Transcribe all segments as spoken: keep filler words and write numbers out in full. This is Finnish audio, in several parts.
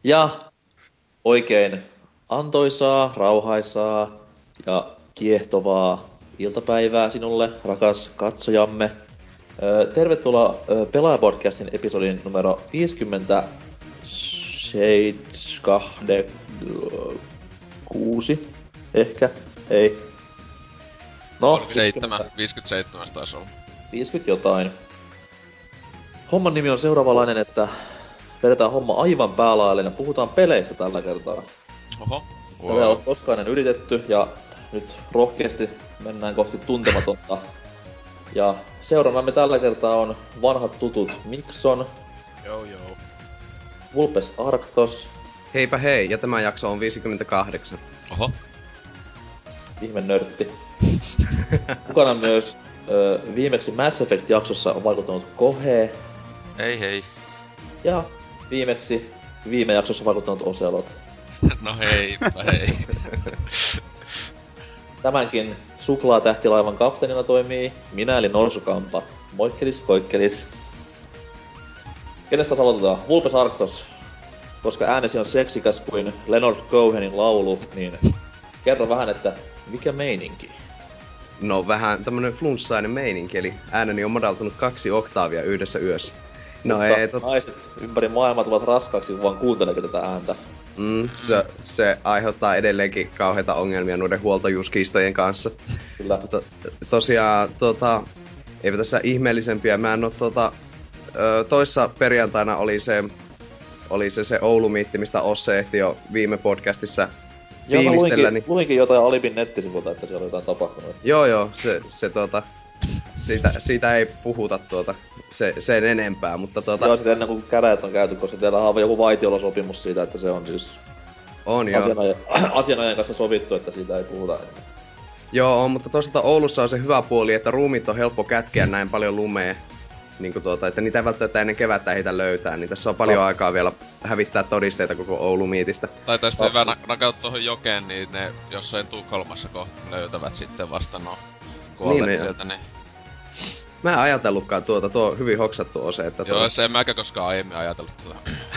Ja oikein antoisaa, rauhaisaa ja kiehtovaa iltapäivää sinulle, rakas katsojamme. Ö, Tervetuloa ö, Pelaajapodcastin episodin numero viisikymmentäkuusi, ehkä, ei. No, kolmekymmentäseitsemän, viisikymmentä, viisikymmentäseitsemän taisi olla. viisikymmentä jotain. Homman nimi on seuraavanlainen, että vedetään homma aivan päälailleen ja puhutaan peleistä tällä kertaa. Oho. Tätä ei ole koskaan ennen yritetty ja nyt rohkeasti mennään kohti tuntematonta. Ja seuranamme tällä kertaa on vanhat tutut Mikson, Joo joo. Vulpes Arctos, Heipä hei, ja tämä jakso on viisikymmentäkahdeksan. Oho. ihme nörtti. Mukana myös ö, viimeksi Mass Effect-jaksossa on vaikuttanut Kohe Hei hei. ja viimeksi viime jaksossa vaikuttanut Ocelot. No heipä hei. Tämänkin suklaatähtilaivan kapteenina toimii minä eli Norsukampa. Moikkelis, koikkelis. Kenestä aloitetaan? Vulpes Arctos. Koska äänesi on seksikäs kuin Leonard Cohenin laulu, niin kerro vähän, että mikä meininki? No vähän tämmönen flunssainen meininki, eli ääneni on madaltunut kaksi oktaavia yhdessä yössä. No Mutta ei, tot... naiset ympäri maailmaa tulevat raskaaksi, kun vaan kuunteleeko tätä ääntä. Mm, se, se aiheuttaa edelleenkin kauheita ongelmia noiden huoltojuuskiistojen kanssa. Kyllä. To, tosiaan, tota, eipä tässä ihmeellisempiä. Mä en oo tota, ö, toissa perjantaina oli se, oli se, se Oulu-miitti, mistä Osse ehti jo viime podcastissa Joo, mä fiilistellä. luinkin, Niin... luinkin jotain Alibin nettisivulta, että siellä oli jotain tapahtunut. Joo joo, se, se tota, siitä, siitä ei puhuta tuota, se, sen enempää, mutta tota... Joo, siis ennen kuin käräjät on käyty, koska teillä on joku vaitiolosopimus siitä, että se on siis On joo. asianajan, asianajan kanssa sovittu, että siitä ei puhuta enemmän. Joo, on, mutta toisaalta Oulussa on se hyvä puoli, että ruumit on helppo kätkeä näin paljon lumea. Niin kuin tuota, että niitä ei välttämättä ennen kevättä ehditä löytää, niin tässä on paljon no. aikaa vielä hävittää todisteita koko Oulu-miitistä. Tai tästä No. hyvä na- nakata tuohon jokeen, niin ne jossain Tukholmassa kohta löytävät sitten vasta no kuolleet Niin, sieltä, niin... Mä en ajatellutkaan tuota, tuo on hyvin hoksattu ose, että tuo... Joo, se en mäkään koskaan aiemmin ajatellut tuota.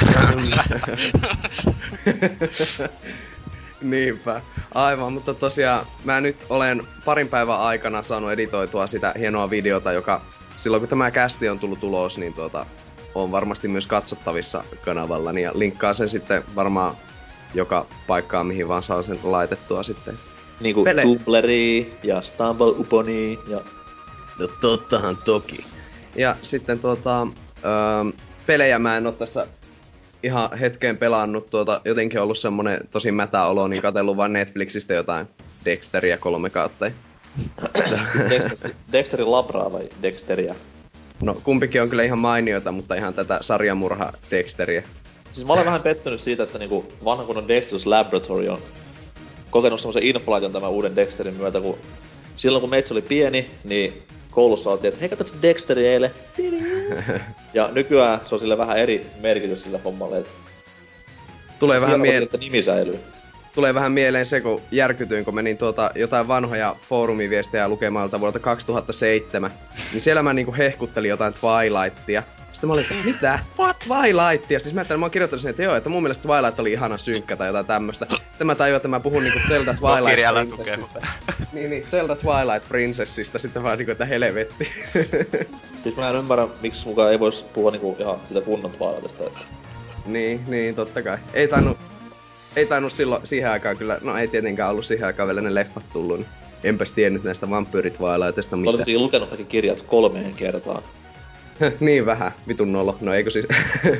Niinpä. Aivan, mutta tosiaan mä nyt olen parin päivän aikana saanut editoitua sitä hienoa videota, joka silloin kun tämä kästi on tullut ulos, niin tuota, on varmasti myös katsottavissa kanavallani ja linkkaa sen sitten varmaan joka paikkaan, mihin vaan saa sen laitettua sitten. Niinku Pele- Tubleri ja Stumble Uponi ja... No tottahan toki. Ja sitten tuota, öö, pelejä mä en oo tässä ihan hetkeen pelannut, tuota, jotenkin ollut semmonen tosi mätä olo, niin katsellut vaan Netflixistä jotain Dexteriä kolme kautta. Dexter, Dexterin labraa vai Dexteriä? No kumpikin on kyllä ihan mainioita, mutta ihan tätä sarjamurha Dexteriä. Siis mä olen vähän pettynyt siitä, että niinku vanha kunnon Dexter's Laboratory on kokenut semmosen inflaation tämän uuden Dexterin myötä, kun silloin kun meitsi oli pieni, niin koulussa oltiin, että hei katsotko Dexteri eilen? Ja nykyään se on sille vähän eri merkitys sille hommalle, että Tulee vähän, hienoa, mie- että nimi säilyy. tulee vähän mieleen se, kun järkytyin, kun menin tuota jotain vanhoja foorumiviestejä lukemalta vuodelta kaksituhattaseitsemän. Niin siellä mä niinku hehkuttelin jotain Twilightia. Sitten mä olin, että mitä? What? Twilightia? Siis mä ajattelin, mä oon kirjoittanut sen, että joo, että mun mielestä Twilight oli ihana synkkä tai jotain tämmöstä. Sitten mä tajuin, että mä puhun niinku Zelda Twilight Princessista. Niin, niin, Zelda Twilight Princessista. Sitten vaan niinku, että helvetti. Siis mä en ymmärrä, miksi mukaan ei vois puhua niinku ihan sitä kunnon Twilightista, että... Niin, niin, totta kai. Ei tainnut, ei tainnut silloin siihen aikaan kyllä, no ei tietenkään ollut siihen aikaan vielä ne leffat tullut, niin enpäs tiennyt näistä Vampyyrit Twilightista Mä olin mitään. kuitenkin lukenut kaikki kirjat kolmeen kertaan. Niin vähän, vitun nolo, no eikö siis...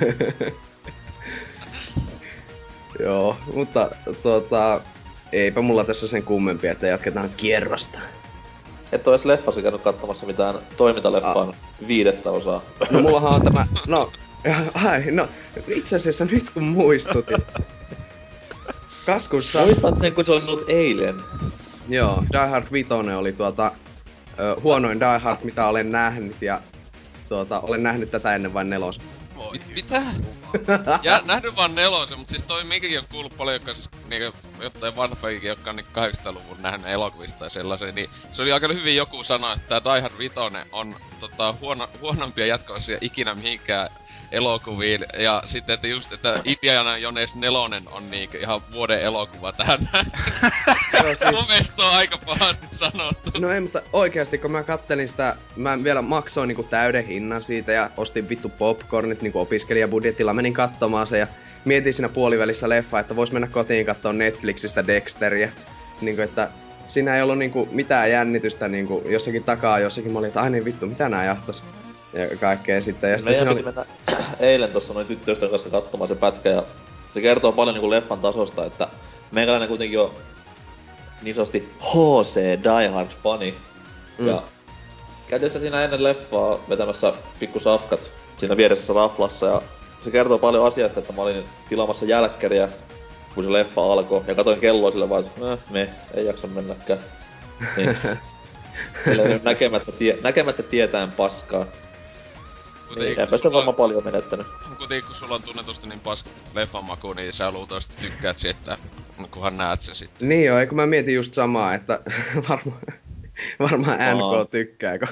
Joo, mutta tota, eipä mulla tässä sen kummempia, että jatketaan kierrosta. Et oo edes leffassa käynyt katsomassa mitään toimintaleffaan viidettä osaa. No mullahan on tämä, no, ai, no, itse asiassa nyt kun muistutit. Kaskussa... Muistan sen, kun se olisi ollut eilen. Joo, Die Hard viisi oli tuota, ö, huonoin Die Hard, mitä olen nähnyt, ja tuota, olen nähnyt tätä ennen vain nelosen. Voi, mitä? Ja nähnyt vaan nelosen, mut siis toi minkäkin on kuullut paljon, jotka siis niinku jotain vanhoikin, jotka on niinku kahdeksankymmentäluvun nähnyt elokuvista ja sellaisen, niin se oli aika hyvin joku sanoa, että tää Die Hard viisi on tota huono, huonompia jatko-osia ikinä mihinkään elokuviin. Ja sitten, että just, että Indiana Jones nelonen on niinkö ihan vuoden elokuva tähän näin. Joo, siis... Mun mielestä on aika pahasti sanottu. No ei, mutta oikeasti kun mä kattelin sitä, mä vielä maksoin niinku täyden hinnan siitä ja ostin vittu popcornit niinku opiskelijabudjetilla, menin katsomaan se ja mietin siinä puolivälissä leffa, että vois mennä kotiin katsoa Netflixistä Dexteriä. Niinku että siinä ei ollut niinku mitään jännitystä niinku jossakin takaa jossakin, mä olin, että ai niin vittu, mitä nää jahtas. Ja kaikkea sitten. Ja meidän sitten piti oli... mennä eilen tossa noin tyttöystävän kanssa katsomaan se pätkä ja se kertoo paljon niinku leffan tasosta, että meikäläinen kuitenkin on niin sanotusti H C Die Hard fani. Mm. Ja käytiin sitä siinä ennen leffaa vetämässä pikku safkat siinä vieressä raflassa ja se kertoo paljon asiasta, että mä olin tilaamassa jälkkäriä kun se leffa alkoi ja katoin kelloa sille vaan, että äh, me, ei jaksa mennäkään. Niin. näkemättä, tie, näkemättä tietäen paskaa. Niin, enpä sitä varmaan paljon menettänyt. Kuitenkin kun sulla on tunnetusti niin paska leffan maku, niin sä luultavasti tykkäät siitä, kunhan näet sen sitten. Niin joo, eikö mä mietin just samaa, että varmaan varmaan N K tykkääkö.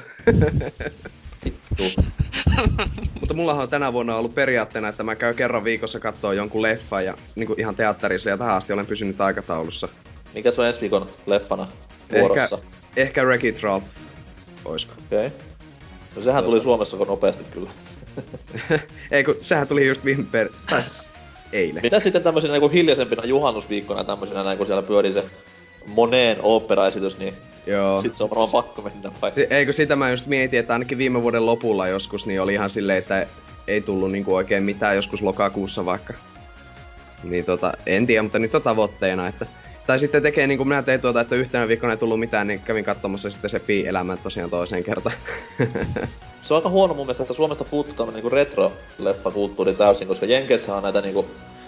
Vittu. Mutta mullahan on tänä vuonna ollut periaatteena, että mä käyn kerran viikossa kattoo jonkun leffan ja niinku ihan teatterissa ja tähän asti olen pysynyt aikataulussa. Mikä se on ensi viikon leffana vuorossa? Ehkä, ehkä Wreck-It Ralph. Oisko? Okei. Okay. No sehän tuli Suomessa nopeasti kyllä. Ei kun sehän tuli just viime per... tai siis eilen. Mitä sitten tämmöisinä niinku hiljaisempina juhannusviikkona tämmöisinä näin kun siellä pyörii se Moneen oopperaesitys, niin joo. Sit se on varmaan pakko mennä vai? Si- eikö sitä mä just mietin, että ainakin viime vuoden lopulla joskus niin oli ihan silleen, että ei tullut niinku oikein mitään joskus lokakuussa vaikka. Niin tota, en tiedä, mutta nyt on tavoitteena, että... Tai sitten tekee niin kuin minä tein tuota, että yhtenä viikkona ei tullut mitään, niin kävin katsomassa sitten se Pi-elämän tosiaan toiseen kertaan. Se on aika huono mun mielestä, että Suomesta puuttuu tämmönen niinku retro-leffakulttuuri täysin, koska Jenkeissä on näitä niinku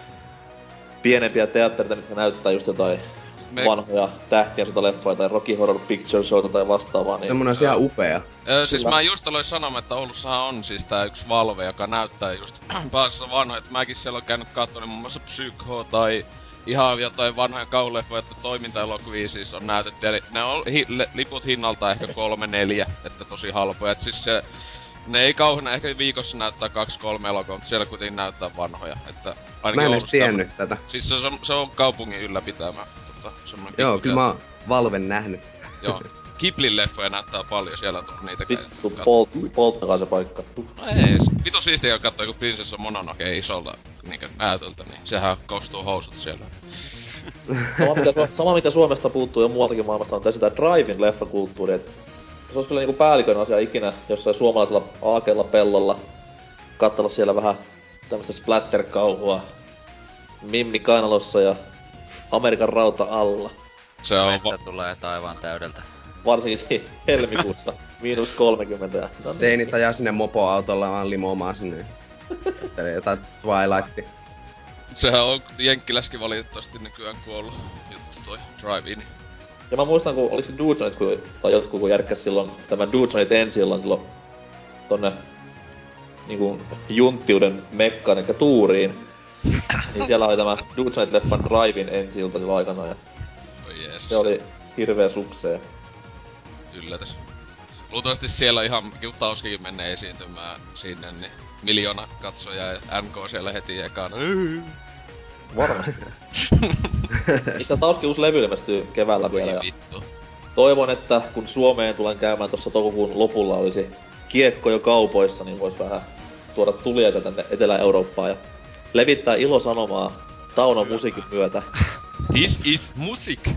pienempiä teatterita, mitkä näyttää just jotain Me... vanhoja tähtiä leffoja tai Rocky Horror Picture Showta tai vastaavaa. Niin... Semmonen on ihan upea. Öö, siis mä just aloin sanomaan, että Oulussahan on siis tää yks Valve, joka näyttää just päässä vanhoja. Että mäkin siellä on käynyt katsomaan muun muassa Psycho tai ihan jotain vanhoja kauleffoja, että toimintaelokuvia siis on näytetty. Eli ne on hi- le- liput hinnalta ehkä kolme neljä, että tosi halpoja. Et siis se, ne ei kauheena ehkä viikossa näyttää kaksi kolme elokuvaa, mutta siellä kuitenkin näyttää vanhoja. Että mä en edes tiennyt on, tätä. Siis se on, se on kaupungin ylläpitämä. Tota, joo, kyllä mä oon Valven nähnyt. Joo. Ghiblin leffoja näyttää paljon, siellä on tullut niitä. Vittu, polt, polttakaa se paikka. No ei, vitu siistiä katsoa, kun Prinsessa Mononoke isolta niinkö näytöltä, niin sehän koostuu housut siellä. sama, mitä, sama mitä Suomesta puuttuu ja muualtakin maailmasta on tässä tää drive-in leffakulttuuri, et se olisi kyllä niinku päällikön asia ikinä jossain suomalaisella aakeella pellolla katsella siellä vähän tämmöstä splatter-kauhua Mimmi kainalossa ja Amerikan rauta alla. Se on va- tulee taivaan täydeltä. Varsinkin helmikuussa. Miinus kolmekymmentä. No niin. Teinit ajaa sinne mopoautolla vaan limomaan sinne. Eli jotain Twilightia. Sehän on Jenkkiläskin valitettavasti nykyään kuollut juttu toi Drive-In. Ja mä muistan, kun oliks se Dudesonit, kun, tai jotkut kun järkkäs silloin tämän Dudesonit ensi illan silloin tonne niinku junttiuden mekkaan, eli tuuriin. Niin siellä oli tämä Dudesonit-leffan Drive-In ensi ilta silloin aikana ja oi Jeesus. Se oli hirveä suksee. Yllätys. Luultavasti siellä ihan Tauskikin menee esiintymään sinne, niin miljoona katsoja ja N K siellä heti ekana. Varmasti. Itse asiassa Tauski uusi levy ilmestyy keväällä vielä. Ja vittu. Toivon, että kun Suomeen tulen käymään tuossa toukokuun lopulla olisi kiekko jo kaupoissa, niin vois vähän tuoda tuliaisia tänne Etelä-Eurooppaan ja levittää ilosanomaa Taunon musiikin myötä. This is music!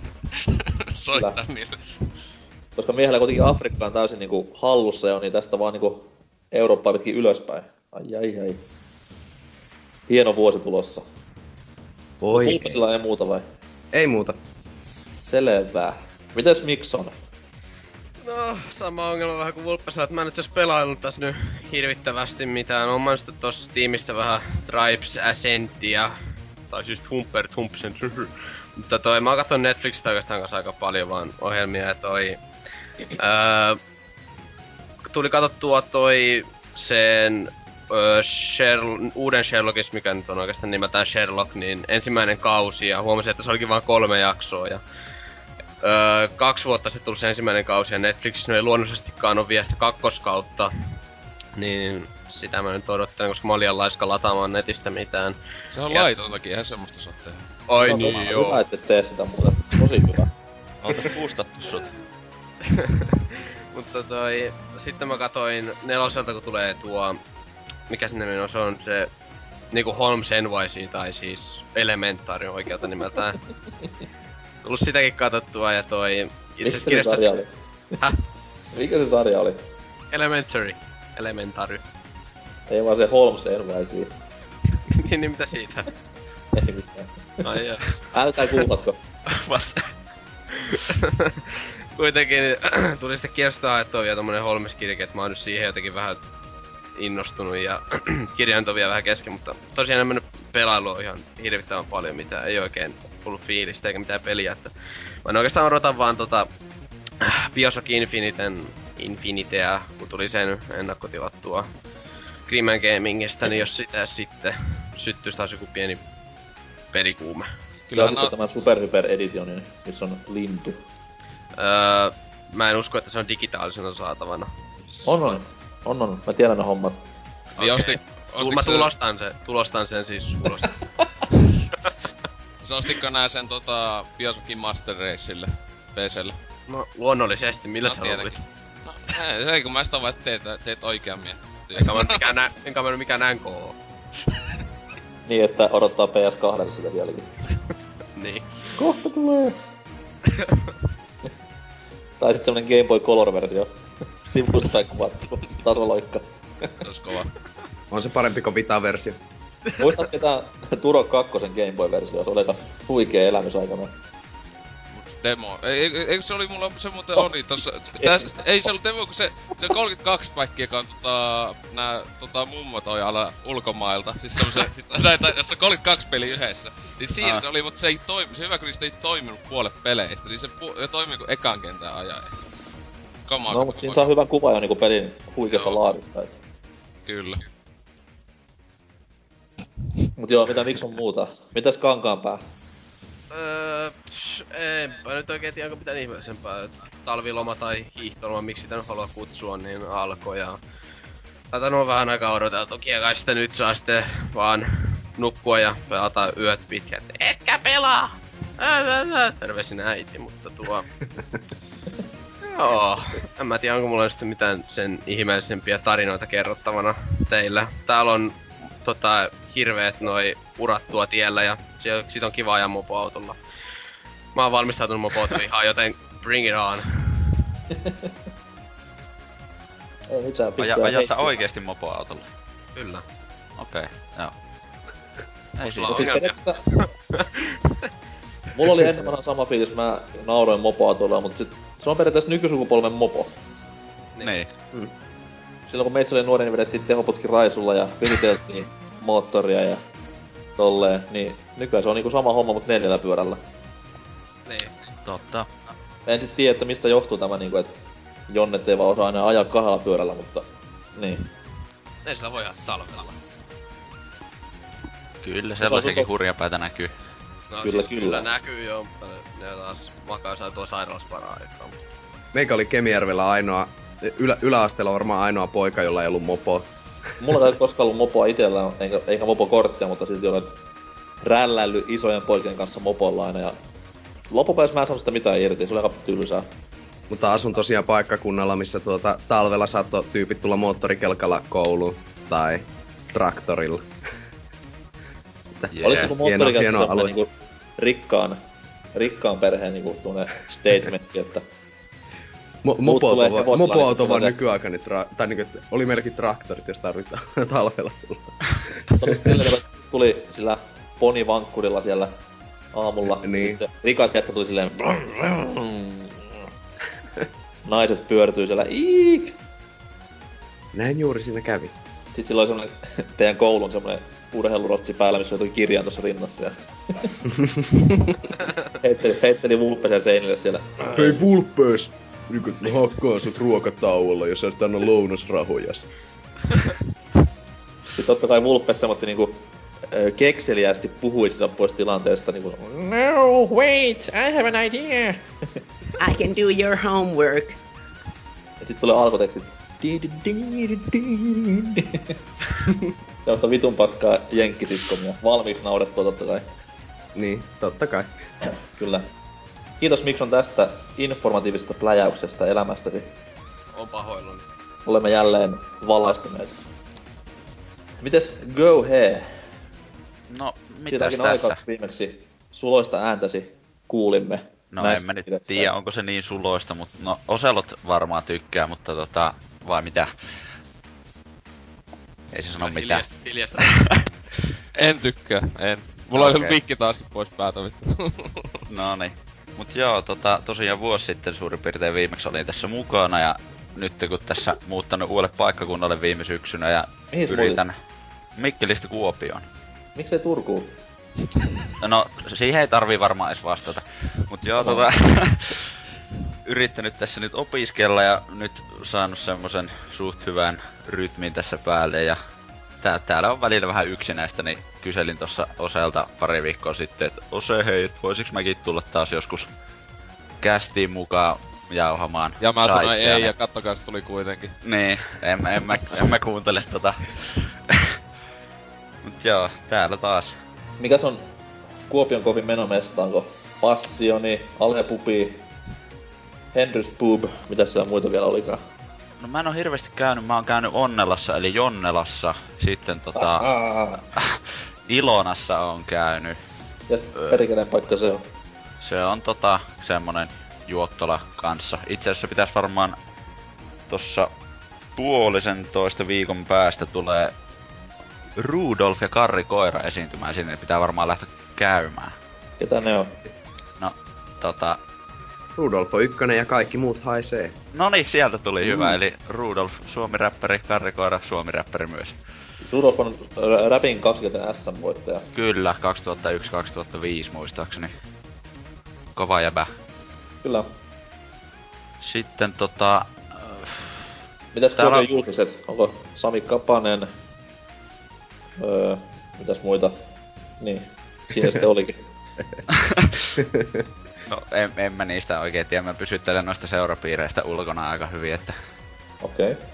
Soittaa niille. Koska miehellä kuitenkin Afrikka on täysin niinku hallussa jo, niin tästä vaan niinku Eurooppaa pitkin ylöspäin. Ai ai ai. Hieno vuosi tulossa. Voi. Pulppasilla ei muuta vai? Ei muuta. Selvä. Mites Mikson? No, sama ongelma vähän kuin Vulppasella, että mä en itse asiassa pelaillut tässä nyt hirvittävästi mitään. Oon mä sitten tossa tiimistä vähän Tribes Ascentia. Tai siis Humper Thumpsen. Mutta toi, mä oon kattonut Netflixistä oikeastaan kanssa aika paljon vaan ohjelmia ja toi... Öö, tuli katsottua toi sen öö, Sherl- uuden Sherlockin, mikä nyt on oikeastaan nimeltään Sherlock, niin ensimmäinen kausi ja huomasin, että se olikin vain kolme jaksoa ja öö, kaksi vuotta sitten tuli se ensimmäinen kausi ja Netflixissä no ei luonnollisestikaan ole vielä sitä kakkoskautta. Niin sitä mä nyt odottelen, koska mä olin liian laiska lataamaan netistä mitään. Se on Ja- laitontakin, eihän semmoista saa tehdä. Ai Se on niin todella joo. Hyvä, et et tee sitä muuten. Tosi hyvä. Ootas boostattu sut. Mutta toi... Sitten mä katoin neloselta, kun tulee tuo... Mikä sen nimi on? Se on se... Niinku Holmes N Y C, tai siis Elementari oikealta nimeltään. Tullut sitäkin katsottua, ja toi... Mikä se kirjasta- sarja oli? Häh? Mikä se sarja oli? Elementary. Elementary. Ei vaan se Holmes N Y C. niin, niin mitä siitä? Ei mitään. Ai joo. Älkää googlatko. Kuitenkin tuli sitten kirjasta haettua vielä tommonen Holmes-kirjakin, että mä oon nyt siihen jotenkin vähän innostunut ja kirjan on vielä vähän kesken, mutta tosiaan en mennyt pelailua ihan hirvittävän paljon, mitä ei oikein ollut fiilistä eikä mitään peliä, että mä oikeastaan odotan vaan tota Bioshock Infiniten, Infinitea, kun tuli sen ennakkotilattua Grimman Gamingista, niin jos sitä sitten syttyisi taas joku pieni pelikuume. Kyllä Kyllähän sitten no, tämän Super Hyper Editionin, missä on lintu. Öö, mä en usko, että se on digitaalisena saatavana. On on. On on. Mä tiedän ne hommat. Sitten osti, Tu- ostitko mä se- tulostan sen, tulostan sen siis ulos. Se ostitko nää sen tota Bioshockin Master Racelle P C:lle? No luonnollisesti, millä No, sä tietenkin. luulit? No, ei, se ei kun mä sitä vaan teet, teet oikean miehen. Enkä mä nyt mikään, nä- enkä mä nyt mikään N K oo. Niin, että odottaa P S kaksi sitä vieläkin. Niin. Kohta tulee! Tai sit semmonen Game Boy Color-versio. Sivusta päin kuvattu. Tasoloikka. Se ois kova. On se parempi kuin Vita-versio. Muistais ketään Turo kakkosen Game Boy-versio? Se oli aika huikea elämys aikana. Demo. Ei, ei, eikö se oli mulla, se muuten oli tossa, täs, ei se ollut demo, kun se, se kolmekymmentäkaksi päikkiä, joka on tota, nää tota mummot toi ala ulkomailta. Siis semmosen, siis näitä, jos on kolmekymmentäkaksi peli yhdessä. Niin siinä Ah. se oli, mut se ei toimi, se hyvä kun niistä ei toiminut puolet peleistä, niin se pu, toimi kuin ekan kentän ajan. Kamaa. No, mut siinä saa hyvän kuva jo niinku pelin huikeasta Joo. laadusta. et. Kyllä. Mut joo, mitä miksi on muuta? Mitäs Kankaanpää? Öö, psh, enpä nyt oikein tiedä, onko mitään ihmeellisempää. Talviloma tai hiihtoloma, miksi sitä nyt haluaa kutsua, niin alkoi ja... Tätä on vähän aikaa odoteltu. Toki kai sitä nyt saa sitten vaan nukkua ja pelata yöt pitkät. Etkä pelaa! Ää, ää, ää. Terveisin äiti, mutta tuo... Joo, en mä tiedä, onko mulla sitten mitään sen ihmeellisempiä tarinoita kerrottavana teillä. Täällä on tota, hirveet noi urat tuo tiellä ja se- sit on kiva ajaa mopoautolla. Mä oon valmistautunut mopoautoihin, joten bring it on. Ei nyt sä Aja, pistää ajat sä heittiä. oikeesti mopoautolla? Kyllä. Okei, joo. Ei Onks siinä. sulla Siis ongelmia? periaatteessa... Mulla oli ennen vanhan sama fiilis, mä nauroin mopoautolla, mut sit se on periaatteessa nykysukupolven mopo. Niin. Silloin kun meitsi oli nuori, niin vedettiin tehoputki raisulla ja viriteltiin moottoria ja tolleen, niin nykyään se on niinku sama homma, mut neljällä pyörällä. Niin. Totta. En sit tiedä, että mistä johtuu tämä niinku, et Jonnet ei vaan osaa aina ajaa kahdella pyörällä, mutta... Niin. Ei sillä voi ajaa talvella. Kyllä, Se on sellaisiakin tot- hurjapäitä näkyy. No Kyllä, siis kyllä. kyllä näkyy jo, mutta ne taas makaa saa tuolla sairaalassa para-aikaa. Meikä oli Kemijärvellä ainoa, ylä, yläasteella varmaan ainoa poika, jolla ei ollut mopo. Mulla ei koskaan ollut mopoa itellä, eikä, eikä mopokorttia, mutta silti olen rälläillyt isojen poikien kanssa mopolla aina ja... Loppupäivässä mä en saanut sitä mitään irti, se oli aika tylsää. Mutta asun tosiaan paikkakunnalla, missä tuota, talvella saattoi tyypit tulla moottorikelkalla kouluun tai traktorilla. Jee. Oliko se kun hieno- moottorikelkka hieno semmonen alue. niinku rikkaan, rikkaan perheen niinku tuonne statementti, että Mo- Muut mopoauto, tulee va- hevosilla, mopoauto niin vaan sitten nykyaikainen, tra- tai niinku, että oli melkein traktorit, jos tarvitaan talvella tulla. oli silleen, että tuli sillä ponivankkurilla siellä aamulla. Niin. Sitten rikas jätkä tuli silleen... Naiset pyörtyy siellä, iik! Näin juuri siinä kävi. Sitten sillä oli semmonen, teidän koulun semmonen urheilurotsi päällä, missä oli kirjaan tuossa rinnassa ja... heitteli, heitteli vulppesen seinille siellä. Hei Vulpes! Nyt mä hakkaan sut ruokatauolla, jos sä et anna lounasrahojas. Sitten totta kai Vulpes semmoitti niinku ö, kekseliästi puhuissa pois tilanteesta niinku... No, wait, I have an idea! I can do your homework. Ja sitten tulee alkutekstit. Sellaista vitun paskaa jenkkisitkomia. Valmiiksi naurettua totta kai. Niin, totta kai. Kyllä. Kiitos Mikson tästä informatiivisesta pläjäyksestä elämästäsi. On pahoillani. Olemme jälleen valaistuneet. Mites Go He? No, mitäs Siitäkin tässä? aikaa viimeksi suloista ääntäsi kuulimme. No näissä en mä nyt pidessä. tiedä, onko se niin suloista, mutta no Oselot varmaan tykkää, mutta tota, vai mitä? Ei se sano mitään. Hiljasta. En tykkää, en. Mulla okay. Okei. oli mikki taaskin pois päältä vittu. No niin. Mut joo, tota, tosiaan vuosi sitten suurin piirtein viimeksi olin tässä mukana ja nyt kun tässä muuttanut uudelle paikkakunnalle viime syksynä ja Mihin sä yritän Mikkelistä Kuopioon. Miksei Turkuun? No, siihen ei tarvii varmaan edes vastata. Mut joo, tota... yrittänyt tässä nyt opiskella ja nyt saanut semmosen suht hyvän rytmin tässä päälle ja tää, täällä on välillä vähän yksinäistä, niin kyselin tossa Oselta pari viikkoa sitten, että Ose hei, et voisiks mäkin tulla taas joskus kästiin mukaan jauhamaan. Ja mä sanoin saitsia, ei niin... ja kattokaa se tuli kuitenkin. Niin, en, en, mä, en mä kuuntele tota. Mut joo, täällä taas. Mikäs on Kuopion kovin menomesta? Onko Passioni, Alepupi, Henrys Pub, mitä siellä muita vielä olikaan? No mä en oo hirveesti käynyt, mä oon käynyt Onnelassa eli Jonnelassa, sitten tota... Ah, Ilonassa on käynyt. ja perkeleen paikka se on. Se on tota semmonen juottola kanssa. Itse asiassa pitäis varmaan tossa puolisen toista viikon päästä tulee Rudolf ja Karri Koira esiintymään sinne, pitää varmaan lähteä käymään. Ketä ne on? No, tota... Rudolf on ykkönen ja kaikki muut haisee. Noniin, sieltä tuli mm. hyvä, eli Rudolf, Suomi-räppäri, Karri Koira, Suomi-räppäri myös. Rudolf on rä- Rapin kaksikertainen S M-voittaja. Kyllä, kaksituhattayksi kaksituhattaviisi muistaakseni. Kova jäbä. Kyllä. Sitten tota... Mitäs Täällä Kuopion on- julkiset? Onko Sami Kapanen? Öö, mitäs muita? Niin, siinä sitten olikin. No, en, en mä niistä oikein tiedä, mä pysyttelen noista seurapiireistä ulkona aika hyvin, että... Okei. Okay.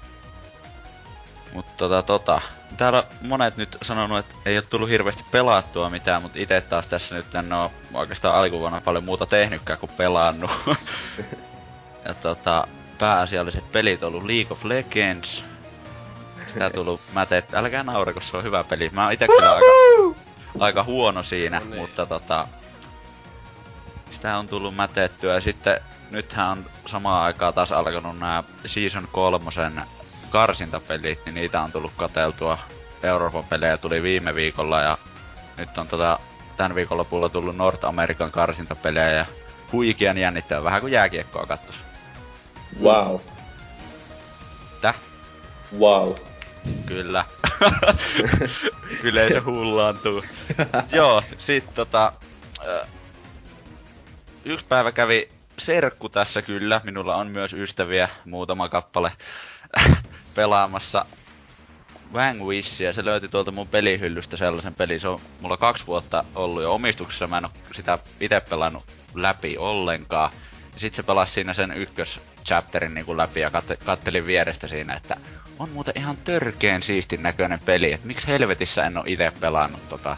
Mut tota tota... Täällä monet nyt sanonut, että ei oo tullut hirveästi pelattua mitään, mut ite taas tässä nyt en oo oikeastaan alkuvuonna paljon muuta tehnytkään kuin pelannut. Ja tota... Pääasialliset pelit on ollut League of Legends. Sitä tullut mätet... Älkää naurako, se on hyvä peli. Mä oon ite kyllä aika, aika huono siinä, No niin. mutta tota... Sitä on tullut mätettyä ja sitten nythän on samaan aikaan taas alkanut nää Season kolmosen karsintapelit, niin niitä on tullut katseltua. Euroopan pelejä tuli viime viikolla ja nyt on tota tän viikonlopulla tullut North American karsintapelejä ja huikean jännittävä, vähän kuin jääkiekkoa kattos. Wow. Täh? Wow. Kyllä. Yleisö hullaantuu. Joo, sit tota... Ö, yksi päivä kävi serkku tässä kyllä. Minulla on myös ystäviä, muutama kappale, pelaamassa Vanquishia. Se löytyi tuolta mun pelihyllystä sellaisen pelin. Se on mulla kaksi vuotta ollut jo omistuksessa. Mä en oo sitä ite pelannut läpi ollenkaan. Ja sit se pelasi siinä sen ykköschapterin niinku läpi ja kat- kattelin vierestä siinä, että on muuten ihan törkeen siistin näköinen peli. Et miksi helvetissä en oo ite pelannut tota.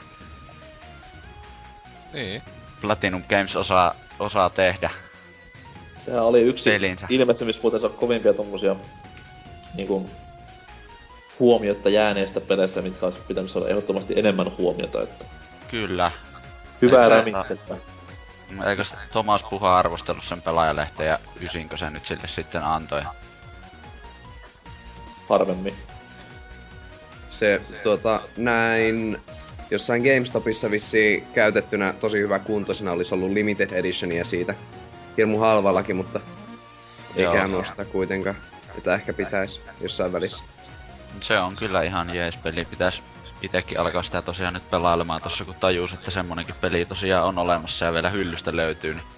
Niin. Platinum Games osaa, osaa tehdä. Sehän oli yksi Pelinsä. ilmestymisvuotensa kovimpia tommosia niinku huomiota jääneistä peleistä, mitkä olisi pitänyt saada ehdottomasti enemmän huomiota, että Kyllä. hyvää Eikö- rämistettä. Eikös Thomas Puha arvostellut sen pelaajalehteen ja ysinkö se nyt sille sitten antoi? Harvemmin. Se tuota näin jossain GameStopissa vissiin käytettynä tosi hyvä kuntoisena olisi ollut limited editionia siitä. Hirmu halvallakin, mutta Joo. eikä nosta kuitenkaan. Että ehkä pitäisi jossain välissä. Se on kyllä ihan jees peli. Pitäis itekin alkaa sitä tosiaan nyt pelailemaan tossa, kun tajus, että semmonenkin peli tosiaan on olemassa ja vielä hyllystä löytyy. Niin...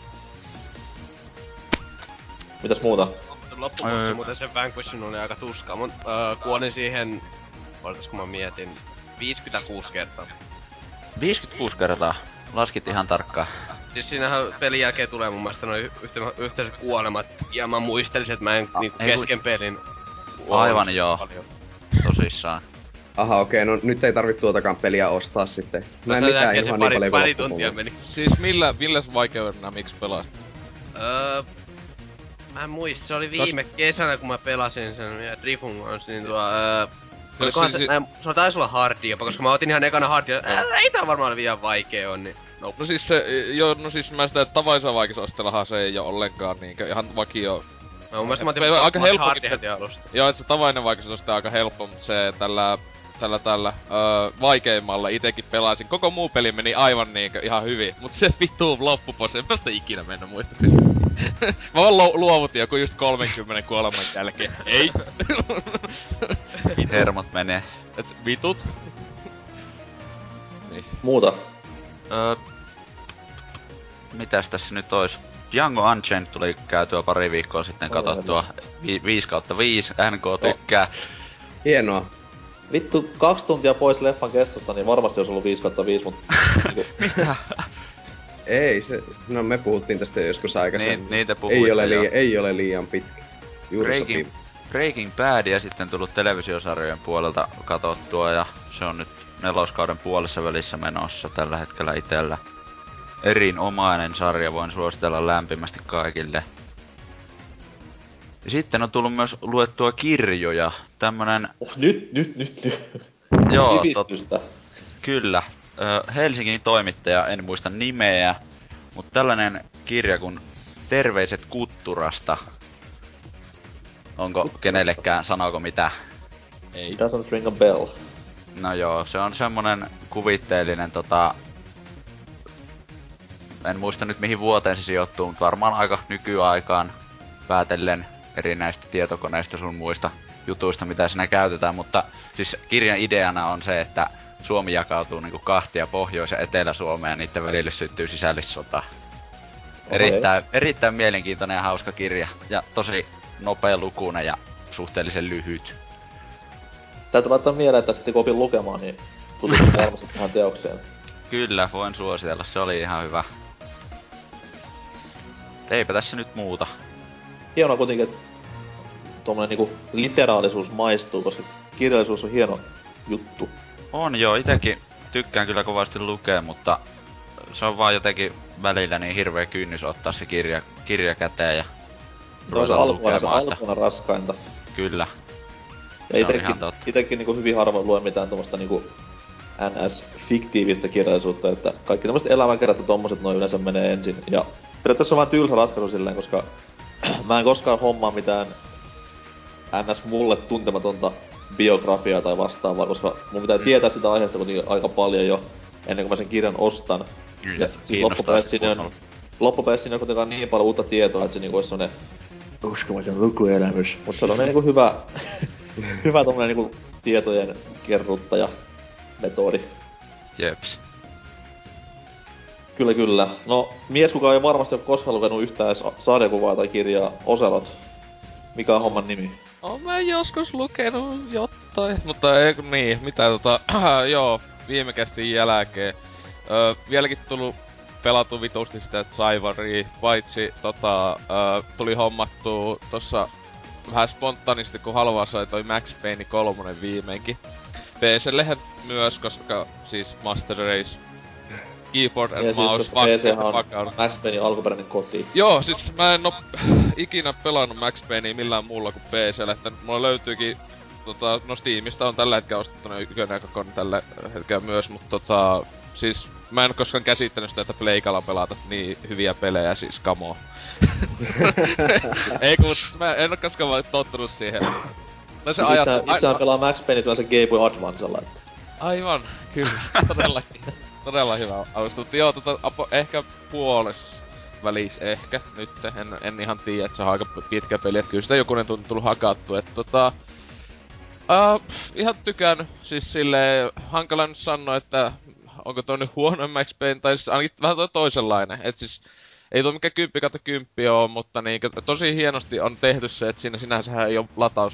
Mitäs muuta? Loppuvuosi Öö. muuten sen Vanquishin oli aika tuskaa. Mun öö, kuolin siihen, odotas kun mä mietin, viisikymmentäkuusi kertaa. viisikymmentäkuusi kertaa. Laskit ihan tarkkaan. Siis siinähän pelin jälkeen tulee mun mielestä noin yhteiset kuolemat, ja mä muistelisin, että mä en A, niinku ei kun- kesken pelin... Aivan joo. Paljon. Tosissaan. Aha, okei, okay, no nyt ei tarvitse tuotakaan peliä ostaa sitten. Mä en Tässä mitään jälkeen se ihan pari, niin paljon pari kuin tuntia loppupuolella. meni. Siis millä, milläs vaikeudella miksi pelasit? Öö... Mä en muista, se oli viime Kos... kesänä kun mä pelasin sen ja Drifun kanssa, niin tuo öö... Olikohan siis- se, mä en, se taisi olla hardi jopa, koska mä otin ihan ekana hardia, ää, ei tää varmaan liian vaikee on, niin nope. No siis se, joo, no siis mä sitä, että tavaisella vaikeusasteellahan se ei oo ollenkaan niinkö ihan vakio. No mun mielestä mä otin Aika aika helppokin- hardi heti alusta. Joo, et se tavainen vaikeusaste on aika helppo, mut se tällä, tällä, tällä, öö, vaikeimmalla itekin pelasin. Koko muu peli meni aivan niinkö ihan hyvin, mut se vituu loppuposi, en mä sitä ikinä mennä muistaakseni. Mä vaan lu- luovutin joku just kolmenkymmenen kuoleman jälkeen. Ei! Hermot menee. Et vitut. Niin. Muuta. Öö, mitäs tässä nyt ois? Django Unchained tuli käytyä pari viikkoa sitten Oi, katsottua. Vi- viisi kautta viisi, N K tykkää. Hienoa. Vittu, kaksi tuntia pois leffan kestosta, niin varmasti olisi ollut viisi kautta viisi, mut... niinku, Mitä? Ei se, no me puhuttiin tästä joskus aikaisemmin. Niin, niitä ei, puhuitte, ole joo. liian, ei ole liian pitkä. Juuri Breaking, sopii. Breaking Badia sitten tullut televisiosarjojen puolelta katsottua ja se on nyt neloskauden puolessa välissä menossa tällä hetkellä itellä. Erinomainen sarja, voin suositella lämpimästi kaikille. Ja sitten on tullut myös luettua kirjoja. Tämmönen, oh, nyt, nyt, nyt, nyt. joo, tot, Sivistystä. kyllä. Ö, Helsingin toimittaja, en muista nimeä, mutta tällainen kirja kuin Terveiset Kutturasta. Onko Kutturasta. kenellekään, sanooko mitä? Ei. Doesn't ring a bell. No joo, se on semmonen kuvitteellinen tota... En muista nyt mihin vuoteen se sijoittuu, mutta varmaan aika nykyaikaan päätellen erinäistä tietokoneista sun muista jutuista, mitä siinä käytetään. Mutta siis kirjan ideana on se, että Suomi jakautuu niinku kahtia Pohjois- ja Etelä-Suomea ja niiden välille syttyy sisällissota. Erittäin, erittäin mielenkiintoinen ja hauska kirja. Ja tosi nopea lukuinen ja suhteellisen lyhyt. Täytyy laittaa mieleen, että sitten kun opin lukemaan, niin tuli varmasti tähän teokseen. Kyllä, voin suositella. Se oli ihan hyvä. Eipä tässä nyt muuta. Hienoa kuitenkin, että tuommoinen niinku literaalisuus maistuu, koska kirjallisuus on hieno juttu. On joo, itekin tykkään kyllä kovasti lukea, mutta se on vaan jotenkin välillä niin hirveä kynnys ottaa se kirja, kirja käteen ja Se on se ruveta alkuana, se lukemaan, että- alkuana raskainta. Kyllä. Ja Se on itekin, ihan totta. itekin niinku hyvin harvoin luen mitään tuommoista niinku N S-fiktiivistä kirjallisuutta, että kaikki tämmöiset elämänkerrat ja tommoset noin yleensä menee ensin. Ja periaatteessa on vähän tylsä ratkaisu silleen, koska mä en koskaan hommaa mitään N S mulle tuntematonta biografiaa tai vastaavaa, koska mun pitää tietää sitä aiheesta kuitenkin aika paljon jo ennen kuin mä sen kirjan ostan. Kyllä, Ja siis kiinnostaa loppupeleissä se siinä on, kunnolla. loppupeleissä siinä on kuitenkaan niin paljon uutta tietoa, että se niinku olisi semmonen uskomaton lukuelämys. Mut se on niinku hyvä, hyvä tommonen niinku tietojen kerruttaja metodi. Jeps. Kyllä, kyllä. No, mies kuka ei varmasti ole koskaan lukenut yhtään edes sarjakuvaa tai kirjaa, Oselot. Mikä on homman nimi? Oon mä joskus lukenut jotain, mutta ei kun niin, mitä tota, joo, viime kästin jälkeen. Öö, vieläkin tullut pelattu vitusti sitä Saivaria, paitsi tota, öö, tuli hommattua tossa vähän spontaanisti, kun halvaa sai toi Max Payne kolmonen viimeinkin. P C:llehän myös, koska siis Master Race, Keyboard and Ja Mouse, siis, koska P C fuck, on fuck out. Max Paynein alkuperäinen koti. Joo, siis mä en oo ikinä pelannut Max Paynea millään muulla kuin P C:llä, että mulla löytyykin, tota, no Steamista on tällä hetkellä ostettuna ykönen ja kakkonen tällä hetkellä myös, mutta tota, siis mä en oo koskaan käsittänyt sitä, että Pleikalla pelata niin hyviä pelejä, siis kamo. Ei kun, mä en oo koskaan vaan tottunut siihen. No se Siis ajat... itseään, itseään pelaa Max Payne tulee se Game Boy Advancella. että- Aivan, kyllä, todellakin. Todella hyvä alusta, mutta joo, tota, apo, ehkä puoles välis ehkä nyt, en, en ihan tiedä, että se on aika pitkä peli, että kyllä sitä jokunen tunti tullut hakattu, että tota... Uh, ihan tykännyt, siis silleen, hankala nyt sanoa, että onko toi nyt huono Max Payne, tai siis ainakin vähän toi toisenlainen, et siis ei tuo mikään kymppi kautta kymppi oo, mutta niinkö tosi hienosti on tehty se, että siinä sinänsähän ei oo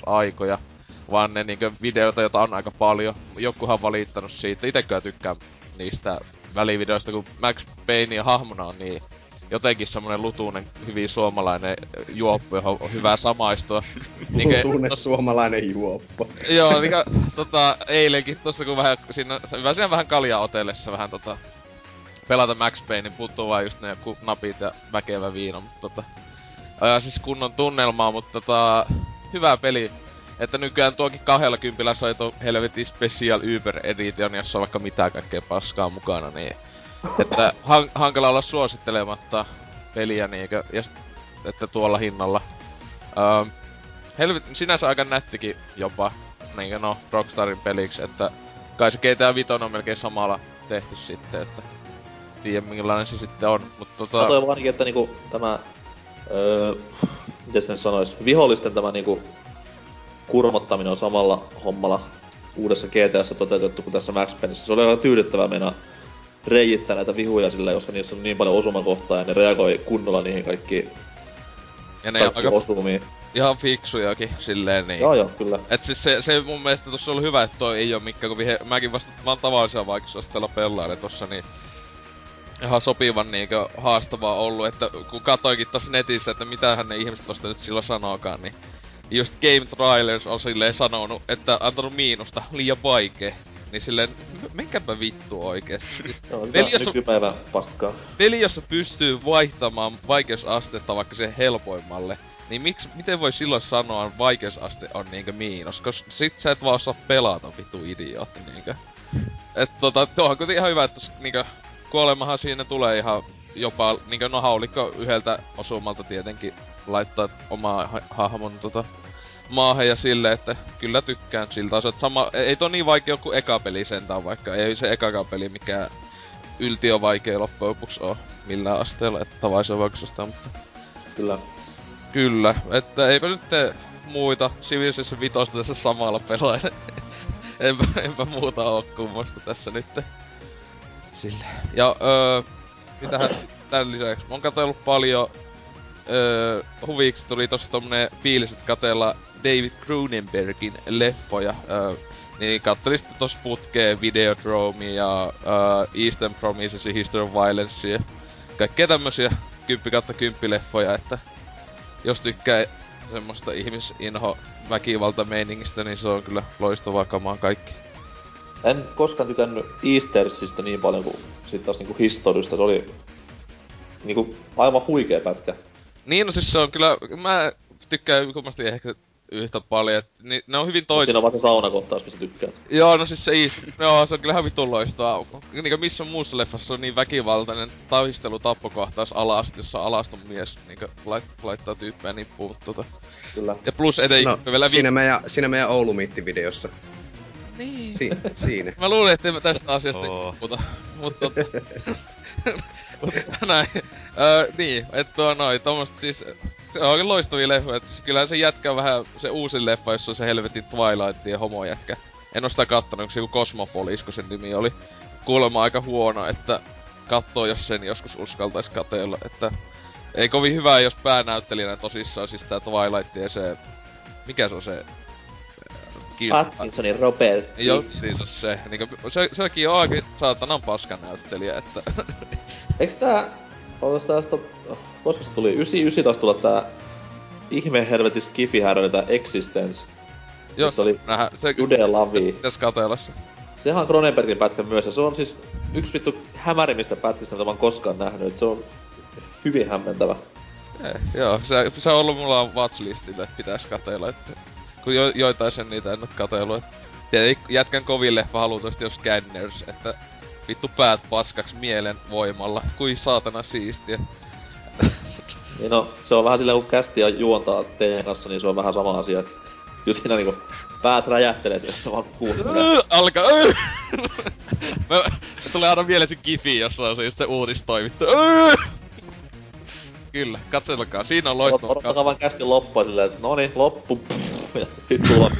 latausaikoja, vaan ne niinkö videoita, joita on aika paljon, jokuhan on valittanut siitä, ite kyllä tykkään niistä välivideoista, kun Max Paynein hahmona on niin jotenkin semmonen lutuinen, hyvin suomalainen juoppo, johon on hyvä samaistua. Lutuinen tos... suomalainen juoppo. Joo, mikä tota, eilenkin tossa kun vähän, siinä, hyvä siinä vähän kaljaa otellessa vähän tota, pelata Max Payne, niin puuttuu vaan just ne napit ja väkevä viina, mutta tota, ja siis kunnon tunnelmaa, mutta tota, hyvä peli. Että nykyään tuokin kahdella kympillä sai tuon helvetin Special Uber Edition, jossa on vaikka mitään kaikkea paskaa mukana, niin että han- hankala olla suosittelematta peliä niinkö, ja sit, että tuolla hinnalla. Öö, helvet, sinänsä aika nättikin jopa, niinkö no, Rockstarin peliksi, että kai se G T A viisi on melkein samalla tehty sitten, että tiedä millainen se sitten on, mutta tota... Mä toivon ainakin, että niinku tämä, öö, miten se nyt sanois, vihollisten tämä niinku kurmottaminen on samalla hommalla uudessa G T A:ssa toteutettu kuin tässä Max Payneissa. Se oli aika tyydyttävää meinaa reijittää näitä vihuja sillä, koska niissä on niin paljon osumakohtaa ja ne reagoi kunnolla niihin kaikkiin ja ne kaikki aika osumiin. Ihan fiksujakin silleen niin. Joo joo, kyllä. Et siis se, se mun mielestä tossa on ollut hyvä, että toi ei oo mikään, kun vihe, mäkin vasta vaan tavallisella vaikeusasteella pelailen tossa, niin ihan sopivan niinkö haastavaa ollut, että kun katoinkin tossa netissä, että mitähän ne ihmiset tosta nyt silloin sanookaan, niin just Game Trailers on silleen sanonut, että antanut miinusta, liian vaikee. Niin silleen, menkäpä vittu oikeesti. Se on peli, jossa, nykypäivän paskaa. Peli, jossa pystyy vaihtamaan vaikeusastetta vaikka sen helpoimmalle, niin miksi, miten voi silloin sanoa, vaikeusaste on niinkö miinus? Koska sit sä et vaan osaa pelata, vittu idiootti niinkö. Et tota, tuohan kuitenkin ihan hyvä, että niinkö kuolemahan siinä tulee ihan jopa, niinkö no haulikko yhdeltä osumalta tietenkin laittaa omaa ha- hahmon tota maahan ja silleen, että kyllä tykkään siltä osa, että sama, ei toi niin vaikea kuin eka peli sentään, vaikka ei se ekakaan peli mikään yltiö vaikea loppujen lopuksi oo millään asteella, että tavallisen vaikeusasteella, mutta... Kyllä. Kyllä, että eipä nyt te muita Civilization viisi tässä samalla pelaile. enpä, enpä muuta oo kummasta tässä nyt. Sille. Ja öö, mitähän tän lisäksi, mä oon katsellut paljon öö, huviksi tuli tossa tommonen fiilis, että katella David Cronenbergin leffoja. Öö, niin kattelin sitten tossa putkeen Videodrome ja öö, Eastern Promises ja History of Violence ja kaikkea tämmösiä kymppi kautta kymppi leffoja, että jos tykkää semmoista ihmisinho väkivalta meiningistä, niin se on kyllä loistavaa kamaa kaikki. En koskaan tykännyt Eastersistä niin paljon kuin sit taas niinku Historista. Se oli niinku aivan huikee pätkä. Niin, no siis se on kyllä, mä tykkään kummasti ehkä yhtä paljon, että ni, ne on hyvin toisin. Siinä on vaan se saunakohtaus, missä tykkäät. Joo, no siis se East, joo, se on kyllä vitun loistaa. Niinkö missä muussa leffassa on niin väkivaltainen taistelu tappokohtaus alas, jossa alaston mies niinkö lait, laittaa tyyppejä nippuun, mutta tota. Kyllä. Ja plus edelleen no, vielä vi- siinä, meidän, siinä meidän Oulumiitti-videossa. Niin. Si- siinä. Mä luulin, ettei mä tästä asiasta oh. puhuta, mutta tota... mutta näin. Öö, niin, että tuo noin, tommoset siis... Se on oikein loistavia leffoja, että siis kyllähän se jätkä vähän se uusin leffa, jossa on se helvetin Twilight ja homojätkä. En oo sitä kattonut, onko se joku Cosmopolis, kun sen nimi oli. Kuulemma aika huono, että kattoo, jos sen joskus uskaltais katella, että... Ei kovin hyvää, jos päänäyttelijänä tosissaan siis tää Twilight ja se... Mikä se on se... Pattinsonin Robert. Joo, siis on se. Niinkö, se, sekin on oikein saatanan paskan näyttelijä, että... Eiks tää... Otas tästä... Koska se tuli? yhdeksänkymmentäyhdeksän taas tulla tää... Ihme helvetin skifi-häröily tää Existence. Joo, missä oli nähä, se... Jude Lavi. Pitäis katella se. Sehän on Cronenbergin pätkä myös, ja se on siis yksi vittu hämärimmistä pätkistä, mitä mä oon koskaan nähnyt, et se on hyvin hämmentävä. Eh, joo, se, se on ollut mulla watchlistillä, että pitäis katella, että... Kun jo, joitain sen niitä en oo katsellut, että... Tietenkin jätkän kovin leffa halutusti jos Scanners, että... Vittu päät paskaks mielen voimalla, kui saatana siistiä. Niin no, se on vähän silleen kun kästiä juontaa teidän kanssa, niin se on vähän sama asia, että... Kyllä siinä niinku päät räjähtelee sille, että vaan kuulee. Alkaa... Mä tulee aina mieleen se gifi, jossa on se just se uutistoimittu. Kyllä, katselkaa, siinä on loistava. Odottakaa vaan kästi loppua silleen, että noni, loppu. Ja sit kuuluu.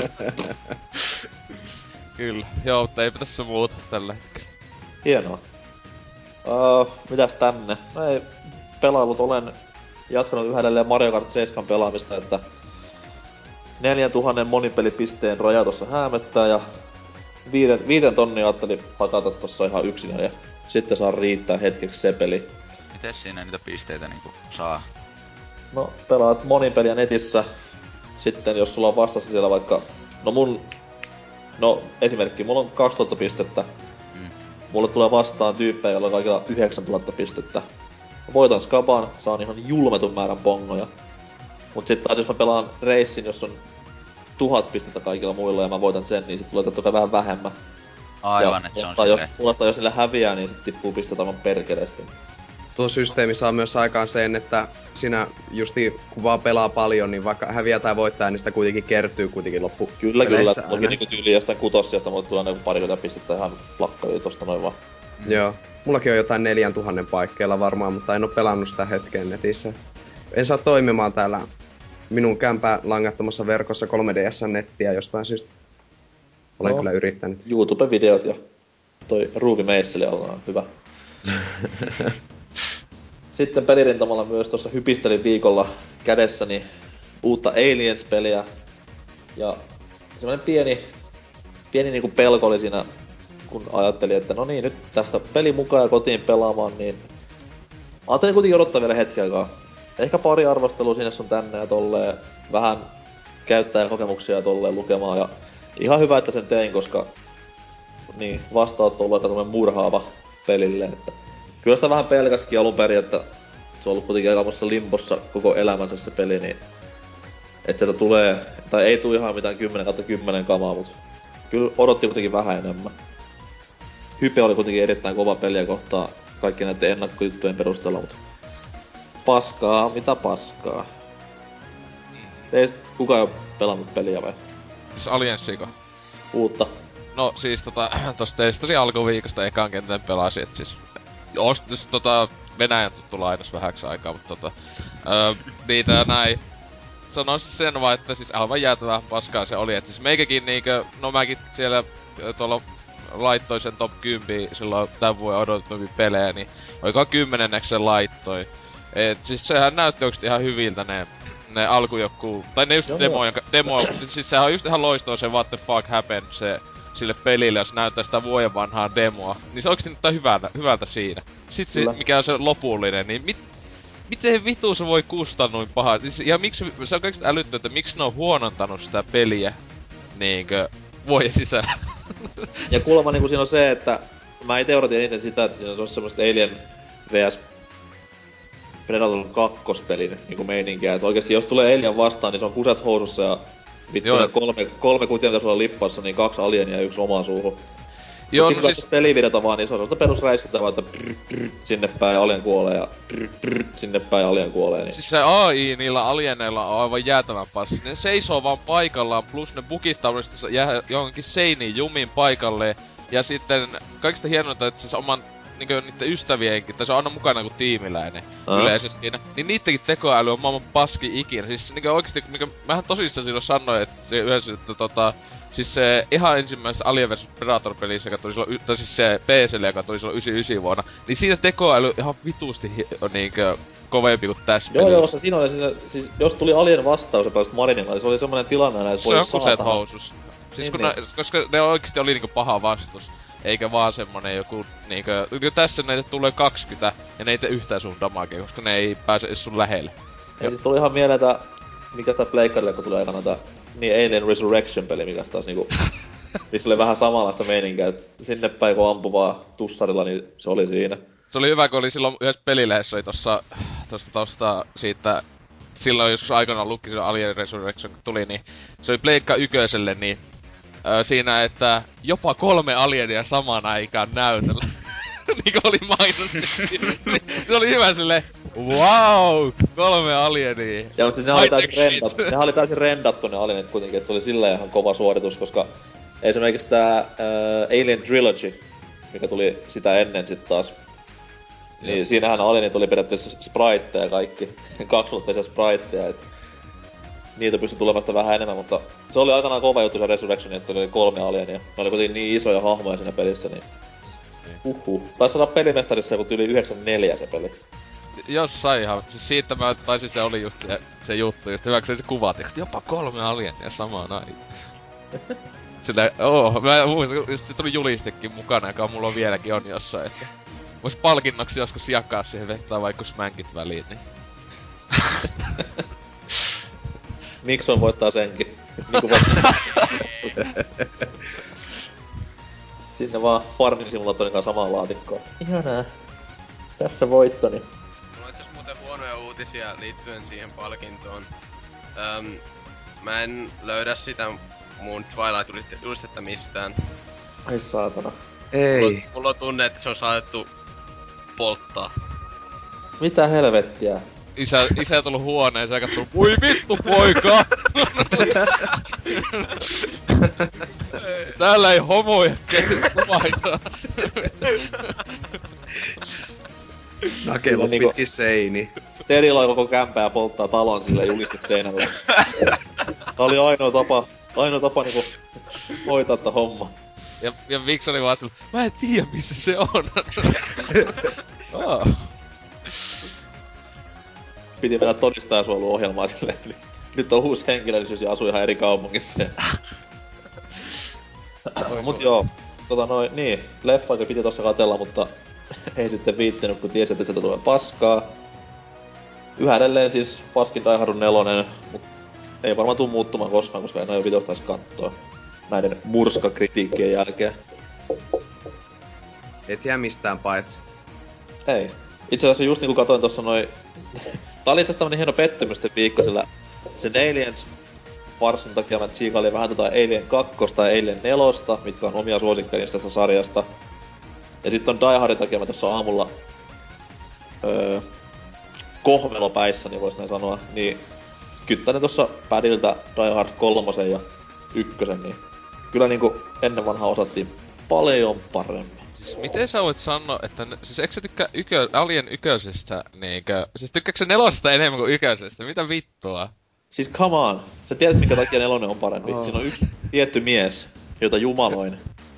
Kyllä, joo, mutta eipä tässä muuta tällä hetkellä. Hienoa. Uh, mitäs tänne? No ei, pelailut olen jatkanut yhä edelleen Mario Kart seitsemän pelaamista, että neljäntuhannen monipelipisteen raja tossa häämöttää ja viiden, viiten tonnia ajattelin hakata tossa ihan yksinä ja sitten saa riittää hetkeksi se peli. Mites siinä niitä pisteitä niinku saa? No, pelaat monin peliä netissä. Sitten jos sulla on vastassa siellä vaikka... No mun... No, esimerkki, mulla on kaksituhatta pistettä. Mm. Mulle tulee vastaan tyyppejä, joilla on kaikilla yhdeksäntuhatta pistettä. Mä voitan skaban, saan ihan julmetun määrän pongoja. Mut sit taas jos mä pelaan reissin, jos on tuhat pistettä kaikilla muilla ja mä voitan sen, niin sit tulee totta kai vähän vähemmän. Aivan, ja että se on jos, silleen. jos, jos sillä häviää, niin sit tippuu pistettä aivan perkeleesti. Tuo systeemi saa myös aikaan sen, että siinä justi kun vaan pelaa paljon, niin vaikka häviää tai voittaa, niin sitä kuitenkin kertyy kuitenkin loppu. Kyllä, kyllä. Toki niinku tyyliin jostain kutosijasta mulle tulee niinku parikymmentä pistettä ihan plakkariin tosta noin vaan. Mm. Joo. Mullakin on jotain neljän tuhannen paikkeilla varmaan, mutta en oo pelannut sitä hetken netissä. En saa toimimaan täällä minun kämpää langattomassa verkossa kolme D S-nettiä jostain syystä. Olen no, kyllä yrittänyt. YouTube-videot ja toi Ruuvi Meisseli on hyvä. Sitten pelirintamalla myös tuossa hypistelin viikolla kädessäni uutta Aliens-peliä. Ja semmonen pieni, pieni niinku pelko oli siinä, kun ajattelin, että no niin, nyt tästä peli mukaan ja kotiin pelaamaan, niin ajattelin kuitenkin odottaa vielä hetken aikaa. Ehkä pari arvostelua sinne sun tänne ja tolleen, vähän käyttäjäkokemuksia tolleen lukemaan ja ihan hyvä, että sen tein, koska niin, vastaanotto on ollut aika tämmönen murhaava pelille, että kyllä sitä vähän pelkäskin alun perin, että se on ollut kuitenkin aikamoisessa limbossa koko elämänsä se peli, niin että sieltä tulee, tai ei tule ihan mitään kymmenen kautta kymmenen kamaa, mut kyllä odotti kuitenkin vähän enemmän. Hype oli kuitenkin erittäin kova peliä kohtaa kaikki näiden ennakkojuttujen perusteella, mut paskaa, mitä paskaa. Teistä kuka ei oo pelannut peliä vai? Siis Aliensiiko? Uutta. No siis tota, tossa testasin alkuviikosta ekan kentän pelasin, et siis... Ostin tota Venäjän tuttu lainas vähäksi aikaa, mutta tota... Öö, niitä ja näin. Sanoisin sen vaan, että siis aivan jäätävää paskaa se oli, et siis meikäkin niinkö... No mäkin siellä tuolla laittoi sen top kymmenen silloin tän vuoden odotettavia pelejä, niin oliko kymmenenneksi se laittoi. Et siis sehän näytti oikeesti ihan hyviltä ne, ne alkujokkuu, tai ne just demo, jonka, demo, siis sehän on just ihan loistava se what the fuck happened se sille pelille, jos näyttää sitä vuoden vanhaa demoa. Niin se oikeesti näyttää hyvältä, hyvältä siinä. Sitten se, mikä on se lopullinen, niin mit, miten vitu se voi kustaa noin pahaa? Siis, ja miksi, se on kaikista älytty, että miksi ne on huonontanut sitä peliä niinkö vuoden sisällä. Ja kuulemma niinku siinä on se, että mä ite odotin eniten sitä, että siinä on semmoista Alien vs Predator kakkospelin niinku meininkiä. Et oikeesti jos tulee Alien vastaan, niin se on kuset housussa ja vittu ne kolme, kolme kutia, mitä sulla on lippassa, niin kaksi alienia ja yksi oma suuhun. Joo, no siis... pelivideota vaan, niin se on sellaista perusräiskyttävää, että prr, prr, sinne päin alien kuolee ja prr, prr, sinne päin alien kuolee. Niin. Siis se A I niillä alieneilla on aivan jäätävän passi. Ne seisoo vaan paikallaan, plus ne bugittaa jää johonkin seiniin jumiin paikalle. Ja sitten kaikista hienointa, että se oman niinkö niitten ystävienkin, tai se on aina mukana kuin tiimiläinen uh-huh. yleensä siinä. Niin niittenkin tekoäly on maailman paski ikinä. Siis niinkö oikeesti, niinkö mähän tosissaan silloin sanoin, että se yhdessä, että tota... Siis se ihan ensimmäisessä Alien versus. Predator-pelissä, joka tuli silloin, tai siis se P C:lle, joka tuli silloin yhdeksänkymmentäyhdeksän vuonna, niin siinä tekoäly ihan vitusti hi- niinkö kovempi kuin tässä joo, pelissä. Joo, siinä oli siinä, siis jos tuli Alien vastaus ja pääsit Marinilla, niin se oli semmonen tilanne, että voi saatana. Se on kuset housus. Siis niin, kun niin. Ne, koska ne oikeesti oli niinku paha vastus. Eikä vaan semmonen joku niinkö... Tässä näitä tulee kaksikymmentä ja ne ei tee yhtään sun damagea, koska ne ei pääse edes sun lähelle. Ja siis tuli ihan mieleen, että mikä sitä pleikkarille, kun tulee aikana tää niin Alien Resurrection-peli, mikä taas niinku... missä oli vähän samanlaista meininkiä, että sinne päin kun ampui vaan tussarilla, niin se oli siinä. Se oli hyvä, kun oli silloin yhdessä pelilehdessä oli tossa... tosta tosta siitä... Silloin joskus aikanaan lukki silloin Alien Resurrection kun tuli, niin... Se oli Pleikka ykköselle, niin... Öö, siinä, että jopa kolme alienia samaan aikaan näytöllä. Niinku oli mainostettu. Se oli hyvä silleen, wow, kolme alienia. Ja mutta siis ne oli täysin rendattu, ne oli täysin rendattu ne alienit kuitenkin, että se oli silleen ihan kova suoritus, koska esimerkiksi tää uh, Alien Trilogy, mikä tuli sitä ennen sit taas, niin ja. Siinähän alienit oli periaatteessa spriteja ja kaikki, kaksulotteisia spriteja, et niitä pystyi tulemasta vähän enemmän, mutta se oli aikanaan kova juttu se Resurrection, että oli kolme alienia. Ne oli kuitenkin niin isoja hahmoja siinä pelissä, niin... Uhuh. Taisi olla pelimestarissa joku yli yhdeksänkymmentäneljä se peli. Jossain ihan. Siis siitä mä taisin se oli just se, se juttu. Just hyväksyi se kuvateksti. Jopa kolme alienia samaan aikaan. Silleen, oo, mä muistan, se tuli julistekin mukana, joka mulla on vieläkin on jossain, että vois palkinnoksi joskus jakaa siihen vettaa vaikka smänkit väliin, niin. Nixon voittaa senkin. Niinku voittaa. Sinne vaan Farming Simulatorin kanssa samaan laatikkoon. Ihanaa. Tässä voittoni. Mulla on itse muuten huonoja uutisia liittyen siihen palkintoon. Öm, mä en löydä sitä mun Twilight-julistetta mistään. Ai saatana. Ei. Mulla, mulla on tunne, että se on saatettu polttaa. Mitä helvettiä? Isä, isä on tullut huoneeseen ja katsoo, voi vittu poika! Täällä ei homoja kehissä vaihtaa. Nakelu Niinku- pitkin seini. Steriloi koko kämpää ja polttaa talon sille juliste seinälle. Tää oli ainoa tapa, ainoa tapa niinku hoitaa tää homma. Ja, ja Vix oli vaan sillä, mä en tiedä missä se on. oh. Piti mennä todistajasuojeluohjelmaan silleen, että nyt on uusi henkilöllisyys ja asuu ihan eri kaupungissa. Mut joo, tota noin, niin, leffoja piti tossa katella, mutta ei sitten viittinyt, kun tiesi, että se tulee paskaa. Yhä edelleen siis paskin Die Hard nelonen, mut ei varmaan tuu muuttumaan koskaan, koska en aio videosta edes kattoo näiden murskakritiikkien jälkeen. Et jää mistään paitsi. Ei. Itse asiassa just niinku katoin tossa noin... Tää oli itse asiassa tämmönen hieno pettymysten viikko, sillä sen Aliens farsin takia mä tsiikailin vähän tota Alien kakkosta ja Alien nelosta, mitkä on omia suosikkeja tästä sarjasta. Ja sitten on Die Hardin takia mä tässä aamulla öö, kohmelopäissä, niin vois näin sanoa, niin kyttänen tossa pädiltä Die Hard kolmosen ja ykkösen, niin kyllä niinku ennen vanhaa osattiin paljon paremmin. Siis miten sä voit sanoa, että... Ne, siis eikö sä tykkää ykö, Alien yköisestä niinkö... Siis tykkääkö sä nelosesta enemmän kuin yköisestä? Mitä vittua? Siis come on. Sä tiedät minkä takia nelonen on parempi. Oh. Siinä on yksi tietty mies, jota jumaloin.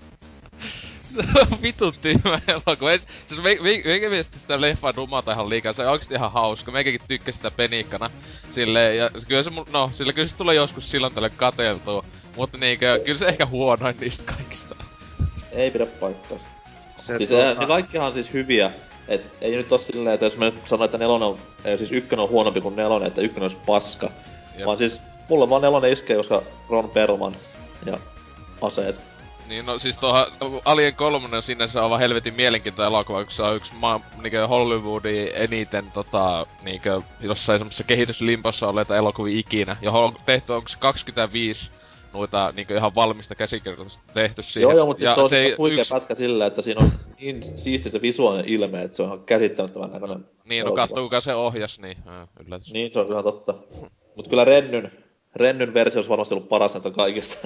Se on vitun tyhmä elokuva. Et- Siis me, me, meikä mielestä sitä leffaa dumata ihan liikaa. Se on oikeesti ihan hauska. Meikäkin tykkäsi sitä peniikkana. Silleen, ja kyllä se mul, no, sillä kyllä se tulee joskus silloin tälle kateltua. Mutta niinkö, kyllä se ehkä huonoin niistä kaikista. Ei pidä paikkaansa. Se Siis tuota- ne kaikkihan on siis hyviä. Et ei nyt oo silleen, että jos mä nyt sanon, että nelonen on... Ei, siis ykkönen on huonompi kuin nelonen, että ykkönen olisi paska. Jep. Vaan siis mulla vaan nelonen iskee, koska Ron Perlman ja aseet. Niin no siis tuohan Alien kolmonen sinänsä on vaan helvetin mielenkiintoinen elokuva, kun se on yksi maa, niinkö Hollywoodin eniten tota, niinkö jossain semmosessa kehityslimpossa olleita elokuvia ikinä. Johon on tehty, onko se kaksikymmentäviisi noita niinkö ihan valmista käsikirjoitusta tehty siihen. Joo joo, mut siis Ja se on ei se huikea yks- pätkä sillä, että siinä on niin siisti se visuaalinen ilme, että se on ihan käsittämättömän näköinen. Niin, no elokuva. katso kuka se ohjas, niin äh, yllätys. Niin, se on ihan totta. Mut kyllä Rennyn, Rennyn versio olisi varmasti ollut paras näistä kaikista.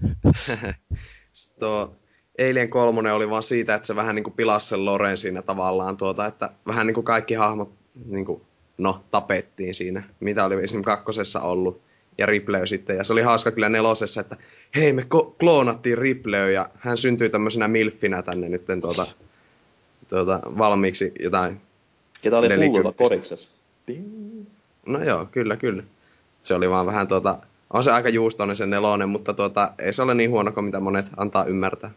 Sitten tuo Alien kolmonen oli vaan siitä, että se vähän niinku pilasi sen Loren siinä tavallaan tuota, että vähän niinku kaikki hahmot niinku, no, tapettiin siinä, mitä oli esimerkiksi kakkosessa ollut. Ja Ripley sitten, ja se oli hauska kyllä nelosessa, että hei, me ko- kloonattiin Ripley, ja hän syntyi tämmöisenä milfinä tänne nytten tuota, tuota, valmiiksi jotain. Ketä oli hullulla nelikymppistä. koriksessa. No joo, kyllä, kyllä. Se oli vaan vähän tuota, on se aika juustoinen se nelonen, mutta tuota, ei se ole niin huono kuin mitä monet antaa ymmärtää.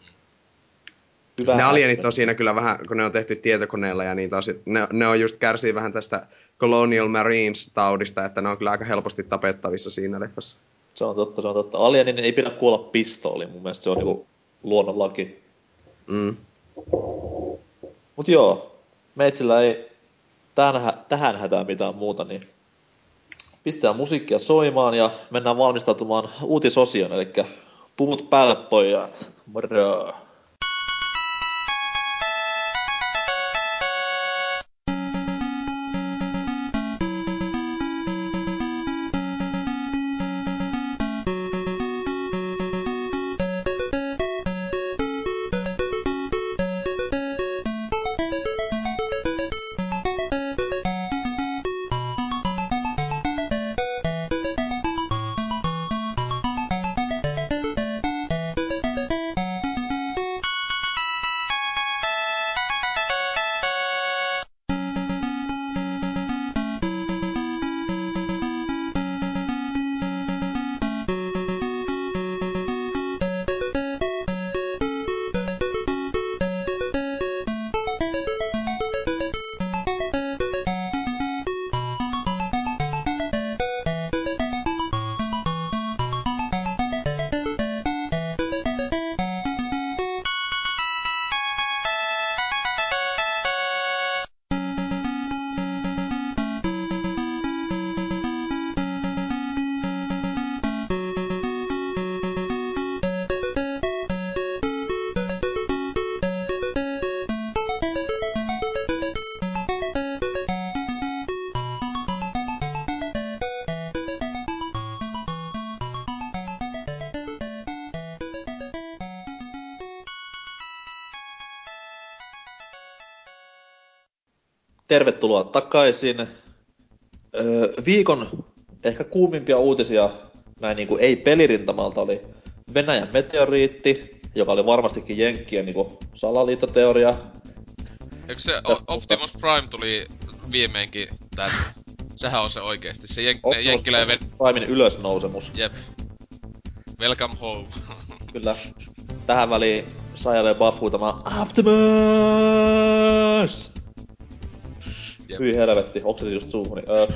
Hyvä Ne alienit action. on siinä kyllä vähän, kun ne on tehty tietokoneella ja niin tosi, ne, ne on just kärsii vähän tästä Colonial Marines-taudista, että ne on kyllä aika helposti tapettavissa siinä leffassa. Se on totta, se on totta. Alienin ei pidä kuolla pistooliin, mun mielestä se on niinku luonnonlaki. Mm. Mut joo, meitsillä ei tähän, hä- tähän hätään mitään muuta, niin pistetään musiikkia soimaan ja mennään valmistautumaan uutisosioon, eli puvut päälle pojat. Moro! tervetuloa takaisin. Öö, viikon ehkä kuumimpia uutisia, näin niinku ei pelirintamalta, oli Venäjän meteoriitti, joka oli varmastikin Jenkkien niinku salaliittoteoria. Eikö se o- Optimus Prime tuli viimeinkin tänne? Sehän on se oikeesti. Se jen- ne jenkkiläinen... Primein ylösnousemus. Jep. Welcome home. Kyllä. Tähän väliin Saijalle buffuu tämä Optimus! Jep. Hyi helvetti, okseli just suuhuni. Öö.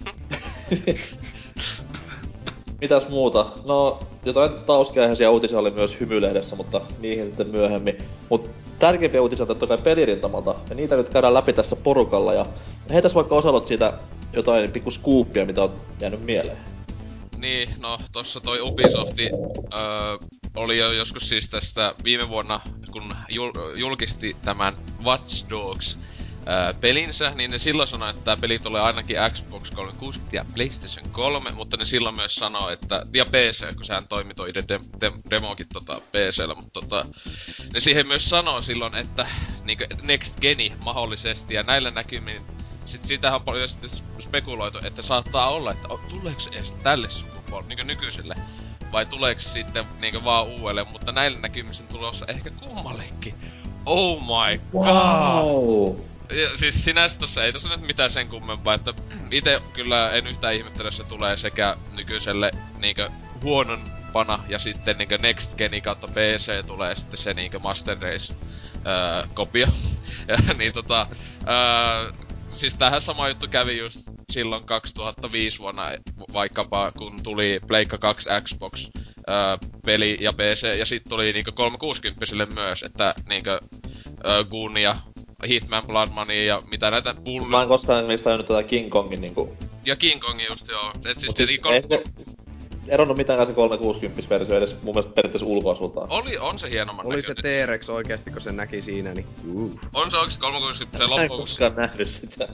Mitäs muuta? No, jotain taustakäiheisiä uutisia oli myös Hymylehdessä, mutta niihin sitten myöhemmin. Mut tärkeimpiä uutisia on totta kai pelirintamalta, ja niitä nyt käydään läpi tässä porukalla, ja heitäs vaikka Osalot siitä jotain pikku skuuppia, mitä on jäänyt mieleen. Niin, no tossa toi Ubisofti öö, oli jo joskus siis tästä viime vuonna, kun jul- julkisti tämän Watch Dogs öö, pelinsä, niin ne silloin sanoi, että tää peli tulee ainakin Xbox kolmesataakuusikymmentä ja PlayStation kolme, mutta ne silloin myös sanoi, että, ja P C, kun sehän toimi toi de- de- demokin tota P C:llä, mutta tota, ne siihen myös sanoo silloin, että niinkö next geni mahdollisesti, ja näillä näkymin sitten siitähän on paljon sitten spekuloitu, että saattaa olla, että o, tuleeko se edes tälle sukupuolelle, niinkö nykyiselle, vai tuleeko se sitten niinkö vaan uudelle, mutta näillä näkymin sen tulossa ehkä kummallekin. Oh my god! Wow! Ja, siis sinänsä tossa ei tossa nyt mitään sen kummempaa, että ite kyllä en yhtään ihmettele, jos se tulee sekä nykyiselle niinkö huononpana ja sitten niinkö Next Geni kautta P C tulee sitten se niinkö Master Race öö, kopio. Ja niin tota öö, siis tähän sama juttu kävi just silloin kaksituhattaviisi vuonna vaikkapa kun tuli Pleikka kaksi Xbox öö, peli ja P C ja sit tuli niinkö kolmesataakuusikymmentäselle myös, että niinkö öö, Gun ja Hitman Blood Money ja mitä näitä bull... Mä en koskaan esimerkiksi tajunnut tätä King Kongin niinku... Ja King Kongin just joo. Et siis, siis kol... ei se eronnut mitään se kolmesataakuusikymmentä-versio edes mun mielestä periaatteessa ulkoasultaan. Oli, on se hienomman Oli näköinen. se T-Rex oikeesti, kun sen näki siinä, niin... Uh. On se oikeesti kolmesataakuusikymmentä se Mä en loppuun. koskaan nähnyt sitä.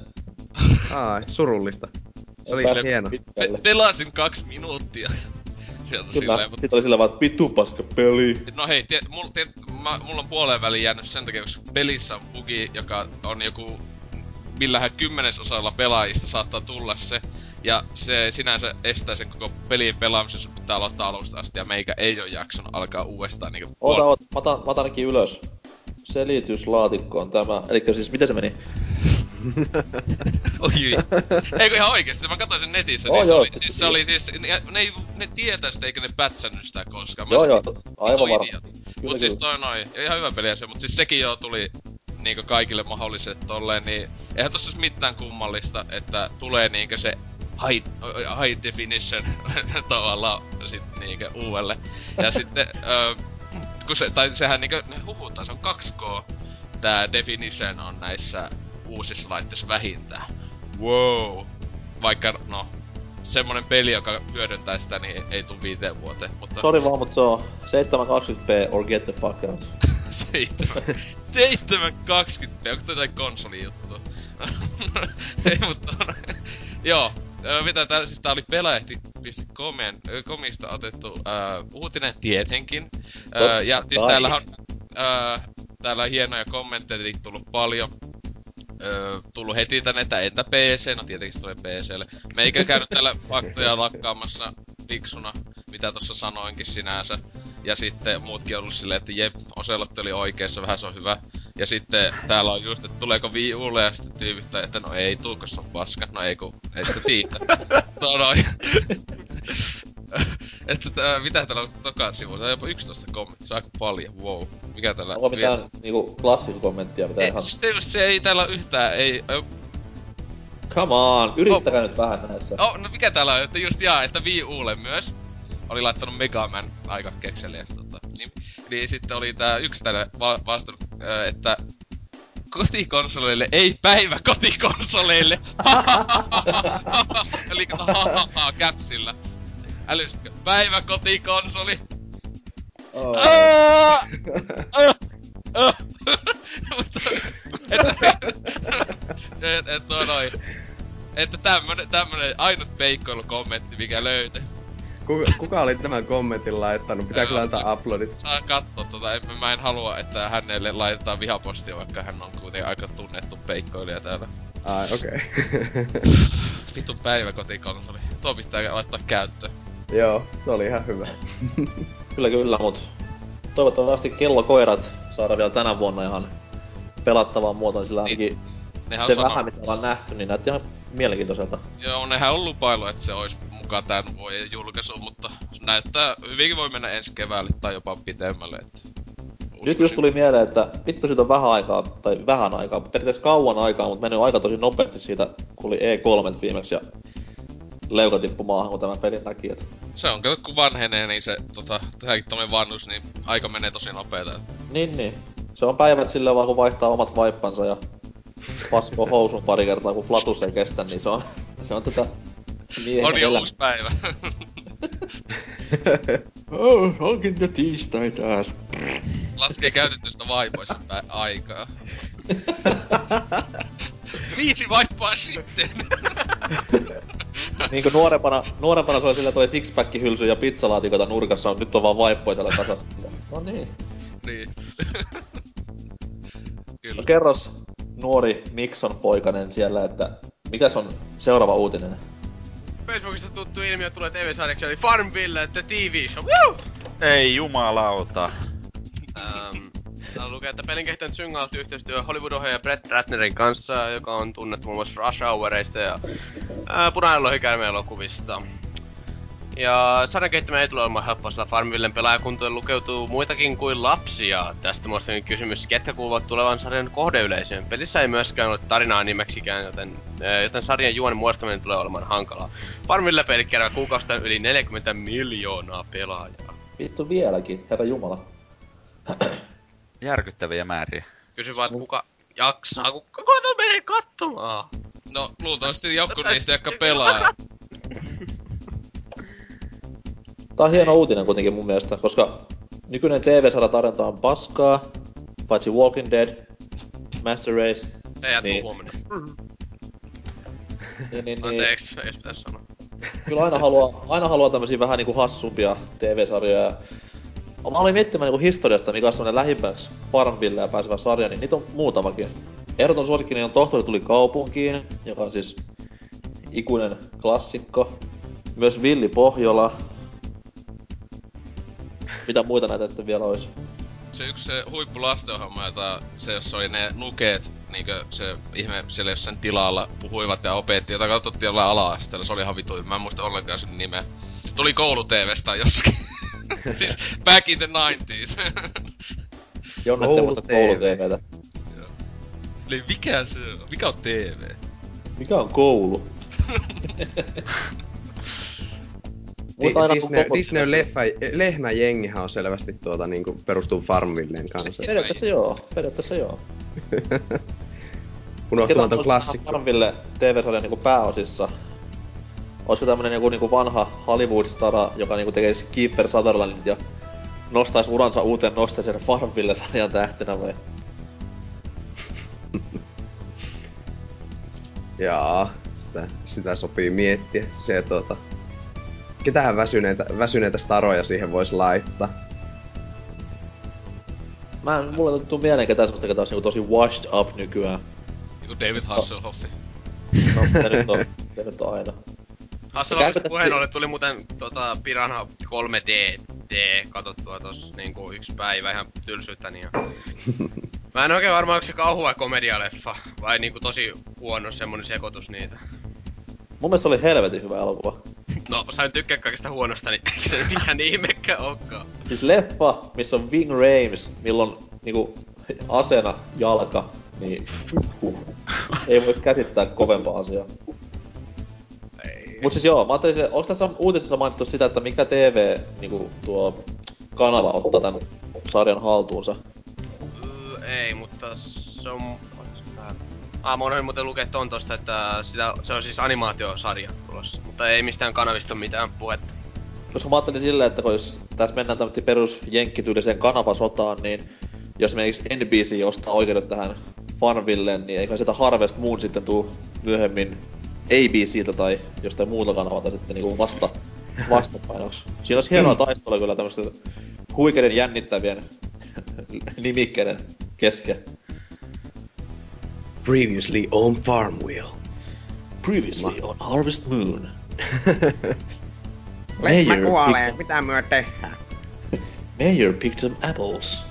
Ai, surullista. Se oli Pääsin hieno. Pe- pelasin kaksi minuuttia. Sieltä Kyllä, silleen, mut... sit oli silleen vaan, että vittu paska peli. No hei, tie, mul, tie, mä, mulla on puoleen väliin jäänyt sen takia, koska pelissä on bugi, joka on joku... Millähän kymmenesosalla pelaajista saattaa tulla se. Ja se sinänsä estää sen koko pelin pelaamisen, sun pitää aloittaa alusta asti, ja meikä ei oo jaksanut alkaa uudestaan niinku... Oota, oota, mä otan, mä otan ainakin ylös. Selityslaatikko on tämä. Elikkä siis, miten se meni? Oi Eikö ihan oikeesti, mä katsoin sen netissä, Oh, niin se, joo, oli, siis, se oli siis, ne, ne, ei, ne tietää sitä eikä ne pätsännyt sitä koskaan. Mä Joo joo, sanoin, aivan vittu varma. idiot. Kyllä, Mut siis kyllä. toi noin, ihan hyvä peliä se, mut siis sekin jo tuli niinkö kaikille mahdolliset tolleen, niin eihän tossa mitään kummallista, että tulee niinkö se high, high definition tavallaan sit niinkö uudelle. Ja sitten, ö, kun se, tai sehän niinkö, ne huhutaan, se on kaksi K, tää definition on näissä uusissa laitteissa vähintään. Wow. Vaikka, no, semmonen peli, joka hyödyntää sitä, niin ei tuu viiteen vuoteen, mutta... Sori vaan, mut se on seitsemänsataakaksikymmentä p or get the fuck out. seitsemänsataakaksikymmentä p, onko toi jotain konsolijuttu? Ei, mutta on... Joo, mitä tää, siis tää oli pelaajahti piste comista otettu ää, uutinen tietenkin. Ää, ja siis täällä on... Ää, täällä on hienoja kommentteja tullut paljon. Öö, tullut heti tänne, että entä P C? No tietenkin se tulee P C:lle. Meikä käynyt täällä faktoja lakkaamassa fiksuna, mitä tossa sanoinkin sinänsä. Ja sitten muutkin on ollut silleen, että jep, Oselotti oli oikeessa, vähän se on hyvä. Ja sitten täällä on just, että tuleeko Wii Ulle ja sitten tyypittä, että no ei tuu, koska se on paska. No ei ku, ei sitä tiitä. Sanoin. Että tää, mitä täällä on toka sivuilla? Tää on jopa yksitoista kommenttia, se on aika paljon, wow. Mikä täällä... Onko mitään niinku klassikkokommenttia, mitä ei, ihan... siis se, se ei täällä yhtään, ei... Come on, yrittäkää oh. nyt vähän näissä. Oh, no mikä täällä on, että just jaa, että Wii Ulle myös oli laittanut Mega Man aika kekseliästi tota. Niin, niin sitten oli tää yksi täällä va- vastannut, että kotikonsoleille ei päivä kotikonsoleille! Eli hahaha käpsillä. Älyskö? Päivä kotikonsoli! Oh. Mutta, että, et, et, no noin. Että tämmönen, tämmönen ainut peikkoilukommentti, mikä löytyi. Kuka, kuka oli tämän kommentin laittanut? Pitää kyllä antaa uploadit. Saa kattoo tota, en, mä en halua, että hänelle laitetaan vihapostia, vaikka hän on kuitenkin aika tunnettu peikkoilija täällä. Ai, okei. Okay. Vitun päiväkotikonsoli. Tuo pitää laittaa käyttöön. Joo, se oli ihan hyvä. Kyllä kyllä, mut toivottavasti kellokoirat saadaan vielä tänä vuonna ihan pelattavaan muotoon, sillä ainakin Nehän se on vähän sanonut. mitä ollaan nähty, niin näytti ihan mielenkiintoiselta. Joo, nehän on lupailu, että se olisi mukaan tän vuoden julkaisu, mutta näyttää hyvinkin voi mennä ensi keväälle tai jopa pitemmälle. Että Nyt just tuli mieleen, että vittu siitä on vähän aikaa, tai vähän aikaa, periaatteessa kauan aikaa, mutta mennyt aika tosi nopeasti siitä, kun oli E kolme viimeksi ja leuka tippui maahan, kun tämä peli näki, et... Se on, kato kun vanhenee, niin se, tota, tähänkin tommonen vanhus, niin aika menee tosi nopeeta. Niin, niin. Se on päivät silleen vaan, kun vaihtaa omat vaippansa ja paskoo housun pari kertaa, kun flatus ei kestä, niin se on, se on tätä miehen On jo elämä. uusi päivä. Oh, onkin jo tiistai taas. Laskee käytetystä vaipoista pä- aikaa. Viisi vaippaa sitten! Niinku nuorempana, nuorempana se oli sillä toi sixpack-hylsy ja pizzalaatikoita nurkassa, nyt on vaan vaippoja siellä kasassa. No niin. Niin. Kyllä. No kerros, nuori Mikson poikanen siellä, että mikäs on seuraava uutinen? Facebookista tuttu ilmiö tulee T V-sarjaksi, eli Farmville, The T V Show. Woo! Ei jumalauta. Ähm, täällä lukee, että pelin kehittänyt Syngalti yhteistyö Hollywood-ohjaaja Brett Ratnerin kanssa, joka on tunnettu muun muassa Rush Houreista ja ää, Punainen lohikäärme elokuvista. Ja sarjan kehittäminen ei tule olemaan helppoa, sillä Farmvillen pelaajakuntoon lukeutuu muitakin kuin lapsia. Tästä muistakin kysymys, ketkä kuuluvat tulevan sarjan kohdeyleisöön. Pelissä ei myöskään ole tarinaa nimeksikään, joten, ää, joten sarjan juonen muodostaminen tulee olemaan hankalaa. Farmville-pelit kerää kuukausittain yli neljäkymmentä miljoonaa pelaajaa. Vittu vieläkin, herra jumala. Järkyttäviä määriä. Kysy vaan, että kuka jaksaa, kuka kuka menee katsomaan? No, luultavasti joku niistä, jotka pelaa. Tää on hieno uutinen kuitenkin mun mielestä, koska nykyinen T V-sarja tarjonta on paskaa, paitsi Walking Dead, Master Race. Ei jää Niin. niin. huomenna. Niin, niin, niin. Anteeksi, ei pitäis sanoa. Kyllä aina haluaa, aina haluaa tämmösiä vähän niinku hassumpia T V-sarjoja. Mä olin miettimään niinku historiasta, mikä on semmonen lähimmäksi Farmvillea pääsevä sarja, niin niitä on muutamakin. Ehdoton suosikkini on Tohtori tuli kaupunkiin, joka on siis ikuinen klassikko. Myös Villi Pohjola. Mitä muita näitä sitten vielä ois? Se yksi se huippu lastenohjelma, jota se jossa oli ne nukeet, niinkö se ihme siellä jossain tilalla puhuivat ja opetti, jota katsottiin jollain ala-asteella, se oli ihan vitu, mä en muista ollenkaan sen nimeä. Tuli koulu-tv:stä joskin. Siis back in the nineties. Jonnet semmoista koulu-tvtä. Eli mikä se on? Mikä on T V? Mikä on koulu? Muista aina, kun Disney, koko- Disney on leffa, lehmäjengihän on selvästi tuota niinku perustuu Farmvilleen kanssa. Periaatteessa joo, periaatteessa joo. Unohtumaan ton klassikko. Farmville T V-sarjan niinku pääosissa. Olisiko tämmönen joku niinku vanha Hollywood-stara, joka niinku tekisi Keeper Sutherlandit ja nostais uransa uuteen nosteeseen Farmville-sarjan tähtenä vai? Jaa, sitä, sitä sopii miettiä. Se tuota... Ketähän väsyneitä, väsyneitä staroja siihen vois laittaa? Mä en, mulle ei tuu mieleen ketään semmoista, ketä olisi niinku tosi washed up nykyään. Joku David Hasselhoffi. No, se nyt on, se nyt on aina. Hasselhoffista puheen ollen tuli muuten tota Piranha kolme D D katsottua tossa niinku yksi päivä ihan tylsyyttäni. Ja... Mä en oikein varma, onko se kauhu vai komedialeffa, vai niinku tosi huono semmonen sekoitus niitä. Mun mielestä se oli helvetin hyvä elokuva. No, sä en tykkää kaikesta huonosta, niin eikö se mikään ihmekään ookaan. Siis leffa, missä on Ving Rhames, milloin niinku asena jalka, niin huh, ei voi käsittää kovempaa asiaa. Ei. Mut siis joo, mä ajattelin, se, onks tässä uutisessa mainittu sitä, että mikä T V niinku tuo kanava ottaa tän sarjan haltuunsa? Öö, ei, mutta se on... Ah, mä unohdin muuten lukea ton tosta, että sitä, se on siis animaatiosarja tulossa, mutta ei mistään kanavista ole mitään puhetta. Koska mä ajattelin silleen, että kun jos tässä mennään tämmöteen perus jenkkityyliseen kanavasotaan, niin jos esimerkiksi N B C ostaa oikeudet tähän Farmvilleen, niin eikä sitä Harvest Moon sitten tuu myöhemmin A B C:ltä tai jostain muuta kanavalta sitten niinku vasta vastapainoksi. Siinä olisi hienoa taistelua kyllä tämmöstä huikeiden jännittävien nimikkeiden kesken. Previously on Farmville. Previously on Harvest Moon. Lehmä Mayor kuolee, picked- mitä myö tehdään? Mayor picked some apples.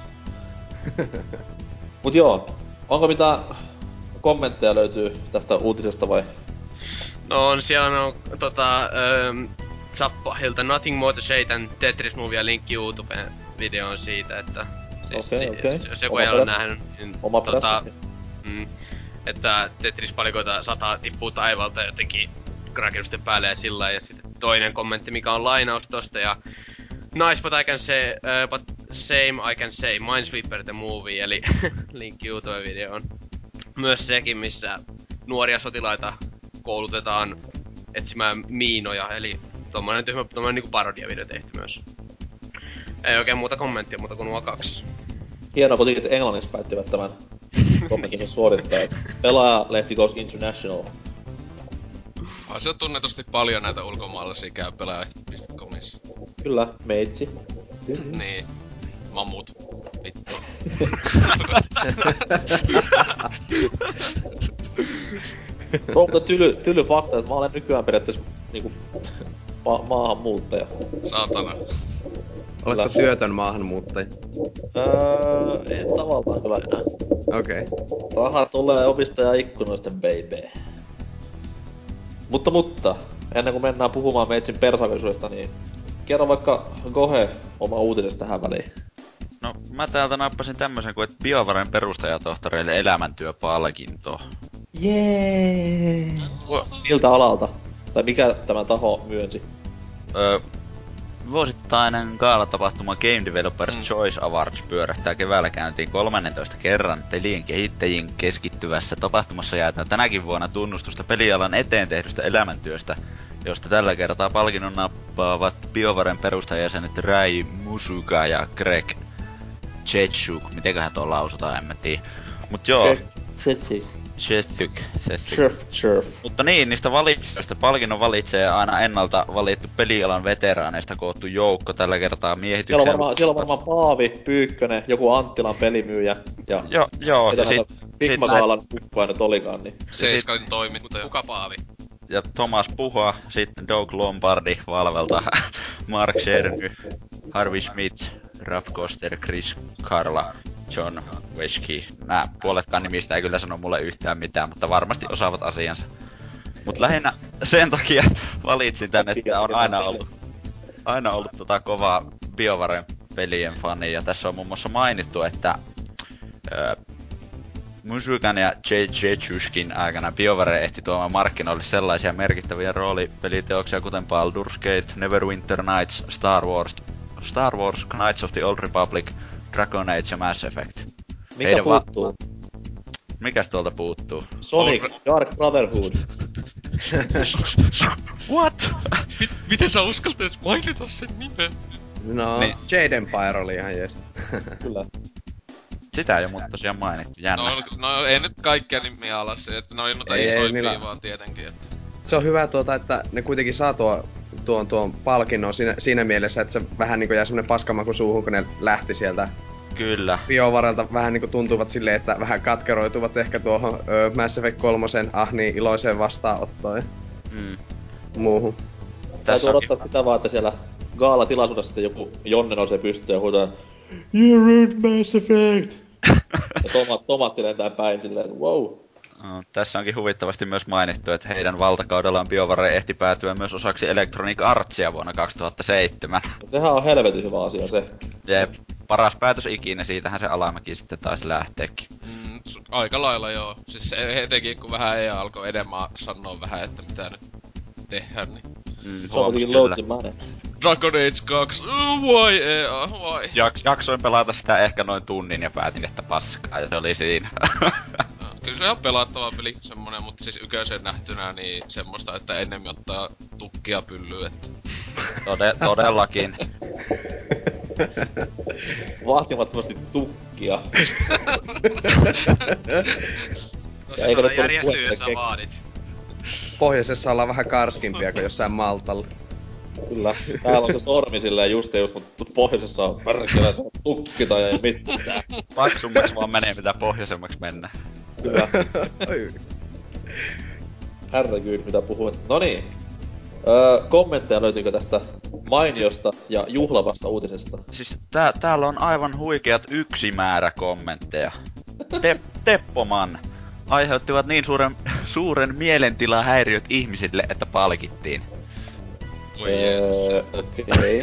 Mut joo, onko mitään kommentteja löytyy tästä uutisesta vai? No on siellä on tota ähm, Zappahilta Nothing More to Say than Tetris Movie ja linkki YouTubeen videoon siitä, että siis Okei, si- okei. jos joku Oma ei ole peräs- nähnyt, niin Oma tota, perästä. mm, että Tetris-palikoita sataa tippuu taivalta jotenkin rakennusten päälle ja sillä lailla. Ja sitten toinen kommentti, mikä on lainaus tosta ja Nice but I can say, uh, but same I can say, Minesweeper the movie, eli linkki YouTube-videoon. Myös sekin, missä nuoria sotilaita koulutetaan etsimään miinoja, eli tommonen tyhmä, tommonen niinku parodiavideo tehty myös. Ei oikein muuta kommenttia, muuta kuin nuo kaksi. Hienoa kuitenkin, että englanniksi päättivät tämän kommentin suorittaa, että pelaajalehti Goes International. Ah, se on tunnetusti paljon näitä ulkomaalaisia käy pelaajat piste comissa. Kyllä, meitsi. Niin. Mammut. Vittu. Tuo on mutta tyly, tyly fakta, että mä olen nykyään periaatteessa niinku ma- maahanmuuttaja. Saatana. Oletko työtön maahanmuuttaja? Öö, en tavallaan kyllä enää. Okei. Okay. Raha tulee ovista ja ikkunoista, baby. Mutta, mutta, ennen kuin mennään puhumaan meitsin persoonallisuudesta, niin kerro vaikka Gohe oma uutisesta tähän väliin. No, mä täältä nappasin tämmösen kuin, että BioVaren perustajatohtoreille elämäntyöpalkinto. Jee! Miltä alalta? Tai mikä tämä taho myönsi? Öö, vuosittainen gaalatapahtuma Game Developers Mm. Choice Awards pyörähtää keväällä käyntiin kolmannentoista kerran pelien kehittäjiin keskittyvässä tapahtumassa jaetaan tänäkin vuonna tunnustusta pelialan eteen tehdystä elämäntyöstä, josta tällä kertaa palkinnon nappaavat BioVaren perustajajäsenet Rai Musuka ja Greg Chechuk. Mitenköhän tuo lausutaan, en mä tiedä. Mut joo, Chef, Chechuk, Chechuk. chef, chef. Mutta niin, niistä valitsijoista palkinnon valitsee aina ennalta valittu pelialan veteraaneista koottu joukko, tällä kertaa Siellä miehityksen... on varmaan, siellä on varmaan Paavi, Pyykkönen, joku Anttilan pelimyyjä ja... Joo, joo, Mitä ja näitä sit, sit, Pikmakaalan kukkoa nyt olikaan, niin... Seiskalin toimittaja. Kuka Paavi? ja Thomas Puha, sitten Doug Lombardi Valvelta, Mark Cerny, Harvey Smith, Ralph Koster, Chris Carla, John Wesky. Nää puoletkaan nimistä ei kyllä sano mulle yhtään mitään, mutta varmasti osaavat asiansa. Mut lähinnä sen takia valitsin tän, että on aina ollut, aina ollut tota kovaa BioVaren pelien fani, ja tässä on muun muassa mainittu, että öö, Musukan ja Chechuskin aikana BioVare ehti tuomaan markkinoille sellaisia merkittäviä roolipeliteoksia kuten Baldur's Gate, Neverwinter Nights, Star Wars, Star Wars, Knights of the Old Republic, Dragon Age ja Mass Effect. Mikä Heidän va- puuttuu? Mikäs tuolta puuttuu? Sonic, Dark Brotherhood. What? Mit, miten sä uskaltais mainita sen nimen? No, Niin. Jade Empire oli ihan jees. Kyllä. Sitä ei ole mutta tosiaan mainittu, jännä. No, no ei nyt kaikkia nimiä alas, että ne on noita Ei, ei, isoimpia niillä- vaan tietenkin, että... Se on hyvä tuota, että ne kuitenkin saa tuo, tuon, tuon palkinnon siinä, siinä mielessä, että se vähän niinku jää semmonen paskamaku suuhun, kun ne lähti sieltä Kyllä. BioVarelta. Vähän niinku tuntuvat silleen, että vähän katkeroituvat ehkä tuohon ö, Mass Effect kolmosen ah niin iloiseen vastaanottoon ja Mm. muuhun. Täytyy Tässä odottaa onkin... sitä vaan, että siellä Gaala-tilaisuudessa sitten joku Jonne nousee pystyyn ja huutaa You ruined Mass Effect! Ja tomat, tomaatti lentää päin silleen, että wow. No, tässä onkin huvittavasti myös mainittu, että heidän valtakaudellaan BioVare ehti päätyä myös osaksi Electronic Artsia vuonna kaksituhattaseitsemän. Ja sehän on helvetin hyvä asia se. Jep, paras päätös ikinä, siitähän se alamäki sitten taisi lähteekin. Mm, su- aika lailla joo. Siis e- etenkin kun vähän E A alkoi enemmän sanoa vähän, että mitä nyt tehdään, niin... Mm, Se on huomas kuitenkin kyllä. loads of money. Dragon Age kaksi, uh, why E A, why? Jak- jaksoin pelata sitä ehkä noin tunnin ja päätin, että paskaa, ja se oli siinä. No, kyllä se on ihan pelattava peli semmonen, mutta siis yköisen nähtynä niin semmoista, että ennemmin ottaa tukkia pyllyyn, että... Tode- todellakin. Vaatimattomasti tukkia. No Ja se eikä on nyt järjestyy, tullut jos sä puheesta vaadit. Pohjoisessa ollaan vähän karskimpia kuin jossain Maltalla. Kyllä. Täällä on se sormi silleen just ja just, mutta pohjoisessa on perkele, se on tukki tai ei mitään. Paksummaksi vaan menee, mitä pohjoisemmaksi mennään. Kyllä. Herregud, mitä puhuin. Noniin. Öö, kommentteja löytyykö tästä mainiosta ja juhlavasta uutisesta? Siis tää, täällä on aivan huikeat yksi määrä kommentteja. Te, Teppoman aiheuttivat niin suuren, suuren mielentilahäiriöt ihmisille, että palkittiin. Voi Jeesus. Öö, okei.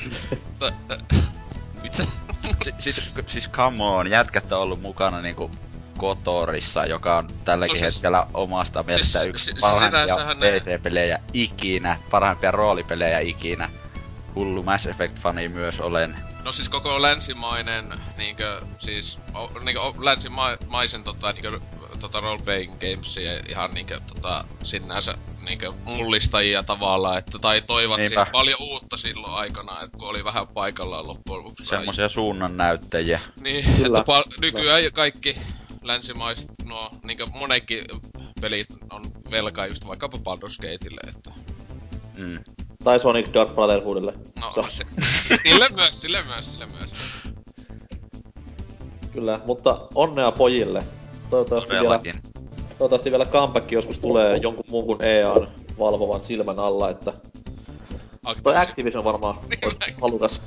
Mitä? Si, siis, siis come on, jätkät on ollut mukana niinku Kotorissa, joka on tälläkin No siis- hetkellä omasta mielestä siis- yksi siis parhaimpia sinänsähän ne- P C-pelejä ikinä, parhaimpia roolipelejä ikinä. Hullu Mass Effect-fani myös olen. No siis koko länsimainen, niinkö, siis, o, niinkö o, länsimaisen tota, niinkö, tota role-playing gamesia ihan niinkö, tota, sinänsä niinkö mullistajia tavallaan, että, tai toivat Niinpä. siihen paljon uutta silloin aikana, että kun oli vähän paikallaan loppujen lopuksi. Semmosia suunnannäyttäjiä. Niin, Kyllä. että pal- nykyään jo kaikki länsimaiset, no, niinkö monetkin pelit on velkaa just vaikkapa Baldur's Gateille, että... Mm. Tai Sonic Dark Brotherhoodille. No, Se on- se, sille myös, sille myös, sille myös. Kyllä, mutta onnea pojille. Toivottavasti vielä, Todellakin. toivottavasti vielä comeback joskus tulee jonkun muun kuin E A:n valvovan silmän alla, että... Toi Activision varmaan olisi halukas.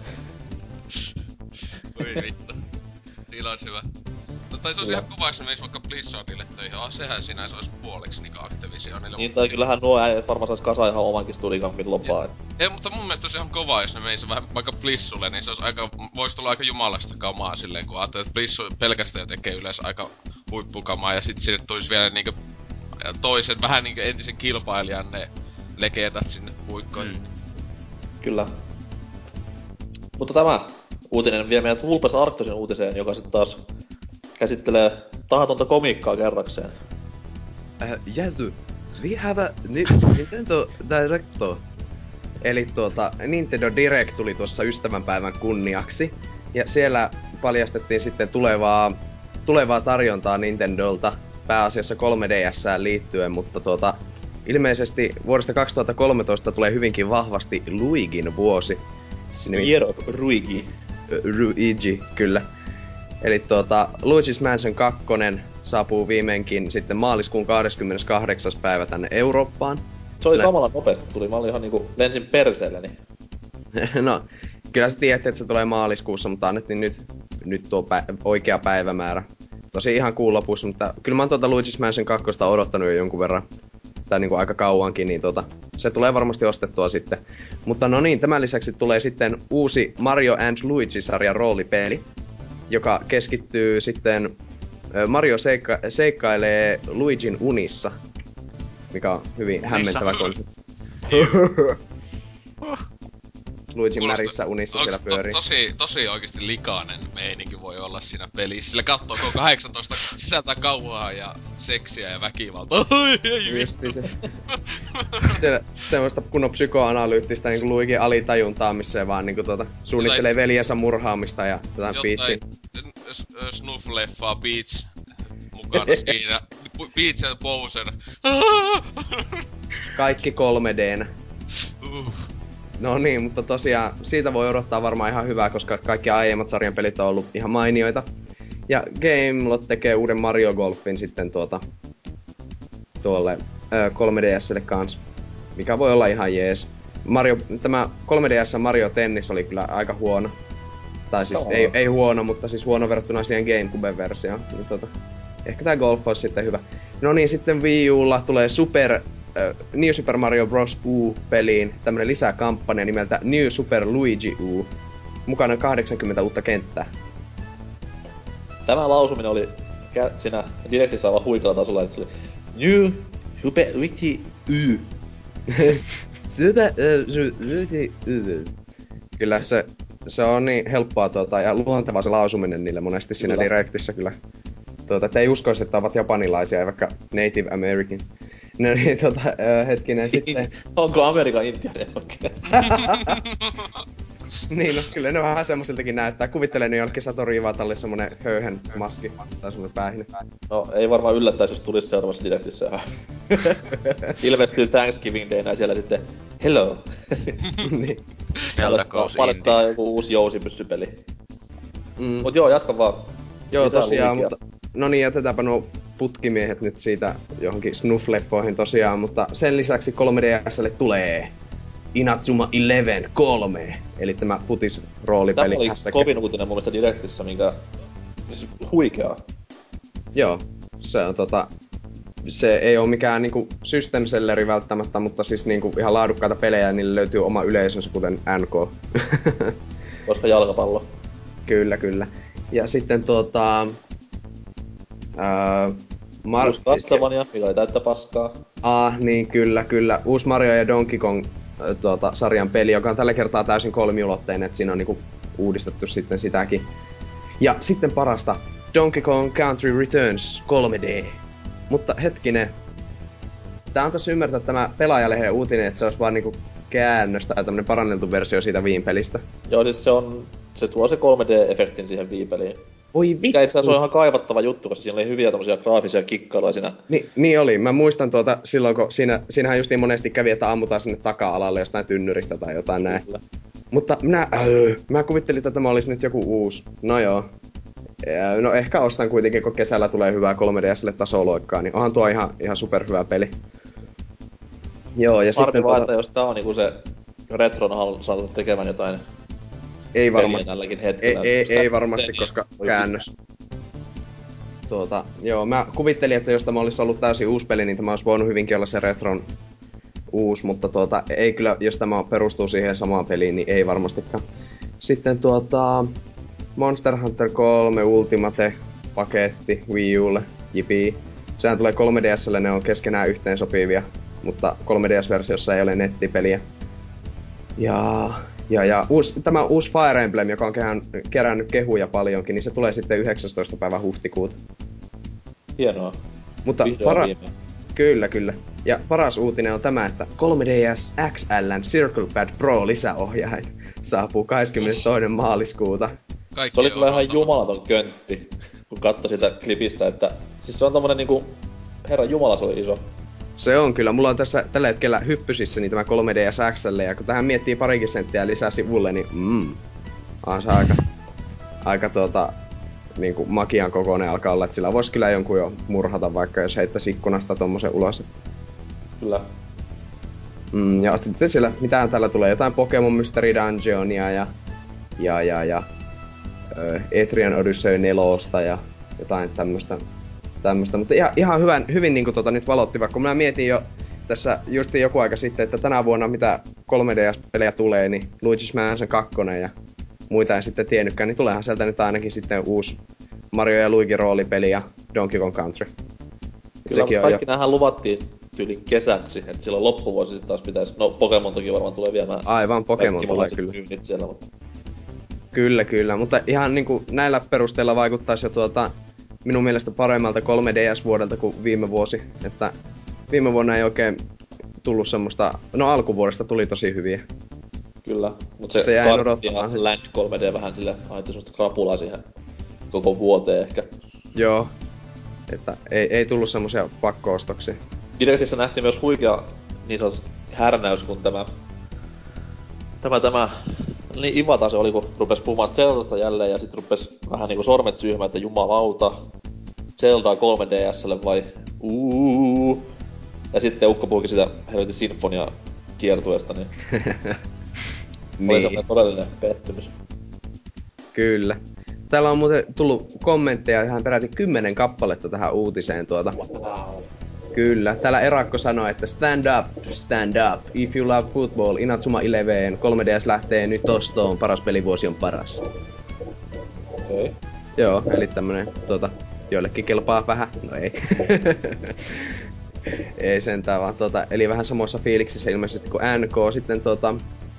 Oi vittu. Niillä olisi hyvä. No tai se olisi Kyllä. ihan kova, jos ne menis vaikka Blizzardille töihin. Ah, sehän sinänsä olisi puoliksi niinku Activisionille. Niin, tai kyllähän nuo äijät varmaan sais kasaan ihan omankin studikammin lopaa. Et. Ei, mutta mun mielestä olisi ihan kova, jos ne menis vähän vaikka Blissulle, niin se olisi aika, vois tulla aika jumalasta kamaa silleen, kun ajattelee, että Blissu pelkästään tekee yleensä aika huippukamaa, ja sit sinne tulisi vielä niinkö toisen, vähän niinkö entisen kilpailijan ne legendat sinne puikkoihin. Mm. Kyllä. Mutta tämä uutinen vie meidät Vulpes Arctosin uutiseen, joka sitten taas käsittelee tahatonta komiikkaa kerrakseen. Uh, yes, dude. We have a ni- Nintendo Director. Eli tuota, Nintendo Direct tuli tuossa ystävänpäivän kunniaksi. Ja siellä paljastettiin sitten tulevaa, tulevaa tarjontaa Nintendolta pääasiassa kolme D S:ään liittyen, mutta tuota, ilmeisesti vuodesta kaksituhattakolmetoista tulee hyvinkin vahvasti Luigin vuosi. Sinne Year of Ruigi. Luigi, kyllä. Eli tuota, Luigi's Mansion kaksi saapuu viimeinkin sitten maaliskuun kahdeskymmeneskahdeksas päivä tänne Eurooppaan. Se oli Lä- kamalan nopeasti tuli, mä olin ihan niinku lensin perseelleni. No, kyllä sä tiedät, että se tulee maaliskuussa, mutta annettiin nyt, nyt tuo pä- oikea päivämäärä. Tosi ihan kuun lopussa, mutta kyllä mä oon tuota Luigi's Mansion kaksi odottanut jo jonkun verran. Tai niinku aika kauankin, niin tota, se tulee varmasti ostettua sitten. Mutta no niin, tämän lisäksi tulee sitten uusi Mario and Luigi-sarjan roolipeli, joka keskittyy sitten... ö, Mario seikka- seikkailee Luigin unissa, mikä on hyvin Unissa? hämmentävä konsepti. Luigin märissä unissa siellä to, pyörii. tosi, tosi oikeesti likainen meininki voi olla siinä pelissä. Sillä kattoo koko kahdeksantoista sisältää kauhaa ja seksiä ja väkivaltaa. Ai, ei vittu. Justi se. Siellä semmoista kunnon psykoanalyyttistä niinku Luigin alitajuntaa, missä se vaan niinku tuota, suunnittelee veljensä murhaamista ja jotain Peachin. Jotain s- s- snuff-leffaa Beach mukana siinä. Beach ja Bowser. Kaikki kolme D:nä. uh. No niin, mutta tosiaan siitä voi odottaa varmaan ihan hyvää, koska kaikki aiemmat sarjan pelit on ollut ihan mainioita. Ja Gamelot tekee uuden Mario Golfin sitten tuota, tuolle ö, kolme D S:lle kans, mikä voi olla ihan jees. Mario, tämä kolme D S Mario Tennis oli kyllä aika huono. Tai siis Joo. ei, ei huono, mutta siis huono verrattuna siihen Gamecuben versioon. Niin tuota, ehkä tää Golf olisi sitten hyvä. No niin, sitten Wii Ulla tulee Super, äh, New Super Mario Bros. U-peliin tämmönen lisäkampanja nimeltä New Super Luigi U. Mukana on kahdeksankymmentä uutta kenttää. Tämä lausuminen oli kä- siinä direktissä aivan huikealla tasolla, että se oli New Super Luigi Y. Super äh, Luigi U. Kyllä se, se on niin helppoa tuota, ja luonteva se lausuminen niille monesti siinä Kyllä. direktissä kyllä. Tuota, että ei uskoisi, että ovat japanilaisia, vaikka Native American. No niin, tota, äh, hetkinen sitten. Onko Amerikan intiaani oikein? Niin, no kyllä ne vähän semmoisiltakin näyttää. Kuvittelen nyt jonnekin Satoru Iwatalle semmonen höyhen maski tai semmonen päähine. No, ei varmaan yllättäisi, jos tulisi seuraavassa Directissä. Ilmestyy Thanksgiving Dayna siellä sitten, hello! Niin. Zelda Goes Paljastaa Indie. joku uusi jousipyssypeli. Mm. Mut joo, jatka vaan. Joo, Lisää tosiaan, luikia. mutta... No niin, jätetäänpä nuo putkimiehet nyt siitä johonkin snuff-leppoihin tosiaan, mutta sen lisäksi kolme D S:lle tulee Inatsuma Eleven kolme, eli tämä futis-roolipeli. Tämä oli hässäkkä. kovin uutinen mun mielestä Directissä, minkä... Siis huikeaa. Joo, se on tota... Se ei oo mikään niinku system selleri välttämättä, mutta siis niinku ihan laadukkaita pelejä, ja niille löytyy oma yleisönsä, kuten N K. Koska jalkapallo. Kyllä, kyllä. Ja sitten tuota... Ää, Mar- Uusi Castlevania, mikä oli täyttä paskaa. Ah, niin kyllä, kyllä. Uusi Mario ja Donkey Kong äh, tuota, sarjan peli, joka on tällä kertaa täysin kolmiulotteinen, että siinä on niinku uudistettu sitten sitäkin. Ja sitten parasta, Donkey Kong Country Returns kolme D. Mutta hetkinen, tää antais ymmärtää tämä pelaajalehden uutinen, että se olisi vaan niinku käännös tai tämmönen paranneltu versio siitä Viin-pelistä. Joo, siis se on... Se tuo se kolme D-efektin siihen Wii-peliin. Voi vittu! Mikä itse asiassa on ihan kaivattava juttu, koska siinä oli hyviä tommosia graafisia kikkailuja siinä. Ni, niin oli. Mä muistan tuota silloin, kun siinä, siinähän justiin monesti kävi, että ammutaan sinne taka-alalle jostain tynnyristä tai jotain näin. Kyllä. Mutta minä, äh, mä kuvittelin, että tämä olisi nyt joku uusi. No joo. Ja, no ehkä ostan kuitenkin, kun kesällä tulee hyvää kolme D S:lle tasoloikkaa, niin onhan tuo ihan, ihan superhyvä peli. Joo, ja Harmi sitten vaan, tuota, että jos tää on niinku se Retron on saatu tekemään jotain ei peliä varmasti, tälläkin ei, hetkellä. ei, Sitä- ei varmasti, koska Voi käännös. Tuota, joo, mä kuvittelin, että jos tämä olisi ollut täysin uusi peli, niin tämä olisi voinut hyvinkin olla se Retron uusi, mutta tuota, ei kyllä, jos tämä perustuu siihen samaan peliin, niin ei varmastikaan. Sitten tuota, Monster Hunter kolme Ultimate-paketti Wii Ulle, jipii. Sehän tulee kolme D S:lle, ne on keskenään yhteensopivia, mutta kolme D S-versiossa ei ole nettipeliä. Ja, ja, ja uusi, tämä uusi Fire Emblem, joka on kehään, kerännyt kehuja paljonkin, niin se tulee sitten yhdeksästoista päivä huhtikuuta. Hienoa. Mutta Vihdoin para- viimein. Kyllä, kyllä. Ja paras uutinen on tämä, että kolme D S X L:n Circle Pad Pro lisäohjain saapuu kahdeskymmenestoinen maaliskuuta. Kaikki Se oli kyllä ihan odottavat. jumalaton köntti, kun katsoi sitä klipistä, että... Siis se on tommonen niinku... Herran jumala, se oli iso. Se on kyllä. Mulla on tässä tällä hetkellä hyppysissäni tämä kolme D S X L, ja kun tähän miettii parikin senttiä lisää sivulle, niin mm, on se aika, aika tuota, niinku makian kokoinen alkaa olla, että sillä vois kyllä jonkun jo murhata, vaikka jos heittäisi ikkunasta tommosen ulos. Kyllä. Mm, ja sitten siellä, mitähän täällä tulee, jotain Pokemon Mystery Dungeonia ja, ja, ja, ja ö, Etrian Odyssey nelosta ja jotain tämmöstä, tämmöstä. Mutta ihan, ihan hyvän, hyvin niinku tota nyt valotti, vaikka mä mietin jo tässä just joku aika sitten, että tänä vuonna mitä kolme D S-pelejä tulee, niin Luigi's Mansion kaksi ja muita en sitten tiennytkään, niin tuleehan sieltä nyt ainakin sitten uusi Mario ja Luigi roolipeli ja Donkey Kong Country. Kyllä, mutta kaikki jo... näähän luvattiin tyyli kesäksi, että silloin loppuvuosi sitten taas pitäisi... No, Pokemon toki varmaan tulee viemään... Aivan, Pokemon tulee kyllä. Siellä, mutta... Kyllä, kyllä, mutta ihan niinku näillä perusteella vaikuttaisi jo tuota minun mielestä paremmalta kolme D S-vuodelta kuin viime vuosi, että viime vuonna ei oikein tullut semmoista, no alkuvuodesta tuli tosi hyviä. Kyllä, mutta se kartti ja Land kolme D vähän sille aiheutti semmoista krapulaa siihen koko vuoteen ehkä. Joo, että ei, ei tullut semmosia pakko-ostoksia. Directissä nähtiin myös huikea niin sanotusti härnäys, kun tämä... Tämä, tämä... Niin Iwata se oli, kun rupes puhumaan Zeldasta jälleen ja sit rupes vähän niinku sormet syyhmään, että jumalauta. Zeldaa kolme D S:lle vai uuu. Ja sitten ukko puhuikin sitä helvetin sinfonia kiertueesta, niin... niin. Oli semmoinen todellinen pettymys. Kyllä. Täällä on muuten tullut kommentteja ihan peräti kymmenen kappaletta tähän uutiseen tuota. Wow. Kyllä. Täällä Erakko sanoi, että stand up, stand up. If you love football, Inatsuma Eleven, kolme D S lähtee nyt ostoon, paras pelivuosi on paras. Okei. Okay. Joo, eli tämmönen tuota, joillekin kelpaa vähän, no ei. Ei sentään vaan tuota, eli vähän samoissa fiiliksissä ilmeisesti kuin N K sitten tuota...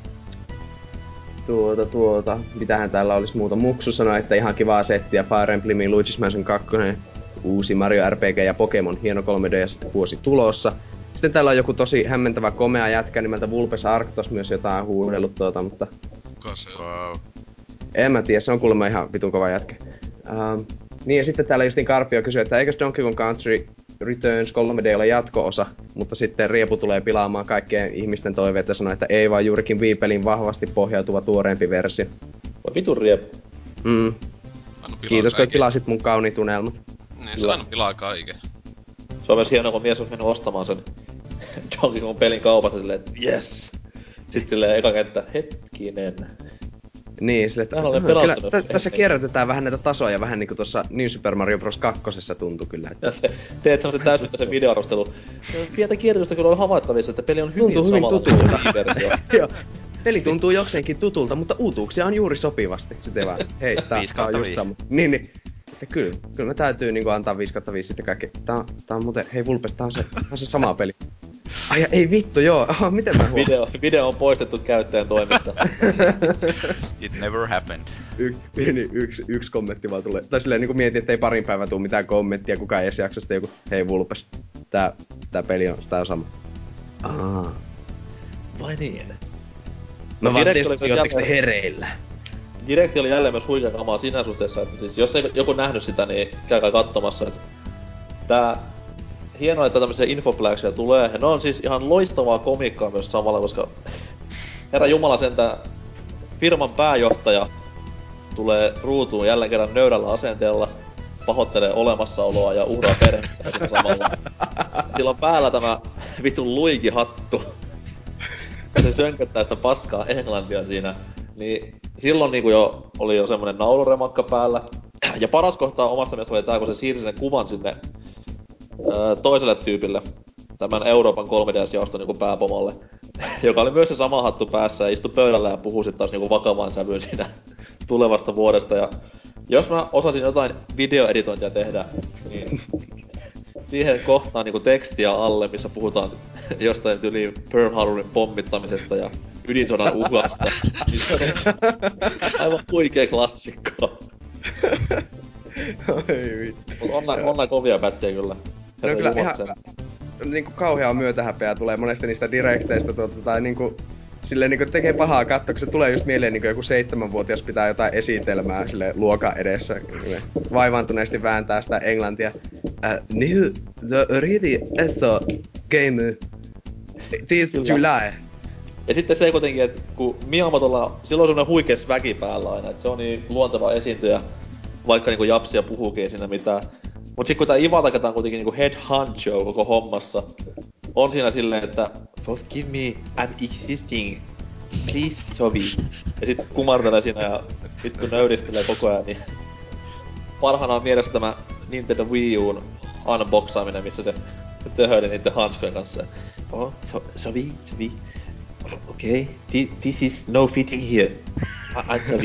Tuota, tuota, mitähän täällä olisi muuta. Muksu sanoi, että ihan kivaa settiä, Fire Emblem, Luigi's Mansion kaksi, uusi Mario R P G ja Pokemon, hieno kolme D S-vuosi tulossa. Sitten täällä on joku tosi hämmentävä komea jätkä nimeltä Vulpes Arctos myös jotain huudellut tuota, mutta Kuka se on? Wow. En mä tiedä, se on kuulemma ihan vitun kova jätkä. Um, niin ja sitten täällä justin Karpio kysyi, että eikös Donkey Kong Country Returns kolme D ole jatko-osa, mutta sitten Riepu tulee pilaamaan kaikkien ihmisten toiveet ja sanoo, että ei vaan juurikin Wii-pelin vahvasti pohjautuva tuoreempi versio. Vai vitun Riepu? Mm. Kiitos, kun pilasit mun kauniit unelmat. Niin, se aina pilaa kaiken. Se on myös hienoa, kun mies on mennyt ostamaan sen Donkey Kong pelin kaupasta silleen, että yes! Sitten silleen eka kenttä, hetkinen. Niin, sille, että olen kyllä, pelottunut t- tässä kierrätetään vähän näitä tasoja, vähän niinku tuossa New Super Mario Bros. kaksi tuntui kyllä. Että... Te, teet semmosen täysmittaisen videoarvostelun. Pientä kierrätystä kyllä on havaittavissa, että peli on hyvin tuntuu hyvin tutulta. Versio. Joo. Peli tuntuu jokseenkin tutulta, mutta uutuuksia on juuri sopivasti. Sitten vaan, hei, tää, tää on just sama. Niin, niin. Että kyllä, kyllä me täytyy niinku antaa viisi kautta viisi sitten kaikki. Tää, tää on muuten, hei Vulpes, tää on se, tää on se sama peli. Ai ei vittu, joo, oh, miten mä huomaan? Video, video on poistettu käyttäjän toimesta. It never happened. Y- pieni yksi, yksi kommentti vaan tulee. Tai silleen niinku mietin, ettei parin päivän tuu mitään kommenttia, kukaan ei edes jakso sitten joku, hei Vulpes, tää, tää peli on, tää on sama. Aa. Vai niin? Mä No, vaan Direct oli testasin, myös ootteko te jälleen- hereillä? Direkti oli jälleen myös huikea kamaa siinä suhteessa, että siis jos ei joku nähnyt sitä, niin käykää katsomassa, että tää hienoa, että tämmöisiä infopläyksiä tulee. Ja ne on siis ihan loistavaa komiikkaa myös samalla, koska herra jumala sentään firman pääjohtaja tulee ruutuun jälleen kerran nöyrällä asenteella, pahoittelee olemassaoloa ja uhraa perhettä siinä samalla. Sillä on päällä tämä vitun luikihattu. Ja se sönköttää sitä paskaa englantia siinä. Niin silloin niinku jo oli jo semmonen nauluremakka päällä. Ja paras kohta omasta mielestä oli tää, kun se siirsi sen kuvan sinne öö, toiselle tyypille. Tämän Euroopan kolme D S-jaoston niinku pääpomolle. Joka oli myös se sama hattu päässä ja istui pöydällä ja puhui sit taas niinku vakavaan sävyyn siinä tulevasta vuodesta. Ja jos mä osasin jotain videoeditointia tehdä, niin siihen kohtaan niinku tekstiä alle, missä puhutaan jostain yli Pearl Harborin pommittamisesta ja ydinsodan uhasta. Niin se on aivan huikea klassikko. Oi vittu. Mut on, nää- on nää kovia pätkiä kyllä. No Herra kyllä Jumala ihan sen. niinku kauheaa myötähäpeää tulee monesti niistä direkteistä tuota, tai niinku silleen niinku tekee pahaa katsoa, kun se tulee just mieleen niinku joku seitsemänvuotias pitää jotain esitelmää sille luokan edessä. Vaivaantuneesti vääntää sitä englantia. Uh, new, the really eso game this Kyllä. July. Ja sitten se kuitenkin, että kun Miyamotolla, silloin on semmonen huikees väki päällä aina, että se on niin luonteva esiintyjä, vaikka niinku japsia puhuukin ei siinä mitään. Mut sit kun tää Iwata, joka on kuitenkin niinku head honcho koko hommassa, on siinä silleen, että forgive me, I'm existing, please Sobi. Ja sit kumartelee siinä ja vittu nöyristelee koko ajan, niin parhaana on mielessä tämä Nintendo Wii U:n unboxaaminen, missä se töhöili niitten hanskojen kanssa. Oh, so, Sobi, Sobi. Okei, okay. Thi- this is no fitting here. I- I'm sorry.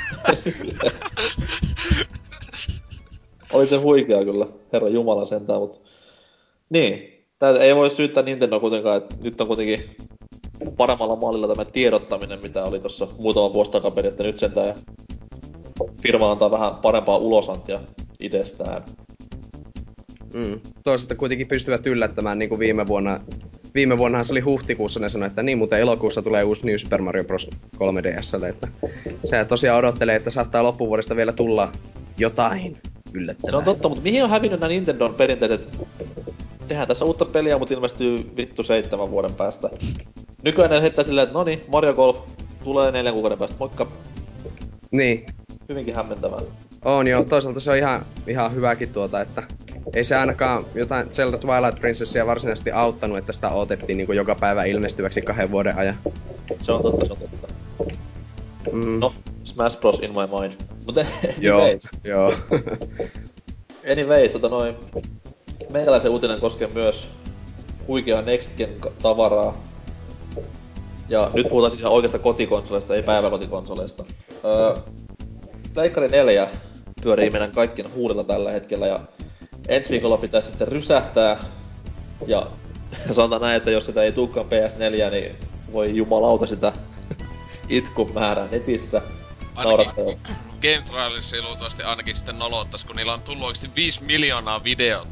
Oli se huikea kyllä, herra jumala sentään, mut... Niin, tää ei voi syyttää Nintendo kuitenkaan, että nyt on kuitenkin paremmalla mallilla tämä tiedottaminen, mitä oli tossa muutama vuosi takaperin, että nyt sentään firma antaa vähän parempaa ulosantia itsestään. Mm. Toisaalta kuitenkin pystyvät yllättämään niin kuin viime vuonna. Viime vuonnahan se oli huhtikuussa, ne sanoi, että niin muuten elokuussa tulee uusi New Super Mario Bros. kolme D S:lle, että se tosiaan odottelee, että saattaa loppuvuodesta vielä tulla jotain yllättävää. Se on totta, mutta mihin on hävinnyt nämä Nintendon perinteiset... Tehdään tässä uutta peliä, mutta ilmestyy vittu seitsemän vuoden päästä. Nykyään ne heittää silleen, että noni, Mario Golf tulee neljän kuukauden päästä, moikka. Niin, Hyvinkin hämmentävää. on joo. Toisaalta se on ihan, ihan hyväkin tuota, että ei se ainakaan jotain Zelda Twilight Princessia varsinaisesti auttanut, että sitä odotettiin niin kuin joka päivä ilmestyväksi kahden vuoden ajan. Se on totta, se on totta. Mm. No, Smash Bros in my mind. Mutta Joo, anyways. joo. Anyways, tota noin... Meikäläisen uutinen koskee myös huikeaa Next Gen-tavaraa. Ja nyt puhutaan siis ihan oikeasta kotikonsoleista, ei päiväkotikonsoleista. Öö, Pleikkari neljä pyörii meidän kaikkien huulilla tällä hetkellä ja ensi viikolla pitää sitten rysähtää. Ja sanotaan näin, että jos sitä ei tulekaan P S neljä, niin voi jumalauta sitä itkun määrää netissä. Ainakin Game Trialissa luultavasti ainakin sitten nolottais, kun niillä on tullut oikeesti viisi miljoonaa videota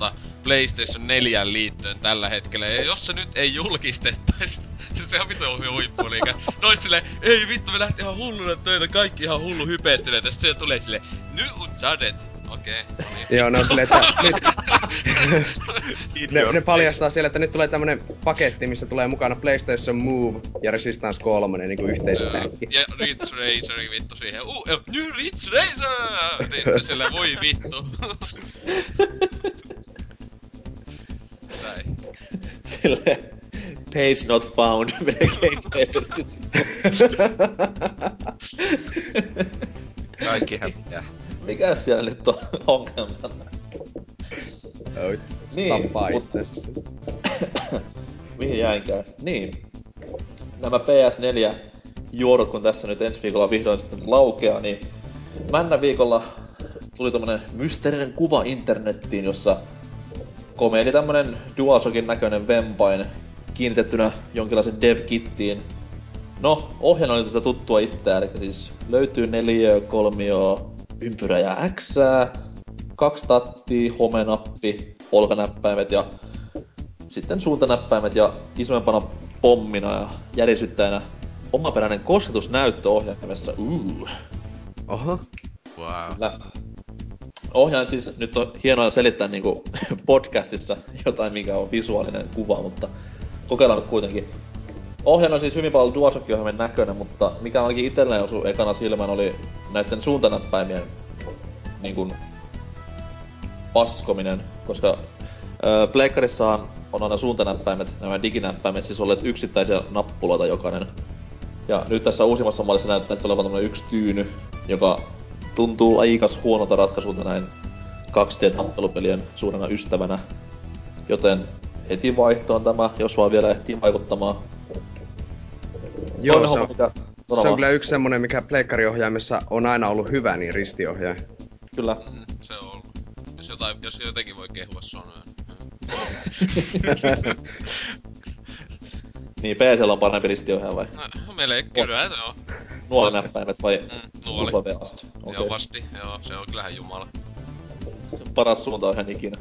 PlayStation neljä liittyen tällä hetkellä. Ja jos se nyt ei julkistettais, se on vittu huippuliikä. Nois silleen, ei vittu, me lähti ihan hulluna töitä, kaikki ihan hullu hypeettyneet. Ja sit se tulee silleen, nu utsadet. Okei. Okay, niin. Joo, ne on silleen, että nyt... ne, ne paljastaa siellä, että nyt tulee tämmönen paketti, missä tulee mukana PlayStation Move ja Resistance kolme, niinku yhteisöpäkki. Ja Ridge Racer vittu siihen. Uh, New Ridge Racer! Niin silleen, voi vittu. Näin. Silleen, page not found, melkein tehdessä. Kaikki häviää. Mikäs siellä nyt on ongelmana? Oit. Niin, Tappaa mut... itseäsi. Mihin jäinkään? Niin. Nämä P S neljä juorut, kun tässä nyt ensi viikolla vihdoin sitten laukeaa, niin männä viikolla tuli tommonen mysteerinen kuva internettiin, jossa komeili tämmönen DualShockin näköinen vempain kiinnitettynä jonkinlaisen dev-kittiin. No, ohjelma oli tätä tuttua itseään, eli siis löytyy neliö, kolmio, ympyrä ja Xää, kaksi tattia, homenappi, polkanäppäimet ja sitten suuntanäppäimet ja isompana pommina ja järisyttäjänä omaperäinen kosketusnäyttö ohjaimessa. Uh. Oho. Wow. Kyllä. Ohjaan siis, nyt on hienoa selittää niinku podcastissa jotain, mikä on visuaalinen kuva, mutta kokeillaan nyt kuitenkin. Ohjaan on siis hyvin paljon DualShock-ohjaimen näköinen, mutta mikä ainakin itselleen osui ekana silmään oli näitten suuntanäppäimien niinkun paskominen, koska öö, pleikkarissahan on aina suuntanäppäimet, nämä diginäppäimet, siis olleet yksittäisiä nappuloita jokainen. Ja nyt tässä uusimmassa mallissa näyttää, että olevan tämmönen yksi tyyny, joka tuntuu aikas huonolta ratkaisulta näin kaksi D-tappelupelien suurena ystävänä. Joten heti vaihtoon tämä, jos vaan vielä ehtii vaikuttamaan. Joo, se on, mikä... se on kyllä yksi semmonen, mikä pleikkariohjaimessa on aina ollut hyvä, niin ristiohjaaja. Kyllä. Mm, se on ollut. Jos, jotain, jos jotenkin voi kehua Sonya. Niin, P C:llä on parempi ristiohjaaja vai? No, meille kyllä, joo. Nuolinäppäimet vai? Mm, nuoli. W-ast? Okay. Joo, vasti. Joo, se on kyllähän jumala. Paras suuntaohjaaja ikinä.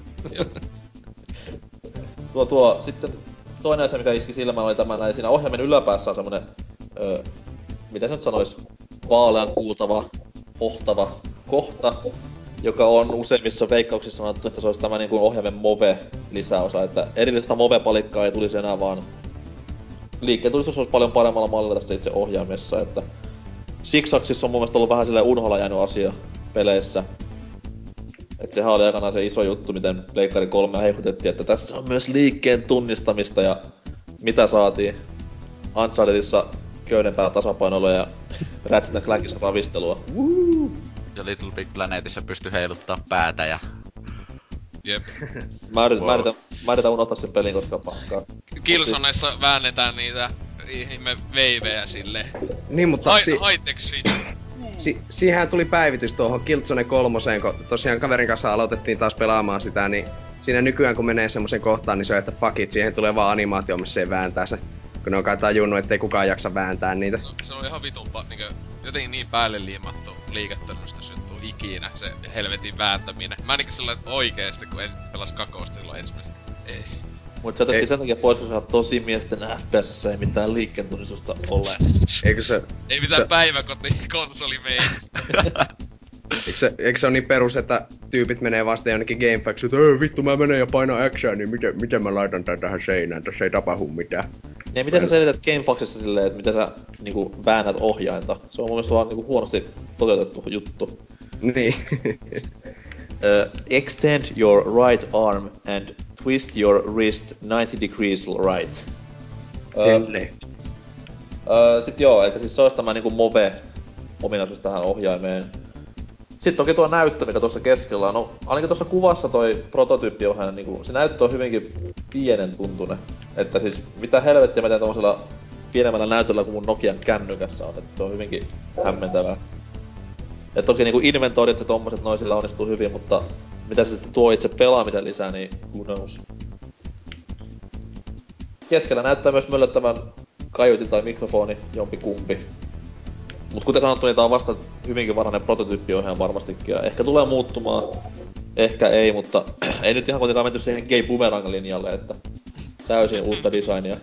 tuo, tuo, sitten toinen asia, mikä iski silmään, oli tämä näin. Siinä ohjaimen yläpäässä on semmonen, öö, mitä se nyt sanois, vaalean kuultava, hohtava kohta, joka on useimmissa veikkauksissa sanottu, että se olisi tämä niin kuin ohjaimen Move-lisäosa, että erillistä Move-palikkaa ei tulisi enää, vaan liikkeen tulistus olisi paljon paremmalla mallilla tässä itse ohjaimessa, että Six-Axissa on mun mielestä ollut vähän silleen unholla jäänyt asia peleissä. Et sehän oli aikanaan se iso juttu, miten Pleikkari kolme heihutettiin, että tässä on myös liikkeen tunnistamista ja mitä saatiin Unchartedissa köyden päällä tasapainolla ja Ratchet and Clankissa ravistelua. Woo! Ja Little Big Planetissa pystyi heiluttaa päätä ja... Jep. Mä yritän, wow. mä, yritän, mä yritän unohtaa sen pelin, koska paskaa. Killzoneissa Mut... väännetään niitä ihme veivejä silleen. Niin, mutta... Hi- si- high-tech shit. Si- siihen tuli päivitys tuohon Killzone kolmoseen, kun tosiaan kaverin kanssa aloitettiin taas pelaamaan sitä, niin siinä nykyään kun menee semmoisen kohtaan, niin se on, että fuck it, siihen tulee vaan animaatio, missä se vääntää se. Kun ne on kai tajunnut, ettei kukaan jaksa vääntää niitä. Se, se on ihan vitun pa- niinkö, jotenkin niin päälle liimattu liikettämystä syttuu ikinä, se helvetin vääntäminen. Mä niinkö sellainen, että oikeesti, kun ensin pelas kakoosta silloin ensimmäistä, ei. Mut se otettiin sen takia pois, kun sä oot tosi miesten F P S:ssä ei mitään liikkeentunnistusta ole. Eikö se... Ei mitään se... päiväkoti-konsoli mei. Eikö se, eikö se on niin perus, että tyypit menee vasta jonnekin GameFAQs, että öö, vittu mä menen ja painan Xää, niin miten, miten mä laitan tän tähän seinään, tässä ei tapahdu mitään. Ja miten sä selität GameFAQsissa silleen, että miten sä niinku väännät ohjainta? Se on mun mielestä vaan niinku huonosti toteutettu juttu. Niin. uh, extend your right arm and twist your wrist ninety degrees right. Uh, left. Uh, sit joo, eli siis se olisi tämä niinku Move-ominaisuus tähän ohjaimeen. Sitten toki tuo näyttö, mikä tuossa keskellä on. No, ainakin tuossa kuvassa toi prototyyppiohjaaja, niinku, se näyttö on hyvinkin pienen tuntunen. Että siis mitä helvettiä mä teen tommosella pienemmällä näytöllä kuin mun Nokian kännykässä on, että se on hyvinkin hämmentävää. Et toki niinku inventorit ja tommoset noisilla onnistuu hyvin, mutta mitä se sitten tuo itse pelaamisen lisää, niin who knows. Keskellä näyttää myös möllöttävän kaiutin tai mikrofoni, jompi kumpi. Mut kuten sanottu, niin tää on vasta hyvinkin varainen prototyyppiohjaaja varmastikin ja ehkä tulee muuttumaan Ehkä ei, mutta ei nyt ihan kuitenkaan menty siihen Gay Boomerang-linjalle, että täysin uutta designia.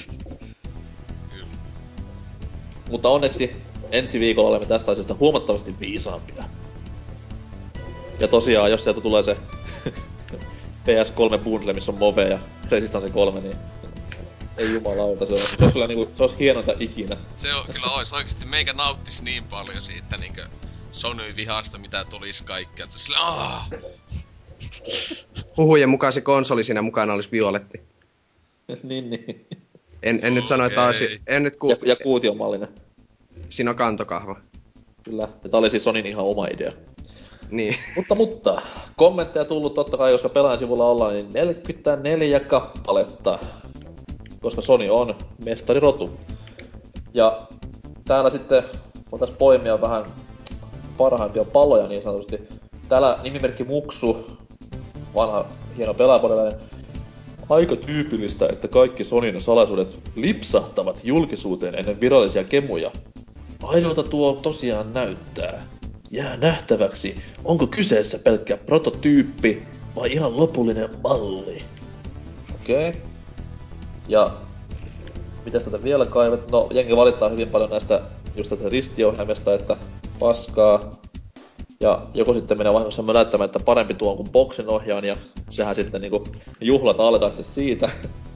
Mutta onneksi ensi viikolla olemme tästä asiasta huomattavasti viisaampia. Ja tosiaan, jos sieltä tulee se P S kolme bundle, missä on Move ja Resistance kolme, niin ei jumalauta, se on, se on kyllä niinku, se olisi hienointa ikinä. Se on, kyllä ois oikeesti, meikä nauttis niin paljon siitä niinkö Sony-vihasta, mitä tulis kaikkea, että se sillä aah! Huhujen mukaan se konsoli siinä mukana olisi violetti. niin, niin. En, en nyt sano, että olisi... En nyt ku... Ja, ja kuutiomallinen. Siinä on kantokahva. Kyllä, ja tää oli siis Sonin ihan oma idea. Niin. mutta, mutta, kommentteja tullut totta kai, koska pelaajan sivulla ollaan, niin neljäkymmentäneljä kappaletta. Koska Sony on mestarirotu. Ja täällä sitten voitais poimia vähän parhaimpia paloja niin sanotusti. Täällä nimimerkki Muksu, vanha hieno pelaajapodelainen. Aika tyypillistä, että kaikki Sonyn salaisuudet lipsahtavat julkisuuteen ennen virallisia kemuja. Ainoata tuo tosiaan näyttää. Jää nähtäväksi, onko kyseessä pelkkä prototyyppi vai ihan lopullinen malli. Okei. Okay. Ja mitäs tätä vielä kaivet? No, jengi valittaa hyvin paljon näistä just tästä ristiohjaimesta, että paskaa. Ja joku sitten menee vahingossa mölättämään, että parempi tuo kuin boksin ohjaan, ja sehän sitten niinku juhlat alkaa sitten siitä.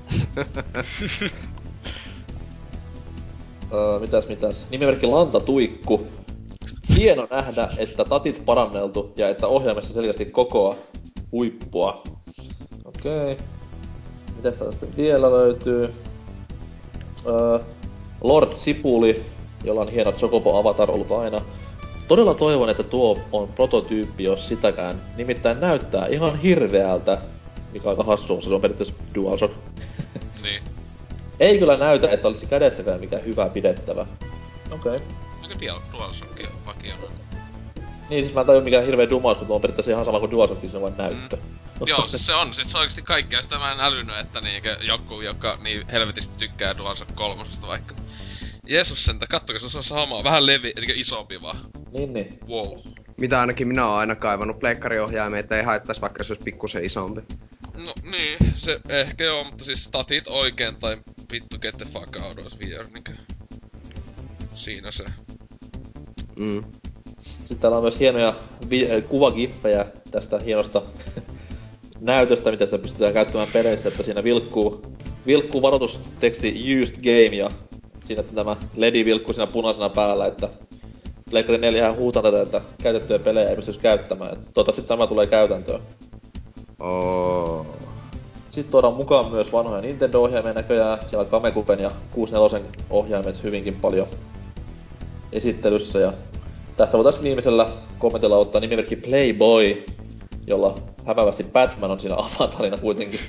öö, mitäs mitäs? Nimimerkki Lantatuikku. Hieno nähdä, että tatit paranneltu ja että ohjaimessa selkeästi kokoa huippua. Okei. Okay. Mitäs täällä sitten vielä löytyy? Öö, Lord Sipuli, jolla on hieno Chocobo-avatar ollut aina. Todella toivon, että tuo on prototyyppi, jos sitäkään. Nimittäin näyttää ihan hirveältä. Mikä on aika hassua, se on periaatteessa DualShock. Niin. Ei kyllä näytä, että olisi kädessäkään mikään hyvä pidettävä. Okei. Okay. Mikä DualShock on vakiona? Niin, siis mä en tajua mikään hirveä dumaus, kun tuo on periaatteessa ihan sama kuin DualShock, se on vain näyttö. Mm. Joo, siis se on. Siis oikeesti kaikkea sitä mä en älynyt, että niinkö joku, joka niin helvetisti tykkää DualShock kolmosesta vaikka. Jeesus sentä, kattokaa se on sama, vähän levi, eli isompi vaan. Niin, niin. Wow. Mitä ainakin minä oon aina kaivannut pleikkariohjaimia, että ei haittais vaikka se olisi pikkusen isompi. No niin, se ehkä joo, mutta siis statit oikein tai vittu get the fuck out of here, niinkö. Siinä se. Mm. Sitten täällä on myös hienoja vi- äh, kuvagiffejä tästä hienosta näytöstä, mitä sitä pystytään käyttämään peleissä, että siinä vilkkuu, vilkkuu varoitusteksti used game ja siinä tämä L E D vilkkuu siinä punaisena päällä, että Pleikkari neljä huutaa tätä, että käytettyjä pelejä ei pystyisi käyttämään. Et toivottavasti tämä tulee käytäntöön. Oh. Sitten tuodaan mukaan myös vanhoja Nintendo-ohjaimia näköjään. Siellä on Kamekupen ja kuusikymmentäneljä ohjaimet hyvinkin paljon esittelyssä. Ja tästä voitaisiin viimeisellä kommentilla ottaa nimimerkki Playboy, jolla hämävästi Batman on siinä avatarina kuitenkin.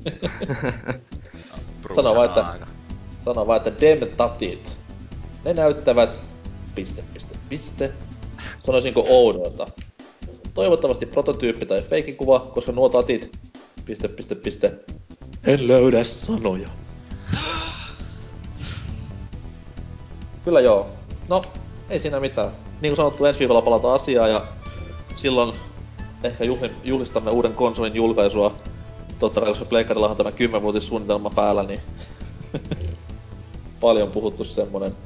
Sano vaan, että, sano vaan, että dem tatit. Ne näyttävät piste, piste, piste. Sanoisinko oudolta. Toivottavasti prototyyppi tai feikikuva, koska nuo tatit piste, piste, piste. En löydä sanoja. Kyllä joo. No, ei siinä mitään. Niin kuin sanottu, ensi viikolla palataan asiaa ja silloin ehkä juhlistamme uuden konsolin julkaisua. Totta kai, koska Pleikkarillahan on tämä kymmenvuotissuunnitelma päällä, niin paljon puhuttu semmonen.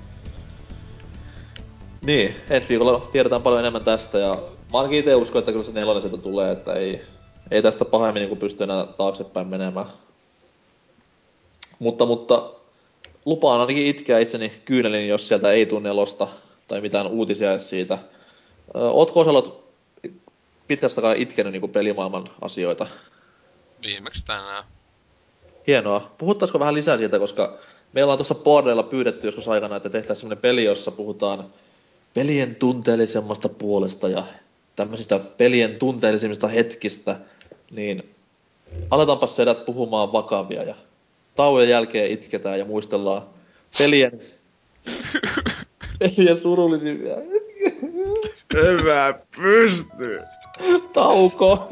Niin, ensi viikolla tiedetään paljon enemmän tästä ja mä ainakin ite uskon, että kyllä se nelonen sieltä tulee, että ei, ei tästä pahemmin niin pysty enää taaksepäin menemään. Mutta, mutta lupaan ainakin itkeä itseni kyynelin, jos sieltä ei tule nelosta tai mitään uutisia siitä. Ö, ootko Oselot pitkästäkään itkenyt niin pelimaailman asioita? Viimeksi tänään. Hienoa. Puhuttaisiko vähän lisää siitä, koska meillä on tuossa Bordeilla pyydetty joskus aikana, että tehtäisiin semmoinen peli, jossa puhutaan pelien tunteellisemmasta puolesta ja tämmöisistä pelien tunteellisimmista hetkistä, niin aletaanpa sedät puhumaan vakavia ja tauon jälkeen itketään ja muistellaan pelien, pelien surullisimpia hetkiä. En mä pysty. Tauko.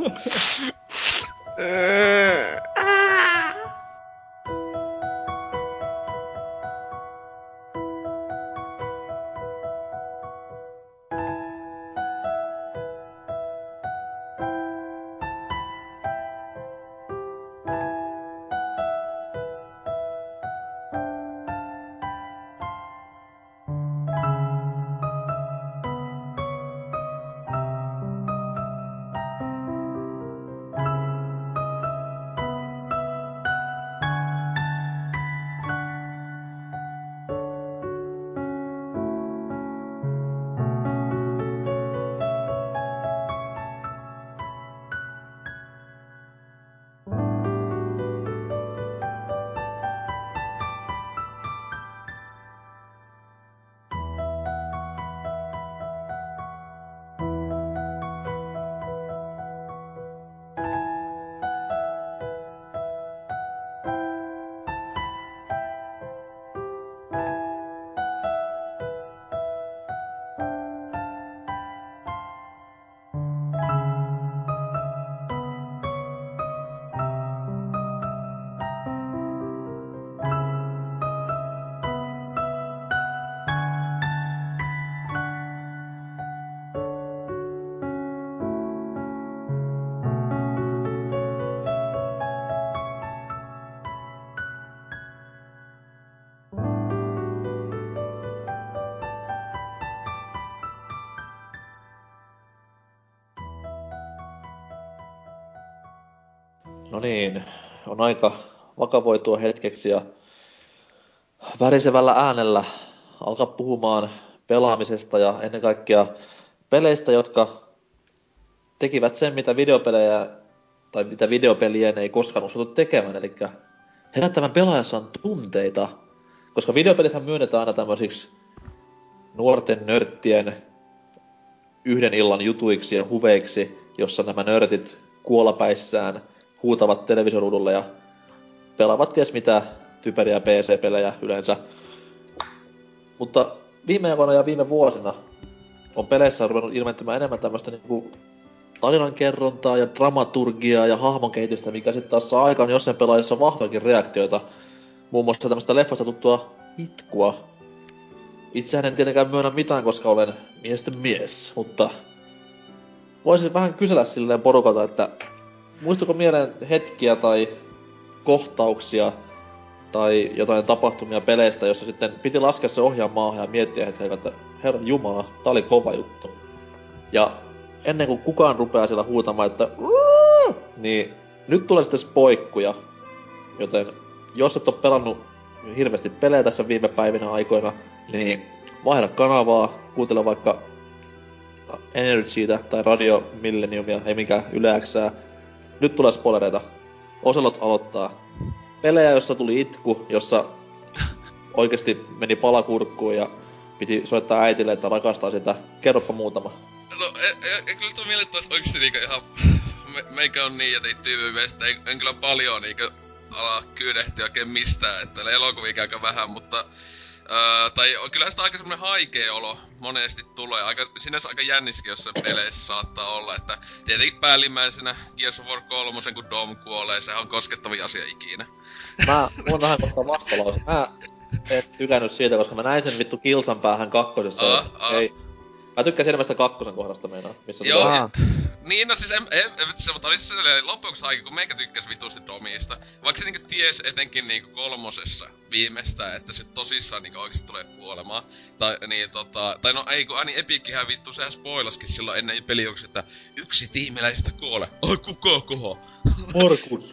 No niin, on aika vakavoitua hetkeksi ja värisevällä äänellä alkaa puhumaan pelaamisesta ja ennen kaikkea peleistä, jotka tekivät sen, mitä videopelejä tai mitä videopelien ei koskaan osattu tekemään, eli herättävän pelaajassaan tunteita, koska videopelithän myönnetään aina tämmöisiksi nuorten nörttien yhden illan jutuiksi ja huveiksi, jossa nämä nörtit kuolapäissään huutavat televisioruudulle ja pelaavat ties mitä typeriä P C-pelejä yleensä. Mutta viime aikoina ja viime vuosina on peleissä ruvennut ilmentymään enemmän tämmöistä niinku tarinankerrontaa ja dramaturgiaa ja hahmonkehitystä, mikä sitten taas saa aikaan jossain pelaajassa vahvakin reaktioita. Muun muassa tämmöistä leffasta tuttua itkua. Itsehän en tietenkään myönnä mitään, koska olen miesten mies, mutta voisin vähän kysellä silleen porukalta, että muistuko mieleen hetkiä tai kohtauksia tai jotain tapahtumia peleistä, jossa sitten piti laskea se ohjaan maahan ja miettiä hetkellä, että herran jumala, tää oli kova juttu. Ja ennen kuin kukaan rupeaa siellä huutamaan, että niin nyt tulee sitten spoikkuja. Joten jos et ole pelannut hirveästi pelejä tässä viime päivinä aikoina, niin vaihda kanavaa, kuuntele vaikka Energytä tai Radio Millenniumia, ei mikään Yle Xää. Nyt tulee spoilereita. Oselot aloittaa. Pelejä, jossa tuli itku, jossa oikeesti meni palakurkkuun ja piti soittaa äitille, että rakastaa sitä. Kerropa muutama. No, e, e, e kyllä tuo mieleen taas oikeesti niinku ihan... Me, meikä on niin jätin tyypillistä, en, en kyllä paljon niinku ala kyydehtiä oikein mistään, että elokuvia aika vähän, mutta... Öö, tai kyllähän sitä aika semmonen haikea olo monesti tulee. Aika, sinänsä aika jänniskin jossain peleissä saattaa olla, että tietenkin päällimmäisenä Gears of War kolme, kun Dom kuolee, sehän on koskettavin asia ikinä. Mä mulla vähän kohta vastalause. Mä en tykännyt siitä, koska mä näin sen vittu kilsan päähän kakkosessa. Aa, aa. Ei. Mä tykkäsin enemmän sitä kakkosen kohdasta meinaa. Missä Joo, se ja, niin no siis en, en, en se, mutta olis se loppuksi aika, kun meikä tykkäs vitusti Domista. Vaikka se niinku ties etenkin niinku kolmosessa viimeistään, että se tosissaan niinku oikeesti tulee kuolemaan. Tai niin tota, tai no ei kun Ani Epickihän vittu, sehän spoilaskin silloin ennen pelijuoksia, että yksi tiimiläisistä kuolee. Ai kuka koho? Markus.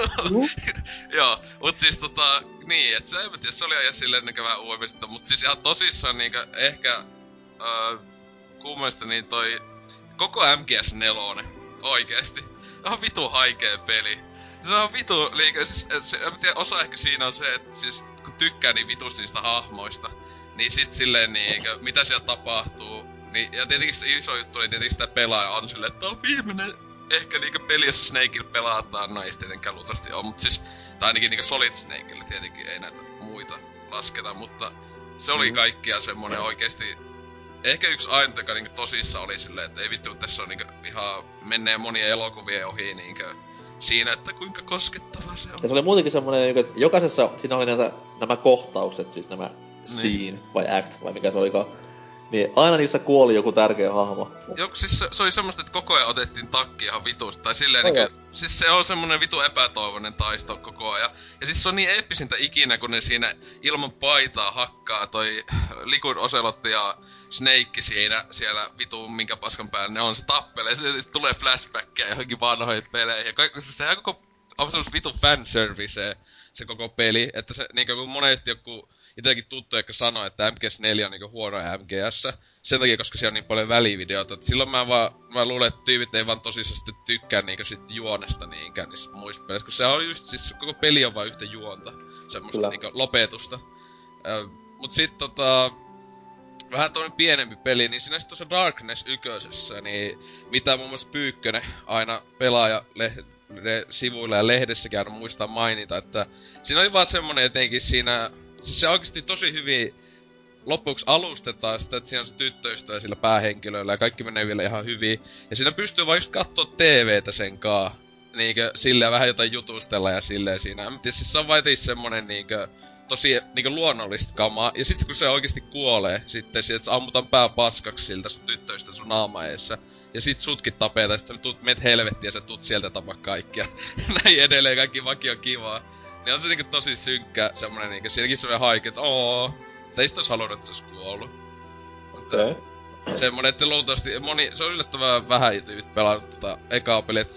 Joo, mut siis tota, niin, et se, en mä tiedä, se oli ajan silleen niinku vähän uudemmista, mut siis ihan tosissaan niinku ehkä, öö, kummesta niin toi koko M G S neljä oikeesti. On vitu haikee peli. Se on vitu liikaa, siis se, en tiedä, osa ehkä siinä on se, että siis kun tykkää niin vitusti niistä hahmoista, niin sit silleen niinkö, mitä siellä tapahtuu, niin, ja tietenkin se iso juttu, niin tietenkin sitä pelaaja on silleen, että on viimeinen ehkä niinkö peli, jossa Snakeilla pelataan, no ei sit tietenkään luultavasti oo, mut siis, tai ainakin niinkö Solid Snakeilla tietenkin ei näitä muita lasketa, mutta se oli kaikkia semmonen oikeesti. Ehkä yksi ainut, joka niinku tosissa oli silleen, että ei vittu, tässä on niinku ihan menee monien elokuvien ohi niinku siinä, että kuinka koskettava se on. Ja se oli muutenkin semmonen, niinku, että jokaisessa siinä oli näitä, nämä kohtaukset, siis nämä scene vai act vai mikä se olikaan. Niin aina niissä kuoli joku tärkeä hahmo. Joo, siis se, se oli semmoista, että koko ajan otettiin takki ihan vitusta. Tai silleen oh, niinku, siis se on semmonen vitu epätoivoinen taisto koko ajan. Ja siis se on niin eeppisintä ikinä, kun ne siinä ilman paitaa hakkaa toi Liquid Ocelotti ja Snake siinä siellä vitu minkä paskan päällä ne on se tappelee. Se tulee flashbackkejä johonkin vanhoihin peleihin. Ja kaikki, siis sehän koko on semmos vitu fanservice se koko peli. Että se niinku kun monesti joku itekin tuttu, jotka sanoo, että M G S neljä on niinku huono M G S. Sen takia, koska siellä on niin paljon välivideoita. Et silloin mä vaan, mä luulen, että tyypit ei vaan tosissaan sitten tykkää niinku sit juonesta niinkään niissä muissa peleissä. Kun se on just, siis koko peli on vaan yhtä juonta. Semmosta Kyllä. niinku lopetusta. Ö, mut sit tota... vähän toinen pienempi peli, niin siinä sit tuossa Darkness ykkösessä, niin mitä muun muassa Pyykkönen aina pelaaja leh- le- sivuilla ja lehdessäkin aina muistaa mainita, että siinä oli vaan semmonen etenkin siinä, siis se oikeesti tosi hyvin loppuksi alustetaan sitä, että siinä on se tyttöystävä sillä päähenkilöllä ja kaikki menee vielä ihan hyvin. Ja siinä pystyy vaan just kattoo T V:tä sen kaa, niinkö silleen vähän jotain jutustella ja silleen siinä. En tiedä, siis se on vaitis semmonen niinkö tosi niinku luonnollista kamaa. Ja sit kun se oikeesti kuolee, sitten sit se ammutaan pää paskaksi siltä sun tyttöystä sun naama eessä. Ja sit sutkin tapetaan, ja sit tuut, meet helvettiin ja sä tuut sieltä tapaa kaikkia. Näin edelleen, kaikki vaki on kivaa. Niin on se niinku tosi synkkä semmonen niinku, siinäkin semmonen haike, että ooo. Ei sit ois halunnut, että se ois kuollut. Okei. Okay. Semmonen, että luultavasti moni, se on yllättävän vähän tyypit pelannut tota ekaa peliä,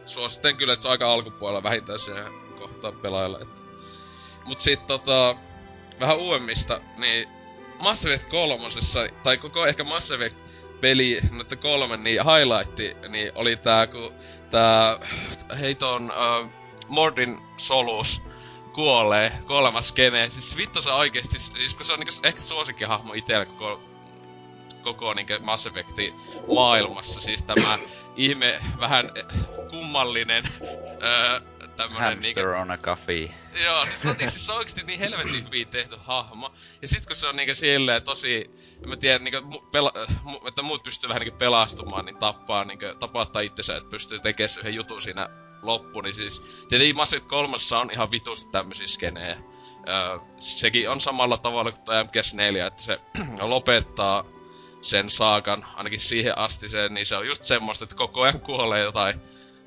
suosittelen kyllä, että se on aika alkupuolella vähintään siihen kohtaan pelaajalle. Että. Mut sit tota, vähän uudemmista, niin Mass Effect kolmosessa, tai koko ehkä Mass Effect peli, noitten kolmen, niin highlightti, niin oli tää, ku tää, heiton, uh, Mordin solus kuolee, kolmas skene. Siis vittu se oikeesti, siis kun se on niinku ehkä suosikkihahmo itellä koko, koko niinku Mass Effectin maailmassa. Siis tämä ihme, vähän kummallinen, öö, tämmönen Hamster niinku... on a coffee. Joo, siis se on, siis se on oikeesti niin helvetin hyvin tehty hahmo. Ja sit kun se on niinku silleen tosi... En mä tiedä, niinku, pela- mu- että muut pystyy vähän niinku pelastumaan, niin tappaa niinku, tapattaa itsensä, että pystyy tekemään yhden jutun siinä loppuun. Niin siis, tietenkin Mass Effect kolmossa on ihan vitusti tämmösiä skenejä. Öö, sekin on samalla tavalla kuin tämä M G S neljä, että se lopettaa sen saakan, ainakin siihen asti sen, niin se on just semmoista, että koko ajan kuolee jotain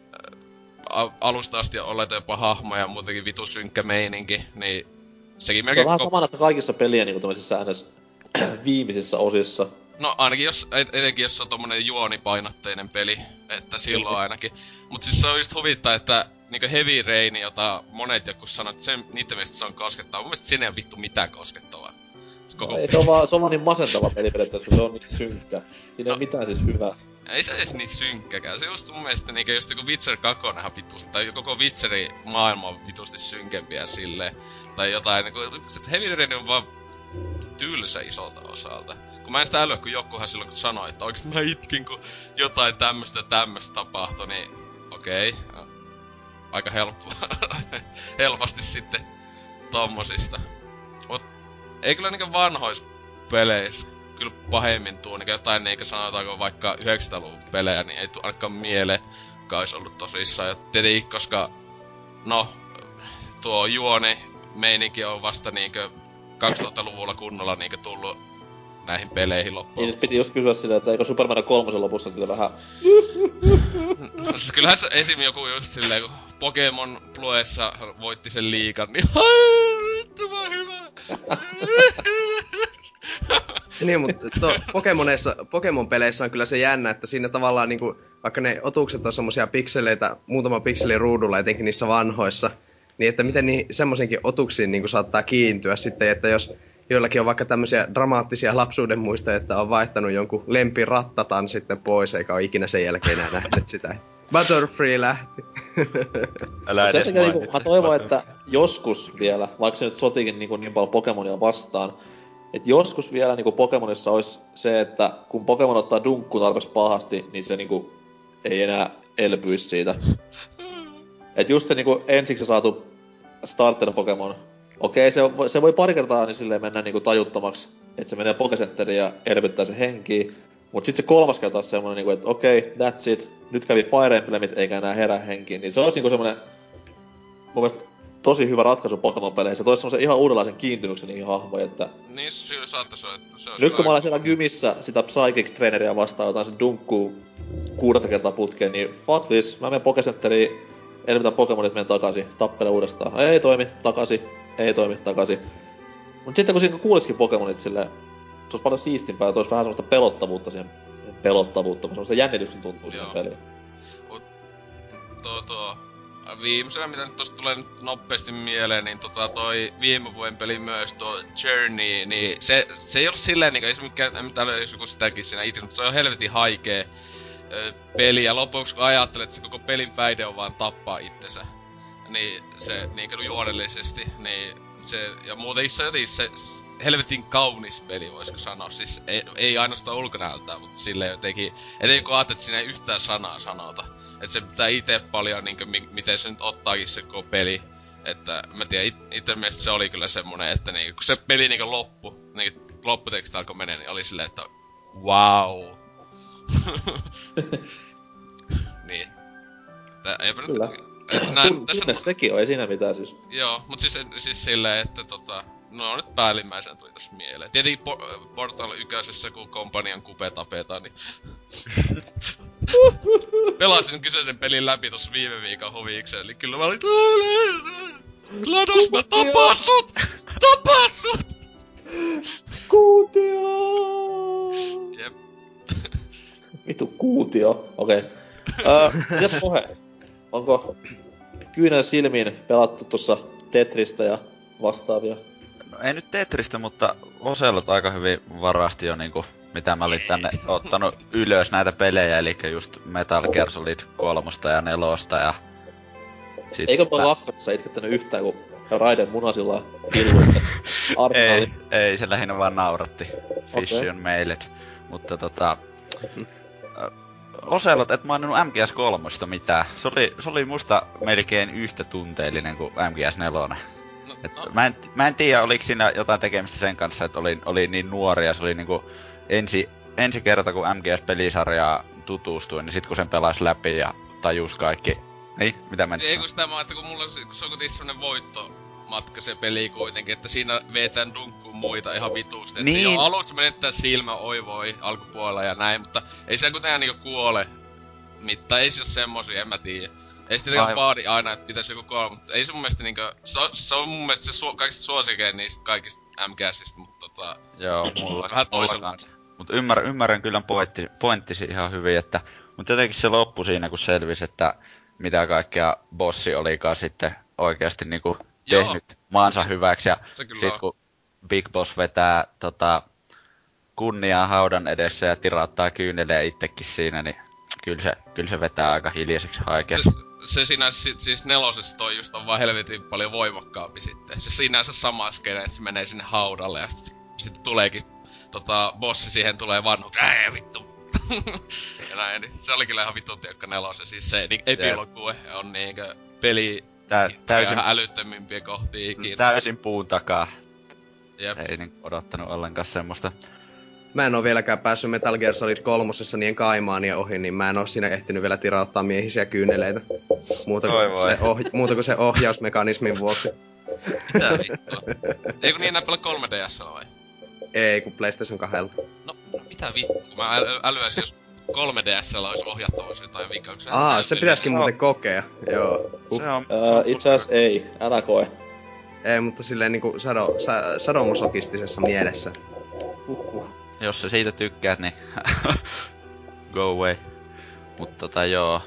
alusta asti olleita jopa hahmoja ja muutenkin vitu synkkä meininki, niin sekin melkein... Se on vähän sama näissä kaikissa pelien niinku tämmöisissä äänes viimeisissä osissa. No ainakin jos, etenkin jos on tommonen juonipainotteinen peli, että silloin ainakin. Mut siis se on just huvittaa, että niinku Heavy Rain, jota monet joku sanoo, että sen, niitten mielestä se on koskettava. Mun mielestä siinä ei oo vittu mitään koskettavaa. Se, koko... no, ei, se, on vaan, se on vaan niin masentava peli periaatteessa, kun se on niin synkkä. Siinä no, ei mitään siis hyvää. Ei se edes niin synkkäkään. Se just mun mielestä niinku just joku Witcher kakonenhan vitusti, tai koko Witcherin maailma on vitusti synkempiä silleen. Tai jotain niinku, Heavy Rain on vaan tylsä isolta osalta. Kun mä en sitä älyä, kun jokuhan silloin kun sanoi, että oikeesti mä itkin, kun jotain tämmöstä ja tämmöstä tapahtui, niin okei. Okay. Aika helppo. helposti sitten tommosista. Mut ei kyllä niinkö vanhois peleissä kyllä pahemmin tuu niinkö jotain niinkö sanotaanko vaikka yhdeksänkymmentäluvun pelejä, niin ei tuu ainakaan mieleen, kai ois ollut tosissaan. Ja tietenkin, koska no, tuo juoni meininki on vasta niinkö kaksituhattaluvulla kunnolla niinkö tullut näihin peleihin loppuun. Niin siis piti just kysyä sitä, että eikö Super Mario kolmosen lopussa kyllä vähän... No siis kyllähän se esim. Joku just silleen, kun Pokemon Bluessa voitti sen liigan, niin ai vittu mä hyvä! Niin, mutta to, Pokemoneissa, Pokemon-peleissä on kyllä se jännä, että siinä tavallaan niinku, vaikka ne otukset on semmosia pikseleitä, muutama pikseli ruudulla, etenkin niissä vanhoissa, niin että miten niin semmoisenkin otuksiin niinku saattaa kiintyä sitten, että jos joillakin on vaikka tämmöisiä dramaattisia lapsuuden muistoja, että on vaihtanut jonkun lempirattatan sitten pois, eikä ole ikinä sen jälkeen enää nähnyt sitä. Butterfree lähti. Älä edes sen takia niinku, mä toivon, että joskus vielä, vaikka se nyt sotikin niinku niin paljon Pokemonia vastaan, että joskus vielä niinku Pokemonissa olisi se, että kun Pokemon ottaa dunkkuun tarpeeksi pahasti, niin se niinku ei enää elpyisi siitä. Et just se niinku ensiksi saatu starter Pokemon, okei, se, se voi pari kertaa niin silleen mennä niinku tajuttomaksi, että se menee Pokecenteriin ja elvyttää se henkiä. Mut sit se kolmas kerta on semmonen niinku, että okei, that's it, nyt kävi Fire Emblemit eikä enää herää henkiin. Niin se olisi niinku semmonen mun mielestä tosi hyvä ratkaisu Pokemon-peleissä. Se toisi semmosen ihan uudenlaisen kiintymyksen niihin hahmoihin, että... Niin se saattaisi olla, että se olisi... Nyt kun mä olen siellä gymissä sitä Psychic-traineria vastaan, jotain sen dunkkuu kuudetta kertaa putkeen, niin fuck this, mä menen Pokecenteriin, elvytän Pokemonit, menen takaisin, tappele uudestaan. Ei toimi, takaisin, ei toimi, takaisin. Mut sitten kun siinä kuulisikin Pokemonit silleen, se olisi paljon siistimpää, ja toisi vähän semmoista pelottavuutta siihen, pelottavuutta, semmoista jännitystä tuntuu siihen peliin. Mut tuo tuo... Viimeisenä, mitä nyt tosta tulee nyt nopeasti mieleen, niin tota toi viime vuoden peli myös, tuo Journey, niin se, se ei ollut silleen niinku, ei se mikään, en täällä edes joku sitäkin siinä itse, mutta se on helvetin haikee ö, peli, ja lopuksi kun ajattelet, että se koko pelin päide on vaan tappaa itsensä, niin se niinku juonellisesti, niin se, ja muuten se jotenkin se helvetin kaunis peli, voisiko sanoa, siis ei, ei ainoastaan ulkonäöltään, mutta silleen jotenkin, etenkin kun ajattelet, että siinä ei yhtään sanaa sanota. Että se pitää ite paljon niinkö, miten se nyt ottaakin se koko peli. Että mä tiedän, it, ite mielestä se oli kyllä semmonen, että niinku, kun se peli niinkö loppu, niinku lopputeksti alkoi menee, niin oli silleen, että wow. niin. Tää, eipä kyllä. Nyt, et nää, Kun, tässä kunnes sekin on, ei siinä mitään siis. Joo, mut siis, siis silleen, että tota... No nyt päällimmäisenä tuli tässä mieleen. Tietenkin po- Portal ykkösessä, kun kompanian kupe tapetaan, niin... Pelasin kyseisen pelin läpi tossa viime viikon hoviikseen, eli kyllä mä olin... GLaDOS, mä tapaan sut! Tapaan sut! Kuutio! Jep. Vitu kuutio, okei. Okay. Öö, mitäs Pohe? onko kyynel silmiin pelattu tuossa Tetristä ja vastaavia? No ei nyt Tetristä, mutta Oselot aika hyvin varasti jo niinku, mitä mä olin tänne ottanut ylös näitä pelejä, eli just Metal Gear Solid kolmosta ja nelosta ja... Sit Eikö mä lakkasessa itkettänyt yhtään, kun Raiden munasilla hilluitte Ei, ei, se lähinnä vaan nauratti. Fish Okay. on mailed. Mutta tota... Oselot, et maininnut M G S kolme mitään. Se oli, se oli musta melkein yhtä tunteellinen kuin M G S neljä. No, Et no. mä, en, mä en tiedä, oliko siinä jotain tekemistä sen kanssa, että oli, oli niin nuori ja se oli niinku ensi, ensi kerta, kun M G S-pelisarjaa tutustuin, niin sit kun sen pelasi läpi ja tajus kaikki. Niin, mitä mä nyt Ei sanon? kun sitä mä että kun mulla on, kun se on kuitenkin semmonen voittomatka se peli kuitenkin, että siinä vetään dunkkuun muita ihan vitusti. Et Niin. niin. Alussa menettää silmä, oi voi, alkupuolella ja näin, mutta ei se kuitenkaan niinku kuole mitään, ei se oo semmosia, en mä tiedä. Ei se tietenkään Aivan. vaadi aina, että pitäis joku kolme, mutta ei se mun mielestä niinku, se on, se on mun mielestä se su, kaikista suosikein niistä kaikista M G Sistä, mutta tota... Joo, mulla, Vähän mulla toisella. kanssa. Mut ymmärrän, ymmärrän kyllä pointti, pointtisi ihan hyvin, että... Mut jotenkin se loppu siinä, kun selvisi, että mitä kaikkea bossi olikaan sitten oikeasti niinku Joo. tehnyt maansa hyväksi. Ja Se kyllä sit on. kun Big Boss vetää tota, kunniaa haudan edessä ja tirauttaa kyyneleä itsekin siinä, niin kyllä se, kyllä se vetää aika hiljaiseksi haikeasti. Se, se siinä si, siis nelosessa toi just on vaan helvetin paljon voimakkaampi sitten. Se sinänsä sama skene, että se menee sinne haudalle ja sitten sit tuleekin tota, bossi siihen tulee vanhuksi, ää vittu. ja näin, niin se oli kyllä ihan vittu tiukka nelosen. Siis se niin epilogue on niinkö peli Tää, täysin, ihan älyttömimpiä kohtia ikinä. täysin puun takaa. Jep. Ei niin odottanut ollenkaan semmoista. Mä en oo vieläkään päässyt Metal Gear Solid kolmosessa niiden kaimaania ohi, niin mä en oo siinä ehtinyt vielä tirauttaa miehisiä kyyneleitä. Muuta Voi kuin, voi. se, oh, muuta kuin se ohjausmekanismin vuoksi. Mitä vittua? Eikö niin enää pelaa kolme D S:llä vai? Ei, kun PlayStation kahdella. No, no mitä vittua? Kun mä äly- älyäisin, jos kolme D S:llä olisi ohjattavuus jotain vikaa. Aa, se pitäisikin muuten kokea. Joo. Uh. Se on, Öö, itse asiassa ei, älä koe. Ei, mutta silleen niinku sado, sa, sadomasokistisessa mielessä. Uhuh. jos sä siitä tykkäät, niin go away. Mutta tota joo.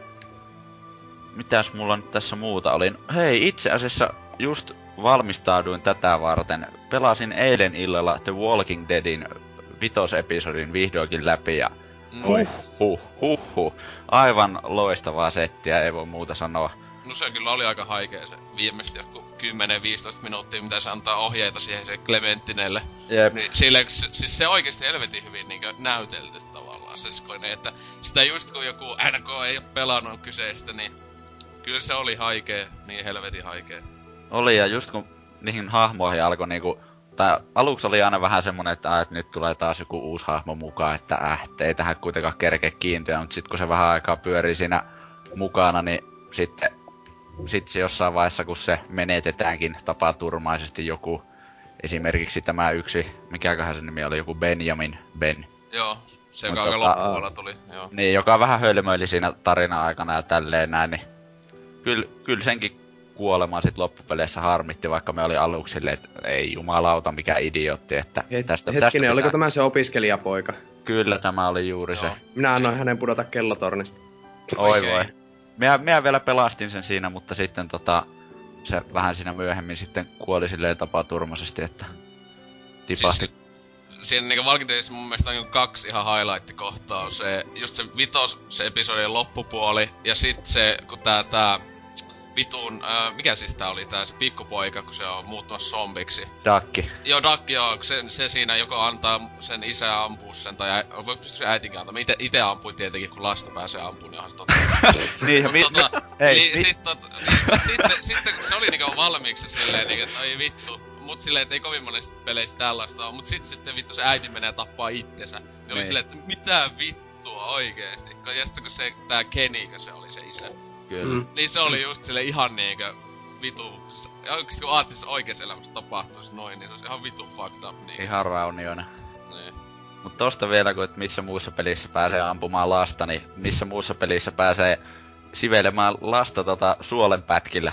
Mitäs mulla nyt tässä muuta olin? Hei, itse asiassa just valmistauduin tätä varten. Pelasin eilen illalla The Walking Deadin vitosepisodin vihdoinkin läpi ja Noin. huh, huh, huh. Aivan loistavaa settiä, ei voi muuta sanoa. No se kyllä oli aika haikea se viimeistä joku kymmenen viisitoista minuuttia, mitä se antaa ohjeita siihen se Clementinelle. Jep. Niin sille, siis se oikeesti helvetin hyvin niinkö näytelty tavallaan se skoinen, että sitä just kun joku N K ei oo pelannut kyseistä, niin kyllä se oli haikea, niin helvetin haikea. Oli, ja just kun niihin hahmoihin alkoi niinku... Tai aluksi oli aina vähän semmonen, että, äh, että nyt tulee taas joku uusi hahmo mukaan, että äh, ei tähän kuitenkaan kerke kiintyä, mutta sit kun se vähän aikaa pyörii siinä mukana, niin sitten sit se jossain vaiheessa, kun se menetetäänkin tapaturmaisesti joku, esimerkiksi tämä yksi, mikäköhän se nimi oli, joku Benjamin Ben. Joo, se Mut joka aika tota- loppupuolella tuli, joo. Niin, joka vähän hölmöili siinä tarina-aikana ja tälleen näin, niin kyllä kyl senkin kuolema sit loppupeleissä harmitti, vaikka me oli aluksi silleen, että ei jumalauta, mikä idiootti, että Het, tästä, hetkinen, tästä oliko pitää... tämä se opiskelijapoika? Kyllä, tämä oli juuri Joo. se. Minä annoin hänen pudota kellotornista. Oi Oikein. voi. Minä, minä vielä pelastin sen siinä, mutta sitten tota... Se vähän siinä myöhemmin sitten kuoli silleen tapaturmaisesti, että... Tipahti. Siis, siinä niinku Walking Deadissä mun mielestä on niinku kaksi ihan highlight-kohtaa. Se, just se vitos, se episodin loppupuoli, ja sit se, kun tää, tää vitun, ää, mikä siis tää oli, tää se pikkupoika, kun se on muuttumassa zombiksi. Dakki. Joo, Duck, joo, se, se siinä joko antaa sen isä ampua sen, tai ä, voi pystyä äitinkin antamaan. Ite, ite ampuin tietenkin, kun lasta pääsee ampuun, niin onhan se totta. Niin, ja Mut mi... tota, Ei, niin, mi- sit, tot, niin, sitten, sitten kun se oli niinku valmiiksi silleen niinku, että ai vittu. Mut silleen, et ei kovin monesti peleissä tällaista oo. Mut sit sitten vittu se äiti menee tappaa itsensä. Niin oli Niin. silleen, että mitä vittua oikeesti. Ja sitten kun se, tää Kenny, kun se oli se isä. Kyllä. Mm. Niin se oli just sille ihan niinkö vitu. Oikeesti kun aattis se oikees elämässä tapahtuis noin, niin se olisi ihan vitu fucked up niin. Ihan raunioina. Niin. Mut tosta vielä, kun et missä muussa pelissä pääsee ampumaan lasta, niin missä muussa pelissä pääsee sivelemään lasta tota suolenpätkillä.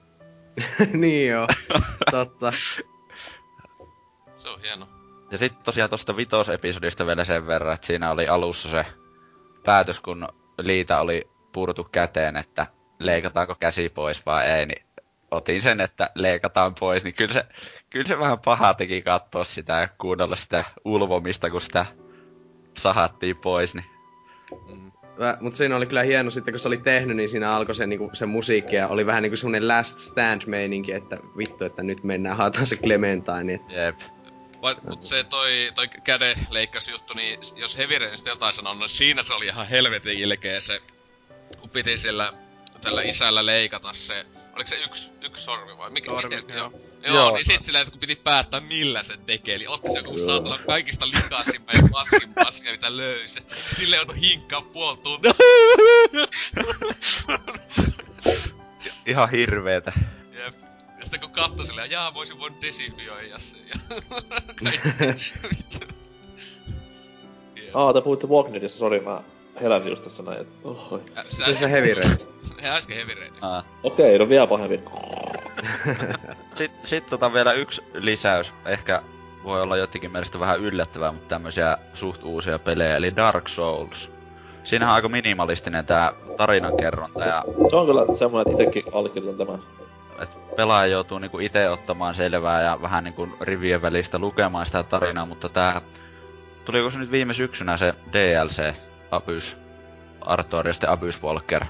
niin joo, totta. Se on hieno. Ja sit tosiaan tosta vitosepisodista vielä sen verran, että siinä oli alussa se päätös, kun Liita oli purtu käteen, että leikataanko käsi pois vai ei, niin otin sen, että leikataan pois, niin kyllä se, kyllä se vähän pahaa teki katsoa sitä ja kuunnella sitä ulvomista, kun sitä sahattiin pois, niin... Mm. Mutta siinä oli kyllä hieno sitten, kun se oli tehnyt, niin siinä alkoi se, niinku, se musiikki ja oli vähän niinku semmonen last stand-meininki, että vittu, että nyt mennään, haetaan se Clementine. Että... Jep. Vai, mut se toi, toi käden leikkasjuttu, niin jos Heavy Rainista jotain sanoo, no siinä se oli ihan helvetin ilkeä se, kun piti siellä tällä isällä leikata se, oliko se yksi, yksi sormi vai mikä? Sormi, miten, joo. Joo, joo, niin sit silleen, että kun piti päättää millä se tekee, eli otti se joku saatana kaikista likaisimman ja paskin paskia, mitä löysi. Silleen joutui hinkkaa puoli tuntia. Ihan hirveetä. Jep. Ja sitten kun katsoi silleen, jaa, voisin voinut desinfioida sen ja... Aa, te puhuitte Walking Deadistä, sori, mä heräsin just tässä näin, että oho. Ä, Se on se Heavy Rainista. Äsken Heavy Rainista. Okei, no vielä pahempi. Sitten sit tota vielä yksi lisäys. Ehkä voi olla jotenkin mielestä vähän yllättävää, mutta tämmöisiä suht uusia pelejä, eli Dark Souls. Siinähän on aika minimalistinen tää tarinankerronta ja... Se on kyllä semmonen, että itekin allekirjoitan tämän. Et pelaaja joutuu niinku ite ottamaan selvää ja vähän niinku rivien välistä lukemaan sitä tarinaa, mutta tää... Tuliko se nyt viime syksynä se D L C, Abyss Arthur ja sitten Abyss Walker.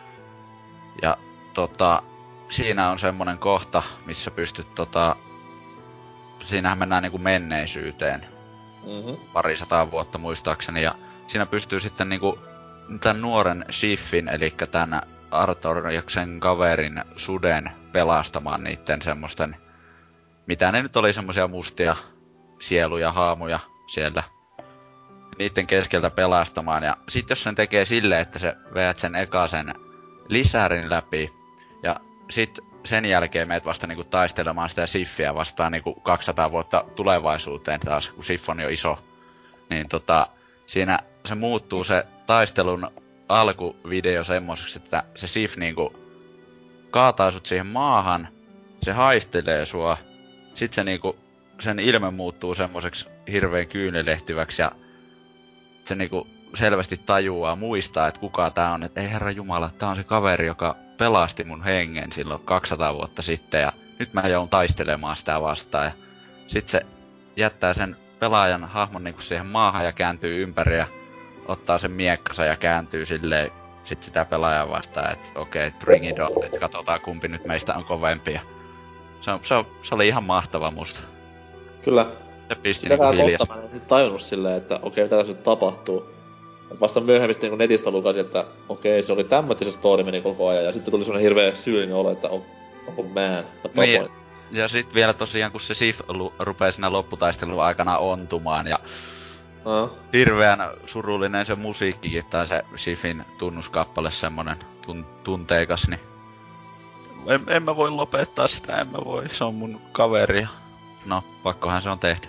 Ja tota... Siinä on semmonen kohta, missä pystyt tota... Siinähän mennään niinku menneisyyteen. Mm-hmm. Parisataa vuotta muistaakseni ja... Siinä pystyy sitten niinku tän nuoren Shiffin, eli tän Arthur ja sen kaverin suden pelastamaan niitten semmoisten... Mitä ne nyt oli semmosia mustia sieluja, haamuja siellä. Niitten keskeltä pelastamaan ja sit jos sen tekee silleen, että se veät sen ekasen lisärin läpi ja sit sen jälkeen meet vasta niinku taistelemaan sitä Siffiä vastaan niinku kaksisataa vuotta tulevaisuuteen taas, kun Siff on jo iso. Niin tota, siinä se muuttuu se taistelun alkuvideo semmoiseksi, että se Sif niinku kaataa sut siihen maahan, se haistelee sua, sit se niinku, sen ilme muuttuu semmoiseksi hirveen kyynelehtiväksi ja se niinku selvästi tajuaa, muistaa, että kuka tää on, että ei herra jumala, tää on se kaveri, joka pelasti mun hengen silloin kaksisataa vuotta sitten ja nyt mä joudun taistelemaan sitä vastaan ja sit se jättää sen pelaajan hahmon niinku siihen maahan ja kääntyy ympäri ja ottaa sen miekkansa ja kääntyy silleen sit sitä pelaajaa vastaan, että okei, okay, bring it on, että katsotaan kumpi nyt meistä on kovempi ja se, on, se, on, se oli ihan mahtava musta. Kyllä. Se pisti sitä niinku hiljaa. kohta mä en sit tajunnut silleen, että okei, mitä tässä nyt tapahtuu. Et vasta myöhemmin niinku netistä lukasin, että okei, se oli tämmöinen se story meni koko ajan. Ja sitten tuli semmonen hirveä syyllinen olo, että on, onko man, mä niin, ja sit vielä tosiaan, kun se Sif lu- rupee siinä lopputaistelun aikana ontumaan ja uh. hirveän surullinen se musiikkikin, tai se Sifin tunnuskappale semmonen tun- tunteikas, niin en, en mä voi lopettaa sitä, en mä voi, se on mun kaveri. No, pakkohan se on tehdä.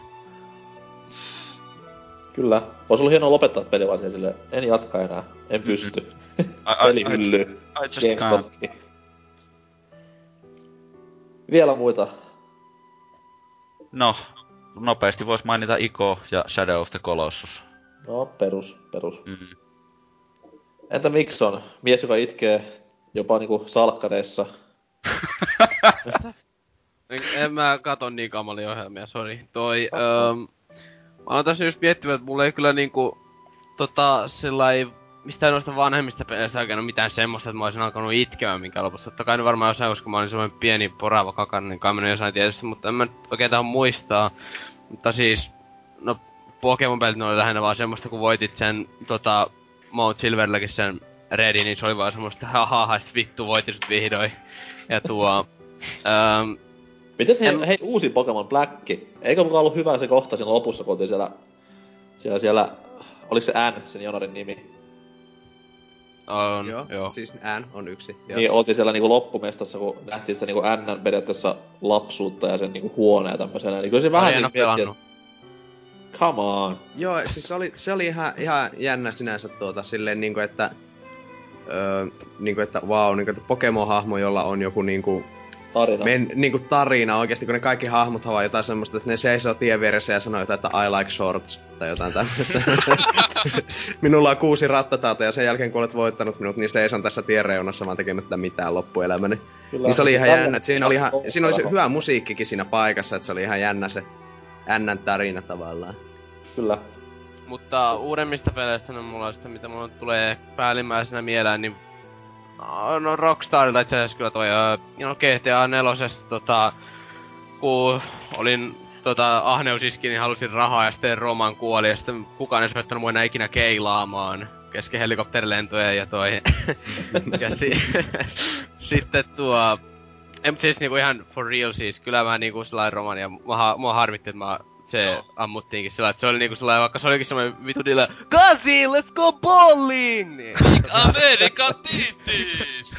Kyllä. Ois ollut hienoa lopettaa peli vaan siihen silleen, en jatka enää, en pysty. Peli hyllyy. GameStop. Vielä muita. No, nopeasti vois mainita Ico ja Shadow of the Colossus. No, perus, perus. Mm. Entä Mikson? Mies, joka itkee jopa niinku salkkareissa. En mä kato niin kamalia ohjelmia, sori. Toi, öö, mä oon tässä just miettimään, että mulla ei kyllä niinku, tota, sellai, mistään noista vanhemmista peleistä oikein ole mitään semmoista, että mä olisin alkanut itkemään minkään lopussa. Totta kai ne varmaan jossain, koska mä olin semmoinen pieni porava kakan, niin kai mennyt jossain tietysti, mutta en mä nyt oikein tähän muistaa. Mutta siis, no, Pokemon-pelit ne oli lähinnä vaan semmoista, kun voitit sen, tota, Mount Silverilläkin sen Redin, niin se oli vaan semmoista, haha, sit vittu, voitin sut vihdoin. Ja tuo, öö, Mites hei, En... hei, uusi Pokemon Black? Eikö mukaan ollut hyvä se kohta siinä lopussa, kun oltiin siellä... Siellä, siellä... Oliko se N, sen Jonarin nimi? On, joo, joo. siis N on yksi. Joo. Niin, oltiin siellä niinku loppumestassa, kun nähtiin sitä niinku N periaatteessa lapsuutta ja sen niinku huoneen tämmösenä. Niin kyllä se vähän niin miettii, että... Come on. Joo, siis se oli, se oli ihan, ihan jännä sinänsä tuota silleen niinku, että... Öö, niinku, että vau, wow, niinku, että Pokemon-hahmo, jolla on joku niinku... Tarina. Men, niinku tarina oikeesti, kun ne kaikki hahmot havaa jotain semmoista, että ne seisoo tien vieressä ja sanoo jotain, että I like shorts, tai jotain tämmöistä. Minulla on kuusi rattataata ja sen jälkeen kun olet voittanut minut, niin seison tässä tien reunassa vaan tekemättä mitään loppuelämäni. Kyllä, niin se oli ihan jännä, että siinä oli, ihan, siinä oli se hyvä musiikkikin siinä paikassa, että se oli ihan jännä se N tarina tavallaan. Kyllä. Mutta uudemmista peleistä no mulla on sitä, mitä mulla tulee päällimmäisenä mieleen, niin no Rockstarilta itse asiassa kyllä toi no G T A nelosessa tota kun olin tota ahneus iski, niin halusin rahaa ja sitten Roman kuoli ja sitten kukaan ei soittanut mua enää ikinä keilaamaan kesken helikopterilentojen ja toi ja si- sitten tuo en siis niinku ihan for real siis kyllä mä niinku sellainen Roman ja mua, mua harmitti että mä se no. ammuttiinkin sillä, että se oli niinku sellainen, vaikka se olikin semmoinen vitu dille Kasi, let's go bowling! Niin. Amerikan tiittis!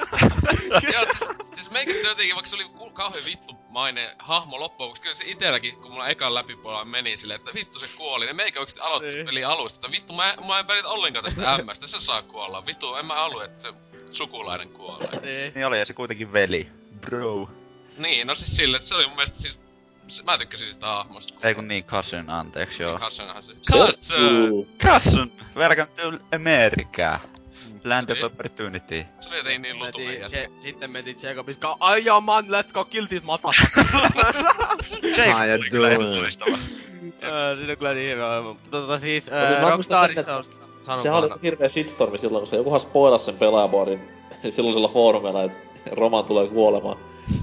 Joo, siis, siis meikästä jotenkin, vaikka se oli kauhean vittumainen hahmo loppuun, koska kyllä se itelläkin, kun mulla ekan läpipuolella meni silleen, että vittu se kuoli, niin meikä oikeesti aloitti niin. Peli alusta, että vittu mä, mä en välitä ollenkaan tästä ämmästä, se saa kuolla, vittu en mä alu, että se sukulainen kuolee. Niin, niin oli, ja se kuitenkin veli, bro. Niin, no siis silleen, että se oli mun mielestä siis mä tykkäsin sitä hahmosta. Ei kun niin, cousin, anteeksi, joo. Cousin, cousin. Cousin! Cousin! Welcome to America! Land of Opportunity. Se oli jotenkin niin lutuinen jätkä. Sitten mentiin Jacobis kaa, ai joo man, let's go kill these motherfuckers! Jacob oli kyllä ihan loistava. Siinä on kyllä niin hyvä. Mutta tota siis, Rockstarista on sanonut. Sehän oli hirveä shitstormi silloin, kun se jokuhan spoilasi sen pelaajaboardin silloisella foorumeilla, että Roman tulee kuolemaan.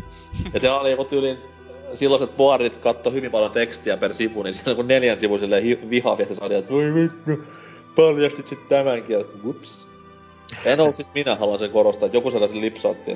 Ja se oli joku tyyliin silloiset boardit katto hyvin paljon tekstiä per sivu, niin siinä on neljän sivun silleen hi- vihaviesti saadi, että voi vittu, paljastit sit tämänkin, ja sitten whoops. En ollut siis minä, haluan sen korostaa, että joku sellaisen lipsautti.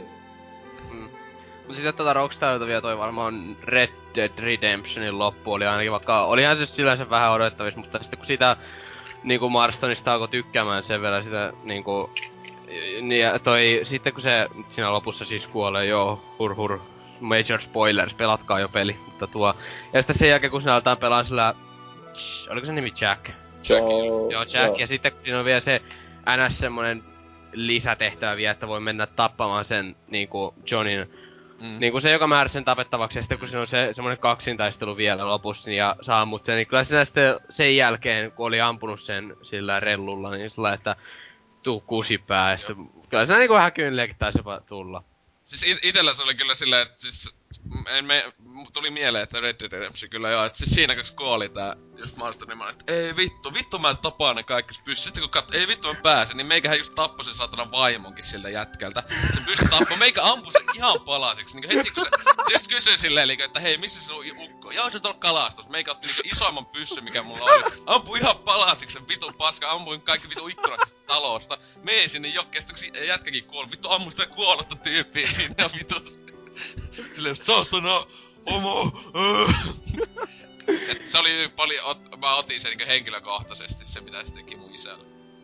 Mm. Mut sitten tätä Rockstarilta vielä toi varmaan Red Dead Redemptionin loppu oli ainakin, vaikka olihan se sillänsä vähän odottavissa, mutta sitten kun sitä niinku Marstonista alkoi tykkäämään sen verran sitä niinku niin ja toi, sitten kun se siinä lopussa siis kuolee, joo, hur hur, major spoilers, pelatkaa jo peli, mutta tuo... Ja sitten sen jälkeen kun sinä aletaan pelaa sillä... Oliko se nimi Jack? Jack. Joo, Jack, joo. Ja sitten kun siinä on vielä se N S semmonen lisätehtävä vielä, että voi mennä tappamaan sen niinku Johnin... Mm. Niinku se, joka määrä sen tapettavaksi, ja sitten kun siinä on se semmonen kaksintaistelu vielä lopussa, niin ja saa ammut sen, niin kyllä sinä sitten sen jälkeen, kun oli ampunut sen sillä rellulla, niin sillä että tuu kusipää, ja sitten kyllä se niinku vähän kyyneliäkin taisi jopa tulla. Siis it- itellä se oli kyllä silleen, että siis en me, tuli mieleen, että Red Dead Redemption kyllä joo, että siis siinä kun kuoli tää just Marston, niin mä olin, että ei vittu, vittu mä tapaan ne kaikki pyssy. Sitten kun katso, ei vittu mä pääsen, niin meikähän just tappoi sen saatana vaimonkin siltä jätkältä. Sen pyssy tappoi, meikä ampui sen ihan palasiksi, niinku heti kun se, se just kysyi silleen, että hei missä se on ukko? Joo se on tuolla kalastus, meikä otti niinku isoimman pyssyn mikä mulla oli. Ampui ihan palasiksi sen vitun paska, ampuin kaikki vitun ikkunat talosta. Meen sinne jokeen, sitten kun jätkäkin kuoli, vittu ammu sitä kuollutta tyyppiä sinne vitusti. Silleen, saatana, homo, et se oli paljon, ot, mä otin sen niinku henkilökohtaisesti, se mitä se teki mun isällä.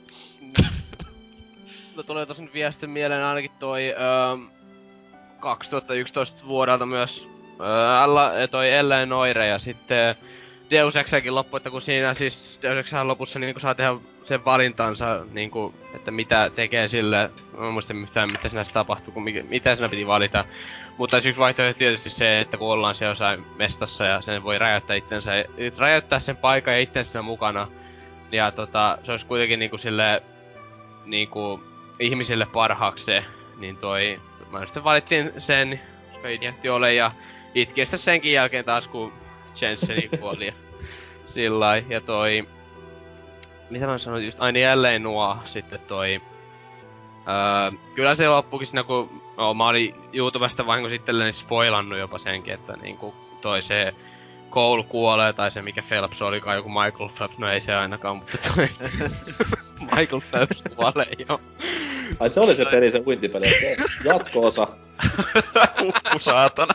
No tulee tossa nyt viestin mieleen ainakin toi öö, kaksituhattayksitoista vuodelta myös öö, toi Ellen Noire ja sitten Deus Exenkin loppu, että kun siinä siis Deus Exen lopussa niin saa tehdä sen valintansa, niin kuin, että mitä tekee sille, mä en muista yhtään mitä siinä tapahtuu, kun mikä, mitä siinä piti valita. Mutta yksi vaihtoehto tietysti se, että kun ollaan siellä jossain mestassa ja sen voi räjäyttää itsensä, räjäyttää sen paikan ja itsensä mukana. Ja tota, se olisi kuitenkin niinku sille, niinku ihmisille parhaaksi se, niin toi, mä sitten valittiin sen, koska idiotti olen ja itkin sitä senkin jälkeen taas kun Jenseni kuoli ja sillai. Ja toi, mitä mä sanoin just, aina jälleen nuo sitten toi, öö, kyllä se loppukin siinä kun, no mä olin YouTubesta vahingossa itselleen spoilannut jopa senkin, että niinku toi se Cole kuolee tai se mikä Phelps olikaan, joku Michael Phelps, no ei se ainakaan, mutta toi Michael Phelps kuolee jo. Ai se oli se peli, se uintipeli, jatko-osa. Hukku saatana.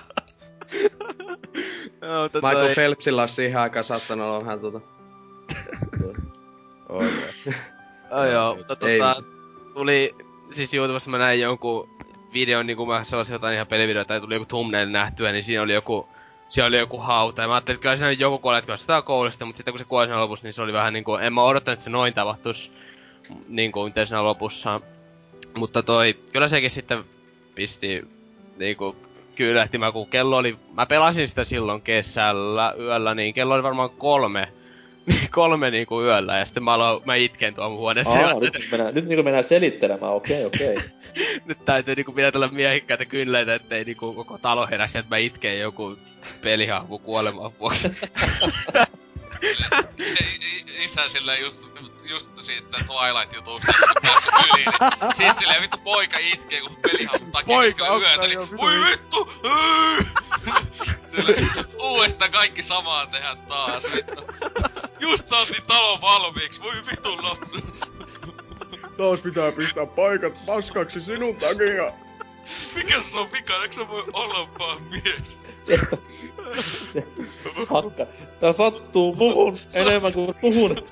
No, Michael toi... Phelpsillä on siihen aikaan saattanut olla vähän tota... Oikein. Oh, joo, mutta tota, tuli, siis YouTubesta mä näin jonkun videon, niinku mä sellaisen jotain ihan pelivideoita, tai tuli joku thumbnail nähtyä, niin siinä oli joku, siellä oli joku hauta, ja mä ajattelin, että kyllä siinä oli joku kuolee, että kyllä sitä on koulusta, mutta sitten kun se kuoli siinä lopussa, niin se oli vähän niinku, en mä odottanut, että se noin tapahtuisi, niinku, miten siinä lopussa. Mutta toi, kyllä sekin sitten pisti, niinku, kyylehtimään, kun kello oli... Mä pelasin sitä silloin kesällä yöllä, niin kello oli varmaan kolme. kolme niinku yöllä, ja sitten mä aloin, mä itken tuon huoneessa. Aa, nyt, mennään, nyt niinku mennään selittelemään, okei, okei. Nyt täytyy niinku pidätellä miehikkäitä kylleitä, ettei niinku koko talo heräsi, että mä itken joku pelihahmo kuolemaan vuoksi. se isä silleen just, just siitä Twilight-jutusta, kun päässyt yli, niin sit silleen vittu poika itkee, kun pelihahmon takia keskellä yötä, niin voi vittu! Silleen, uudestaan kaikki samaa tehdä taas, vittu. Just saatiin talon valmiiksi, voi vitun lapsi. Taas pitää pistää paikat paskaksi sinun takia. Mikä se on vika? Eikö se voi olla vaan mies? Hakka, tää sattuu muhun enemmän kuin suhun.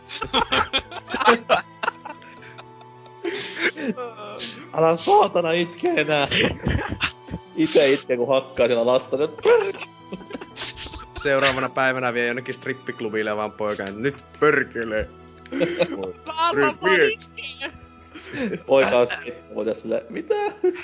Älä saatana itke enää. Ite itke kun hakkaa siellä lasta. Seuraavana päivänä vie jonnekin strippiklubille vaan poika. Nyt pörkelee. Poika on sitten silleen, mitä?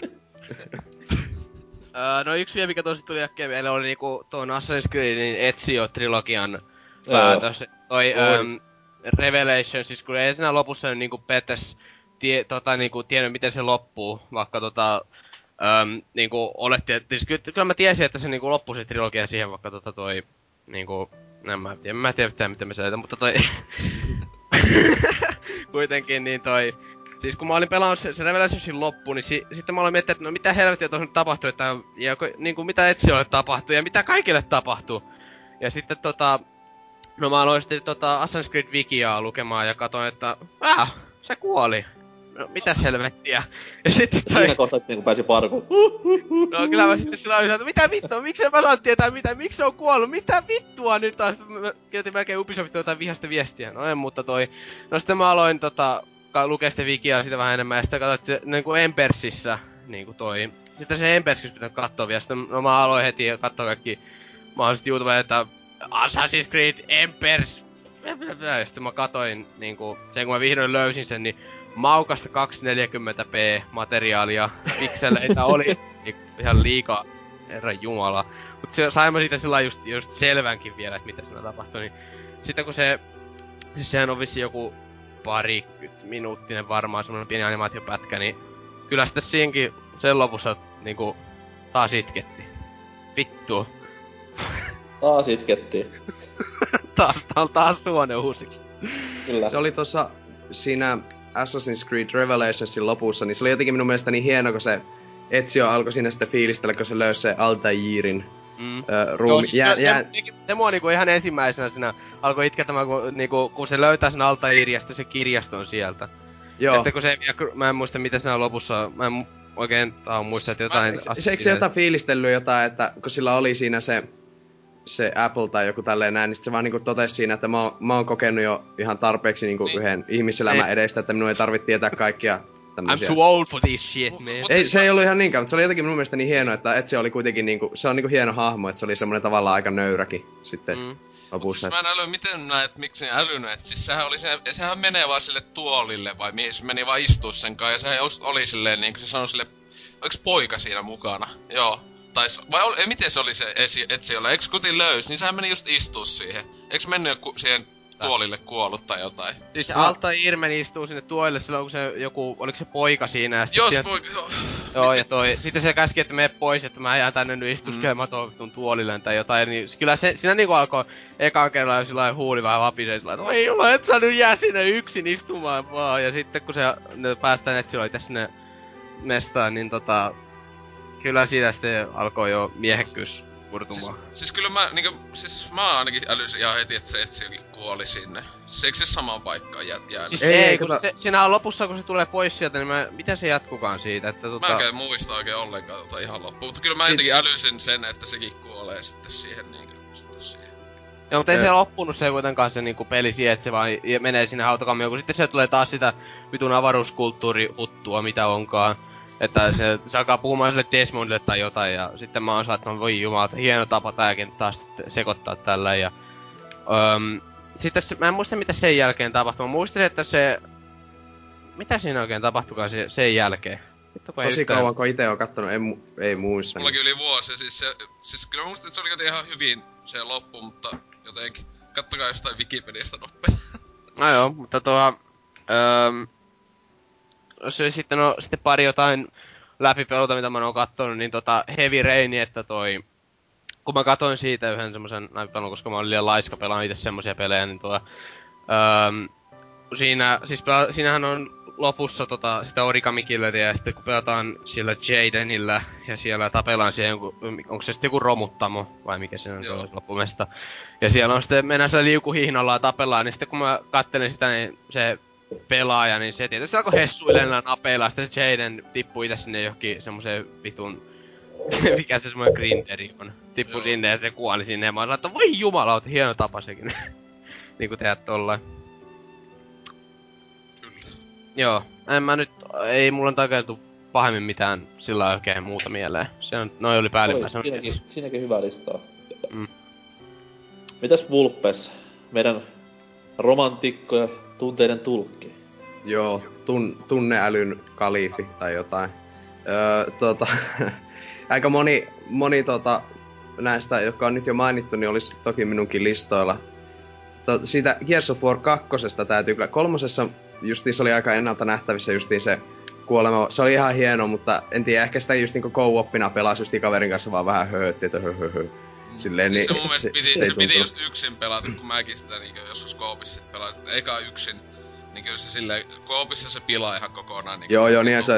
Öö, no yksi vielä, mikä tosi tuli äkkiä meille, oli niinku tuon Assassin's Creedin Ezio-trilogian päätös. Toi um, Revelation, siis kun ei siinä lopussa niinku Bethesda tie, tota, niinku, tiennyt miten se loppuu, vaikka tota... Um, niinku olettiin, että siis kyllä, kyllä mä tiesin, että se niinku loppui se trilogia siihen, vaikka tota toi... Niinku... En mä tiedä, mä en tiedä yhtään miten mä selitän, mutta toi... Kuitenkin niin toi... Siis kun mä olin pelannut se, se Revelationsin loppuun, niin si, sitten mä olin miettinyt, että no mitä helvettiä tuossa nyt tapahtuu, että ja, niinku mitä Eziolle tapahtuu ja mitä kaikille tapahtuu. Ja sitten tota... No mä aloin sitten tota Assassin's Creed Wikiaa lukemaan ja katoin, että... Ah, se kuoli. No mitäs helvettiä. Ja sitten toi... Siinä kohtaa sitten kun pääsi parkuun. No kyllä mä sitten sillä olin, että mitä vittua, miksi mä saan tietää mitä, miksi se on kuollut, mitä vittua nyt taas. Mä kirjoitin melkein Ubisoftin jotain vihasta viestiä, no en, mutta toi... No sitten mä aloin tota... lukee sitten Wikiaa sitä vähän enemmän, ja sitten katsoit se niinku Embersissä, niinku toi... Sitten se Embersissä pitää kattoo vielä, sitten no mä aloin heti kattoo kaikki mahdolliset YouTubet, että Assassin's Creed Embers... Ja sitten mä katoin niinku, sen kun mä vihdoin löysin sen, niin maukasta kaksisataaneljäkymmentä p materiaalia, pikseleitä oli niinku ihan liikaa, herran jumala. Mut se, saimme siitä sillä just, just selvänkin vielä, että mitä siinä tapahtui, niin... Sitten kun se... Siis sehän on vissiin joku... parikymmentä minuuttinen varmaan semmonen pieni animaatiopätkä, niin kyllä sitten siinkin sen lopussa niinku taas itketti. Vittu. Taas itkettiin. taas, taas suone uusiksi. Kyllä. Se oli tossa siinä Assassin's Creed Revelationsin lopussa, niin se oli jotenkin minun mielestä niin hieno, kun se Ezio alkoi siinä sitten fiilistellä, kun se löysi se Altairin mm. ö, ruumi. Joo, siis jää, se, jää... se, se mua niinku ihan ensimmäisenä siinä alkoi itkettämään, kun, niinku, kun se löytää sen Altairin ja sitten se kirjaston sieltä. Joo. Ja sitten kun se, mä en muista mitä siinä lopussa, mä en oikein tahan muista, että jotain... Se, se, eikö se jotain fiilistellyt jotain, että kun sillä oli siinä se... se Apple tai joku tälleen näin, niin sit se vaan niinku totesi siinä, että mä oon, mä oon kokenut jo ihan tarpeeksi niinku niin. yhden ihmiselämän niin. edestä, että minun ei tarvitse tietää kaikkia tämmösiä. I'm too old for this shit, man. Ei, se ei ollut ihan niinkään, mutta se oli jotenkin mun mielestä niin hieno, että, että se oli kuitenkin niinku, se on niinku hieno hahmo, että se oli semmonen tavallaan aika nöyräkin sitten mm. lopussa. Mut siis mä en äly, miten näet, miksi ne älynyt, että siis sehän oli se, sehän menee vaan sille tuolille vai mihin se meni vaan istua sen kanssa ja sehän just oli silleen niinku se sanoi sille, oiks poika siinä mukana? Joo. Tai vai ol, ei, miten se oli se esi, Eziolla? Eiks kutin löys, niin sehän meni just istua siihen. Eiks mennyt ku, siihen tuolille kuollut tai jotain? Siis no. Altair meni istuu sinne tuolille silloin kun se joku, oliko se poika siinä ja Jos sieltä... poika, joo. Joo ja toi, sitten se käski, että mene pois, että mä jään tänne nyt istuskelemaan mm. tuon tuolille tai jotain, niin kyllä se, siinä niinku alkoi ekan kerralla jo sillai huuli vähän vapisee, sillai, että oi jumala, et sä nyt jää sinne yksin istumaan vaan, ja sitten kun se, ne päästään Eziolla itse sinne mestaan, niin tota... Kyllä siitä sitten alkoi jo miehekkyys purtumaan. Siis, siis kyllä mä, niinku, siis mä ainakin älysin ihan heti, että se Eziokin kuoli sinne. Siis eikö se samaan paikkaan jä, jäänyt? Siis ei, ei kun kato... se, siinä on lopussa, kun se tulee pois sieltä, niin mä, miten se jatkukaan siitä, että tota... Mä en muista oikein ollenkaan tota ihan loppuun, mutta kyllä mä Sit... jotenkin älysin sen, että sekin kuolee sitten siihen niinku, sitten siihen. Joo, mutta ei se loppunut se kuitenkaan se niinku peli siihen, että se vaan menee sinne hautakammioon, kun sitten se tulee taas sitä vitun avaruuskulttuurihuttua, mitä onkaan. Että se, se alkaa puhumaan sille Desmondille tai jotain, ja sitten mä oon saattanut, voi jumalata, hieno tapa tääkin taas sekoittaa tällä, ja... Öm, sitten se, mä en muista mitä sen jälkeen tapahtui, mä muistin, että se... Mitä siinä oikein tapahtukaan se, sen jälkeen? Tosi kauan, kun ite on kattonut, ei, mu- ei muista. Mullakin yli vuosi, siis se, siis kyllä muistin, että se oli jotenkin ihan hyvin se loppu, mutta jotenkin, kattokaa jostain Wikipediasta nopein. No joo, mutta tuo, öö, se sitten no, sitten pari jotain läpipelota, mitä mä oon kattonut, niin tota Heavy Rain, että toi, kun mä katoin siitä yhden semmosen läpipelon, koska mä olin liian laiska pelaan itse semmosia pelejä, niin tuo, öö, siinä, siis pela, siinähän on lopussa tota, sitä Origami Killeria, ja sitten kun pelataan siellä Jadenillä, ja siellä tapellaan siellä jonkun, onko se sitten joku romuttamo, vai mikä se on tuo loppumesta. Ja siellä on sitten, mennään siellä liukuhihnalla ja tapellaan, niin sitten kun mä kattelin sitä, niin se pelaaja, niin se tietysti alkoi hessuilemaan napeilla, ja sitten Jaden tippui itse sinne johonkin semmoseen vitun, mikä se semmoinen grinderi on. Tippui sinne ja se kuoli sinne, ja mä olin, että voi jumalauta, hieno tapa sekin. Niinku tehdä tollain. Joo, en mä nyt, ei mulla takeltu pahemmin mitään sillä oikein muuta mieleen. Se on, noi oli päällimmäisenä. Siinäkin, siinäkin hyvä listaa. Mm. Mitäs Vulpes? Meidän romantikko ja tunteiden tulkki. Joo, tun, tunneälyn kalifi tai jotain. Öö, tota, aika moni, moni tota, näistä, jotka on nyt jo mainittu, niin olisi toki minunkin listoilla. To, siitä Gears of War kakkosesta täytyy kyllä, kolmosessa justiin se oli aika ennalta nähtävissä justiin se kuolema. Se oli ihan hieno, mutta en tiedä, ehkä sitä just niinku co-oppina pelasi justiin kaverin kanssa vaan vähän höhötti, että hö, hö, hö. Silleen, siis niin, se mun mielestä se, piti, se, se piti just yksin pelata, kun mäkin sitä niinku joskus co-opissa sit pelasin. Eikä yksin. Niin kyllä se silleen, co-opissa se pilaa ihan kokonaan niinku. Joo, joo, niin se,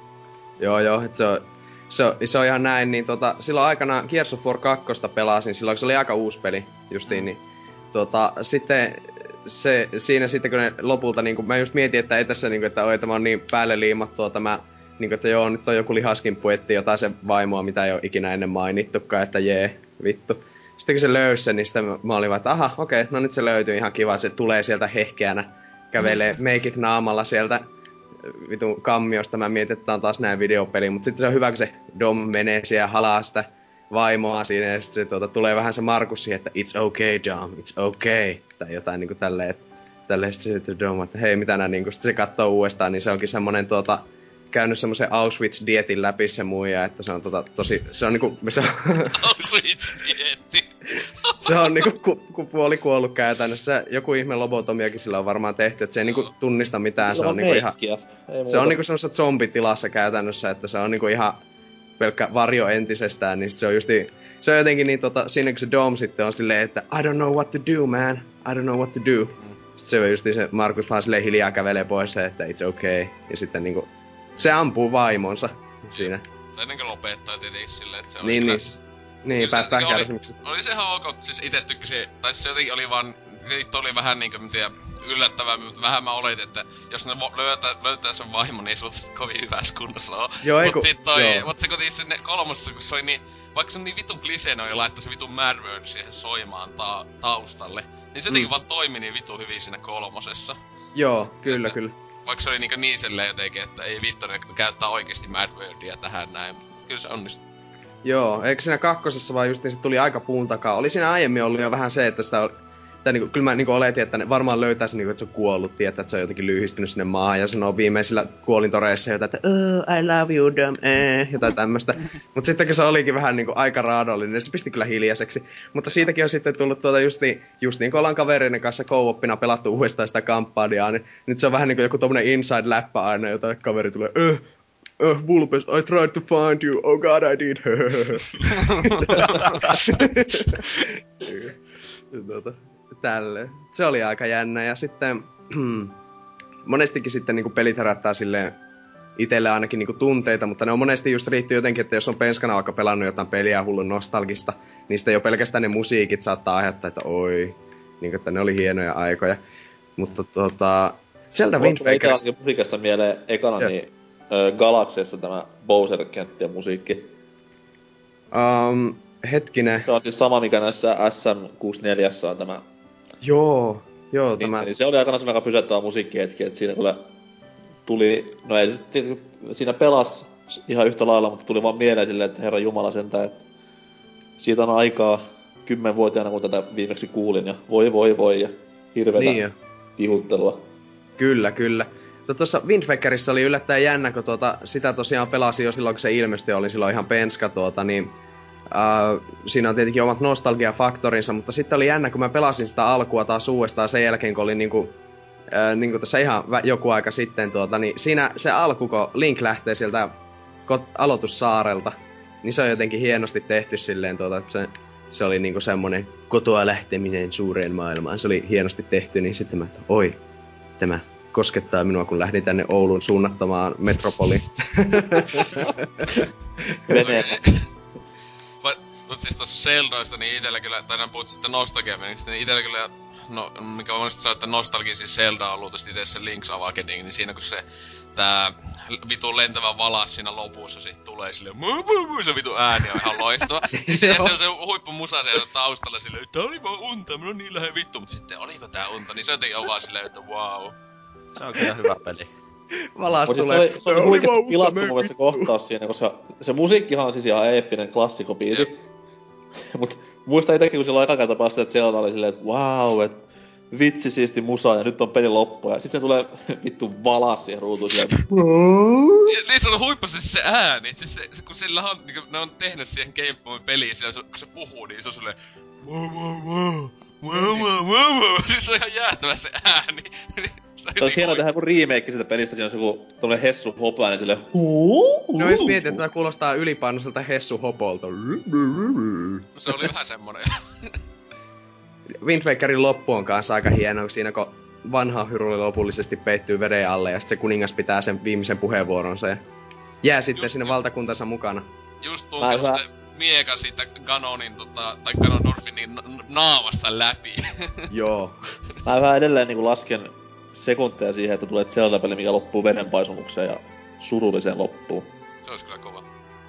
joo, joo, et se on, se on, se on ihan näin, niin tota, silloin aikana Gears of War kaksi pelasin, silloin kun se oli aika uusi peli justiin, mm. niin tota, sitten se, siinä sitten kun ne lopulta, niin kun mä just mietin, että ei tässä niin kun, että oi, tämä on niin päälle liimattua tämä, niin kun, että joo, nyt on joku lihaskimppu etti jotain se vaimoa, mitä ei ole ikinä ennen mainittukaan, että jee, vittu. Sitten kun se löysi sen, niin sitten mä olin vaan, että aha, okei, okay, no nyt se löytyy ihan kiva, se tulee sieltä hehkeänä, kävelee meikit naamalla sieltä vitun kammiosta, mä mietin, että tää on taas näin videopeli, mutta sitten se on hyvä, kun se Dom menee siellä halaa sitä vaimoa siinä, ja sitten se tuota, tulee vähän se Markus siihen, että it's okay, Dom, it's okay, tai jotain niinku tälleen, että tälleen sitten se Dom, että hei, mitä nää niinku, sitten se katsoo uudestaan, niin se onkin semmonen tuota, käynyt semmosen Auschwitz-dietin läpi se muija, että se on tota, tosi, se on niinku, se on... Auschwitz-dietti! Se on niinku ku, ku puoli kuollut käytännössä, joku ihme lobotomiakin sillä on varmaan tehty, että se ei niinku tunnista mitään, se on niinku ihan... Se on niinku semmoisessa zombitilassa käytännössä, että se on niinku ihan pelkkä varjo entisestään, niin sit se on justi... Se on jotenkin niin tota, siinä kun se Dom sitten on silleen, että I don't know what to do, man, I don't know what to do. Mm. Sitten se on justi se Markus vaan silleen hiljaa kävelee pois se, että it's okay, ja sitten niinku... Se ampuu vaimonsa siinä. Tai ennen kuin lopettaa tietenkin silleen, että se oli niin, kyllä... Niin, niin päästään kärsimyksestä. Oli, oli se ihan ok, siis ite tykkäsin, tai se jotenkin oli vaan, itse oli vähän niinkö, mä tiedän, yllättävää, mutta vähän mä oletin, että jos ne löytää, löytää sen vaimon, niin sulla kovin hyvässä kunnossa on. Joo, eiku, mut sit toi, joo. Mut se kotiin sinne kolmosessa, kun se oli niin, vaikka se on niin vitun kliseenä ja laittaa se vitun Mad World siihen soimaan ta- taustalle, niin se jotenkin mm. vaan toimi niin vitun hyvin siinä kolmosessa. Joo, että, kyllä, kyllä. Vaikka se oli niinku niin silleen jotenkin, että ei vittu, ne käyttää oikeesti Mad Worldia tähän näin. Kyllä se onnistui. Joo, eikö siinä kakkosessa vaan just niin se tuli aika puun takaa. Oli siinä aiemmin ollut jo vähän se, että sitä tai niinku, kyllä mä niinku oletin, että ne varmaan löytäisi niinku, että se on kuollut, tietää, että se on jotenkin lyhistynyt sinne maahan ja sanoo viimeisillä kuolintoreissa jotain, että oh, I love you, dumb, eh, jotain tämmöstä. Mut sitten kun se olikin vähän niinku aika raadollinen, niin se pisti kyllä hiljaiseksi. Mutta siitäkin on sitten tullut tuota justi, just niin kuin ollaan kavereiden kanssa co-oppina pelattu uudestaan sitä kampanjaa, niin nyt se on vähän niinku joku tommonen inside-läppä aina, jota kaveri tulee, öh, Uh, Vulpes, I tried to find you. Oh god, I did. tuota, tälle. Se oli aika jännä. Ja sitten monestikin sitten niinku pelit herättää silleen itselle ainakin niinku tunteita, mutta ne on monesti just riittyy jotenkin, että jos on penskana vaikka pelannut jotain peliä hullun nostalgista, niin sitten jo pelkästään ne musiikit saattaa aiheuttaa, että oi, niinku, että ne oli hienoja aikoja. Mutta tota... Zelda Wind Waker... Mulla musiikasta mieleen ekana, ja. niin Galaxiassa tämä Bowser-kenttien musiikki. Um, hetkinen. Se on siis sama, mikä näissä S M kuusikymmentäneljä on tämä... Joo, joo, niin, tämä... Niin se oli aikana aika pysäyttävä musiikkihetki, että siinä kyllä tuli... No ei siinä pelas ihan yhtä lailla, mutta tuli vaan mieleen silleen, että herra jumala sentään, että siitä on aikaa kymmenvuotiaana, kun tätä viimeksi kuulin, ja voi voi voi, ja hirveetä niin tihuttelua. Kyllä, kyllä. Tuossa Wind Wakerissa oli yllättäen jännä, kun tuota, sitä tosiaan pelasin jo silloin, kun se ilmestyi, oli silloin ihan penska tuota, niin uh, siinä on tietenkin omat nostalgia-faktorinsa, mutta sitten oli jännä, kun mä pelasin sitä alkua taas uudestaan sen jälkeen, kun oli niinku, uh, niinku tässä ihan vä- joku aika sitten, tuota, niin siinä se alku, kun Link lähtee sieltä kot- aloitussaarelta, niin se on jotenkin hienosti tehty silleen, tuota, että se, se oli niinku semmonen kotoa lähteminen suureen maailmaan, se oli hienosti tehty, niin sitten mä, että oi, tämä koskettaa minua, kun lähdin tänne Oulun suunnattamaan metropoliin. Mut siis tossa Zeldoista, niin itellä kyllä, tai puhut sitten nostalgia-menistä, niin itellä kyllä, no, mikä on sanoa, että nostalgisin Zelda on luultavasti itse se Link's Awakening, niin siinä kun se tää vitun lentävä valas siinä lopussa sit tulee silleen muu muu muu, se vitun ääni on ihan loistava. Ja se, se on se huippumusa siellä taustalla silleen, että tää oli vaan unta, mä oon niin lähe vittu, mut sitten oliko tää unta, niin se jotenkin on vaan silleen, että wow. Se on kyllä hyvä peli. Valas Mut tulee. Se oli, se oli huikeesti pilattu mun mielestä se kohtaus siinä, koska se musiikkihan on siis ihan eeppinen klassikobiisi. Mut muista itekin, kun silloin eka kerta päästä, että Zelda oli silleen, että wow, et vitsi siisti musa ja nyt on peli loppu. Ja sit se tulee vittu valas siihen ruutuun silleen. Niin se on huippu siis se ääni, siis se, se kun sillä on, niin ne on tehnyt siihen Game Boyn peliin, siellä, kun se puhuu, niin se on silleen wow wow wow. Wow, wow, wow, wow. Siis se on ihan jäätävä se ääni. Se on olisi hienoa tehdä joku remake siitä pelistä, siinä on joku tommonen Hessu Hoplainen silleen huuuu. No jos mietit, että tää kuulostaa ylipainoiselta Hessu Hopolta. No se oli vähän semmonen. Wind Wakerin loppu on kanssa aika hieno, siinä kun vanha Hyrule lopullisesti peittyy veden alle ja sitten se kuningas pitää sen viimeisen puheenvuoronsa ja jää sitten just, sinne just, valtakuntansa mukana. Just tuntuu sitten mieka siitä Ganonin tota, tai Ganondorfinin naamasta läpi. Joo. Mä vähän edelleen niinku lasken sekunteja siihen, että tulee Zelda-peli, mikä loppuu vedenpaisumukseen ja surulliseen loppuun. Se olisi kyllä kova.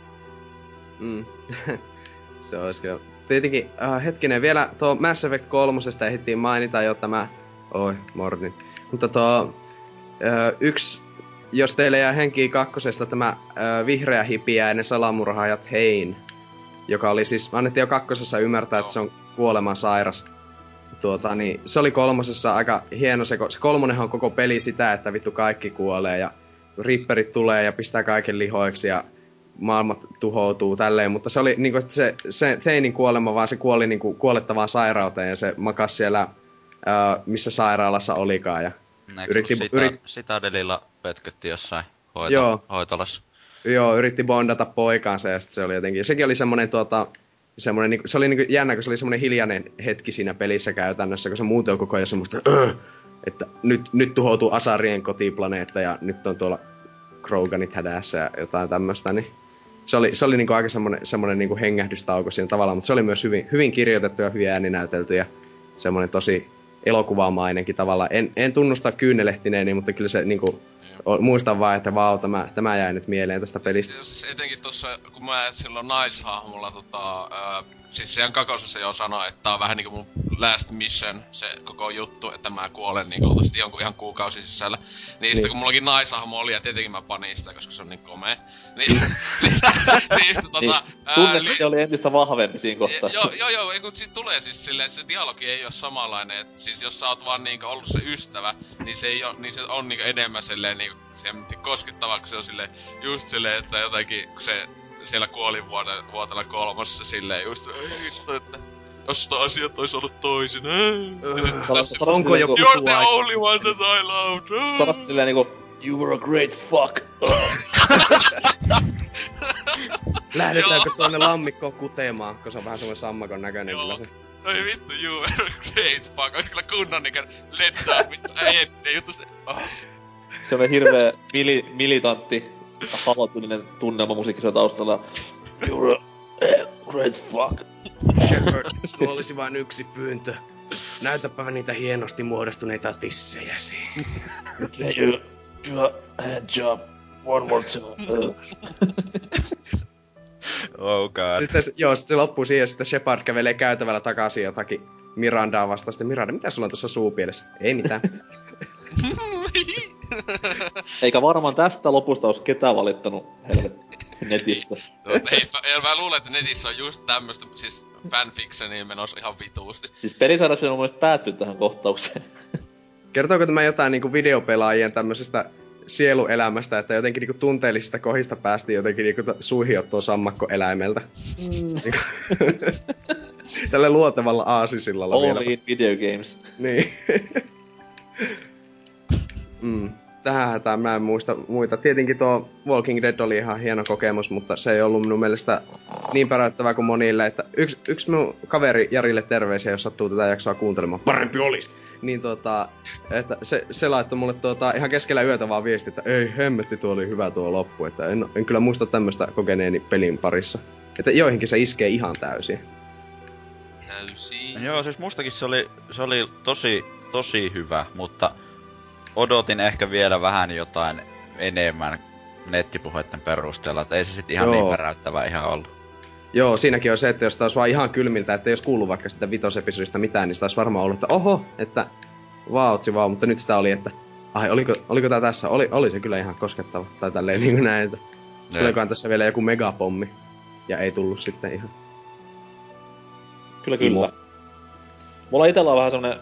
Mm. Se olisi kyllä. Tietenkin, uh, hetkinen, vielä tuo Mass Effect kolmosesta ehdittiin mainita jo tämä. Oi, Morni. Mutta tuo uh, yksi, jos teille jää henkiä kakkosesta, tämä uh, vihreä hipiäinen salamurhaajat Hein, joka oli siis, annettiin jo kakkosessa ymmärtää, no. että se on kuoleman sairas. Tuota, niin, se oli kolmosessa aika hieno se, se kolmonenhan on koko peli sitä, että vittu kaikki kuolee ja ripperit tulee ja pistää kaiken lihoiksi ja maailmat tuhoutuu tälleen, mutta se oli niinku se, se Theinin kuolema, vaan se kuoli niinku kuolettavaan sairauteen ja se makasi siellä, ää, missä sairaalassa olikaan ja yritti... Sitä, yrit... Citadelilla pötkötti jossain hoito, Joo. hoitolassa. Joo, yritti bondata poikaansa ja sitten se oli jotenkin, sekin oli semmonen tuota, semmonen, niinku, se oli niinku jännä, kun se oli semmonen hiljainen hetki siinä pelissä käytännössä, kun se muuten on koko ajan semmoista, öö, että nyt, nyt tuhoutuu Asarien kotiplaneetta ja nyt on tuolla Kroganit hädässä ja jotain tämmöstä, niin se oli, se oli niinku aika semmonen, semmonen niinku hengähdystauko siinä tavallaan, mutta se oli myös hyvin, hyvin kirjoitettu ja hyvin ääninäytelty ja semmonen tosi elokuvaamainenkin tavallaan. En, en tunnusta kyynelehtineeni, mutta kyllä se niinku, o, muistan vaan, että vau, tämä, tämä jäi nyt mieleen tästä pelistä. Ja siis etenkin tossa, kun mä silloin naishahmolla tota, ää, siis sehän kakosessa jo sanoi, että tää on vähän niinku mun last mission, se koko juttu, että mä kuolen niinku oltaisesti jonkun ihan kuukausi sisällä. Niin, niin. Sitten kun mullakin naishahmo oli, ja tietenkin mä panin sitä, koska se on niin komea. Niin, niin sitten tota... Niin, tunne li- se oli entistä vahvempi siinä kohtaa. Joo, joo, joo, ei kun siitä tulee siis silleen, se dialogi ei oo samanlainen, että siis jos sä oot vaan niinku ollut se ystävä, niin se ei oo, niin se on niinku enemmän silleen niinku, se koskettavaa, kun se on silleen, just silleen, että jotenkin, kun se siellä kuolinvuotella kolmossa silleen just, ei vittu, että jos sitä asiat ois ollut toisin, onko joku You're the only one that I loved. Sanot silleen niinku, you were a great fuck. Lähdetäänkö tuonne lammikkoon kutemaan, kun se on vähän semmoinen sammakon näköinen kyllä se. Ei vittu, you were a great fuck. Ois kyllä kunnon niinkään lentää vittu äijä juttu se. Se on hirveä mili, militantti, halatuinen tunnelma musiikki siellä taustalla. You were a great fuck. Shepard, sulla olisi vain yksi pyyntö. Näytäpä niitä hienosti muodostuneita tissejäsi. Can you do a hand job one more time? Oh god. Sitten, joo, sitten se loppuu siihen, että Shepard kävelee käytävällä takaisin jotakin Mirandaa vastaan. Sitten Miranda, mitä sulla on tuossa suupielessä? Ei mitään. Eikä varmaan tästä lopusta olisi ketään valittanut helvetti netissä. No, ei, mä luulen, että netissä on just tämmöstä, siis fanfictionia menossa ihan vituusti. Siis pelisarjassa on mun mielestä päättyy tähän kohtaukseen. Kertooko tämä jotain niinku videopelaajien tämmöisestä sieluelämästä, että jotenkin niinku tunteellisista kohdista päästiin jotenkin niinku suihiottoon sammakkoeläimeltä. Mm. Tällä luotevalla aasisillalla All vielä. in video games. Niin. mm. Tähän hätään mä en muista muita. Tietenkin tuo Walking Dead oli ihan hieno kokemus, mutta se ei ollut minun mielestä niin päräyttävää kuin monille, että yksi, yksi minun kaveri Jarille terveisiä, jos sattuu tätä jaksoa kuuntelemaan, parempi olisi! Niin tota, että se, se laittoi mulle tuota, ihan keskellä yötä vaan viesti, että ei hemmetti, tuo oli hyvä tuo loppu, että en, en kyllä muista tämmöistä kokeneeni pelin parissa. Että joihinkin se iskee ihan täysin. Täysin. Joo, siis mustakin se oli, se oli tosi, tosi hyvä, mutta odotin ehkä vielä vähän jotain enemmän nettipuheiden perusteella, että ei se sit ihan Joo. niin päräyttävää ihan ollut. Joo, siinäkin on se, että jos taas vaan ihan kylmiltä, että jos kuuluu vaikka sitä vitosepisodista mitään, niin sitä olisi varmaan ollut, että oho, että vautsi vaan, mutta nyt sitä oli, että ai, oliko, oliko tää tässä? Oli, oli se kyllä ihan koskettava, tai tälleen niin kuin näin, että tulikohan tässä vielä joku megapommi, ja ei tullut sitten ihan. Kyllä, kyllä. Imo. Mulla itellä on vähän semmonen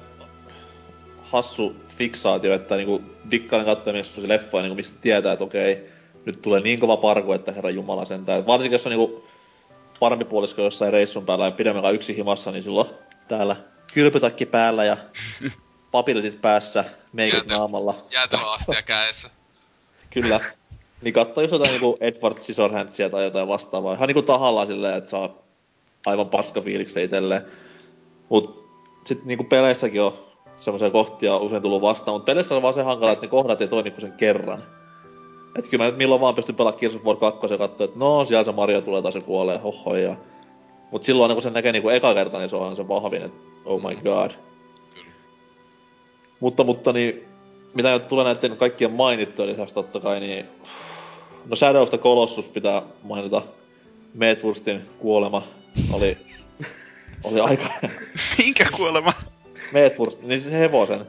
hassu fiksaatio, että niinku dikkaan katsoa esimerkiksi leffoja, niinku mistä tietää, että okei, nyt tulee niin kova parku, että herran jumala sentään. Varsinkin jos on niinku parempi puolisko jossain reissun päällä ja pidemmän yksi himassa, niin silloin täällä kylpytakki päällä ja papilletit päässä, meikit Jäätä, naamalla. Jäätelöastia kädessä. Kyllä. Niin kattoo just jotain niinku Edward Scissorhandsia tai jotain vastaavaa. Ihan niinku tahallaan silleen, että saa aivan paska fiiliksen itselleen. Mut sit niinku peleissäkin on semmoisia kohtia usein tullut vastaan, mut peleissä on vaan se hankala, että ne kohdat ei toimi kuin sen kerran. Et kyllä mä milloin vaan pystyn pelaamaan Gears of War kaksi ja kattoo, että no siellä se Mario tulee taas ja kuolee, hoho ja... Mut silloin kun sen näkee niinku eka kerta, niin se on se vahvin, että oh my god. Kyllä. Mutta, mutta niin, mitä nyt tulee näitten kaikkien mainittujen lisäksi totta kai, niin... No Shadow of the Colossus pitää mainita. Meatwurstin kuolema oli... oli aika... Minkä kuolema? Meatwurst, niin se hevosen.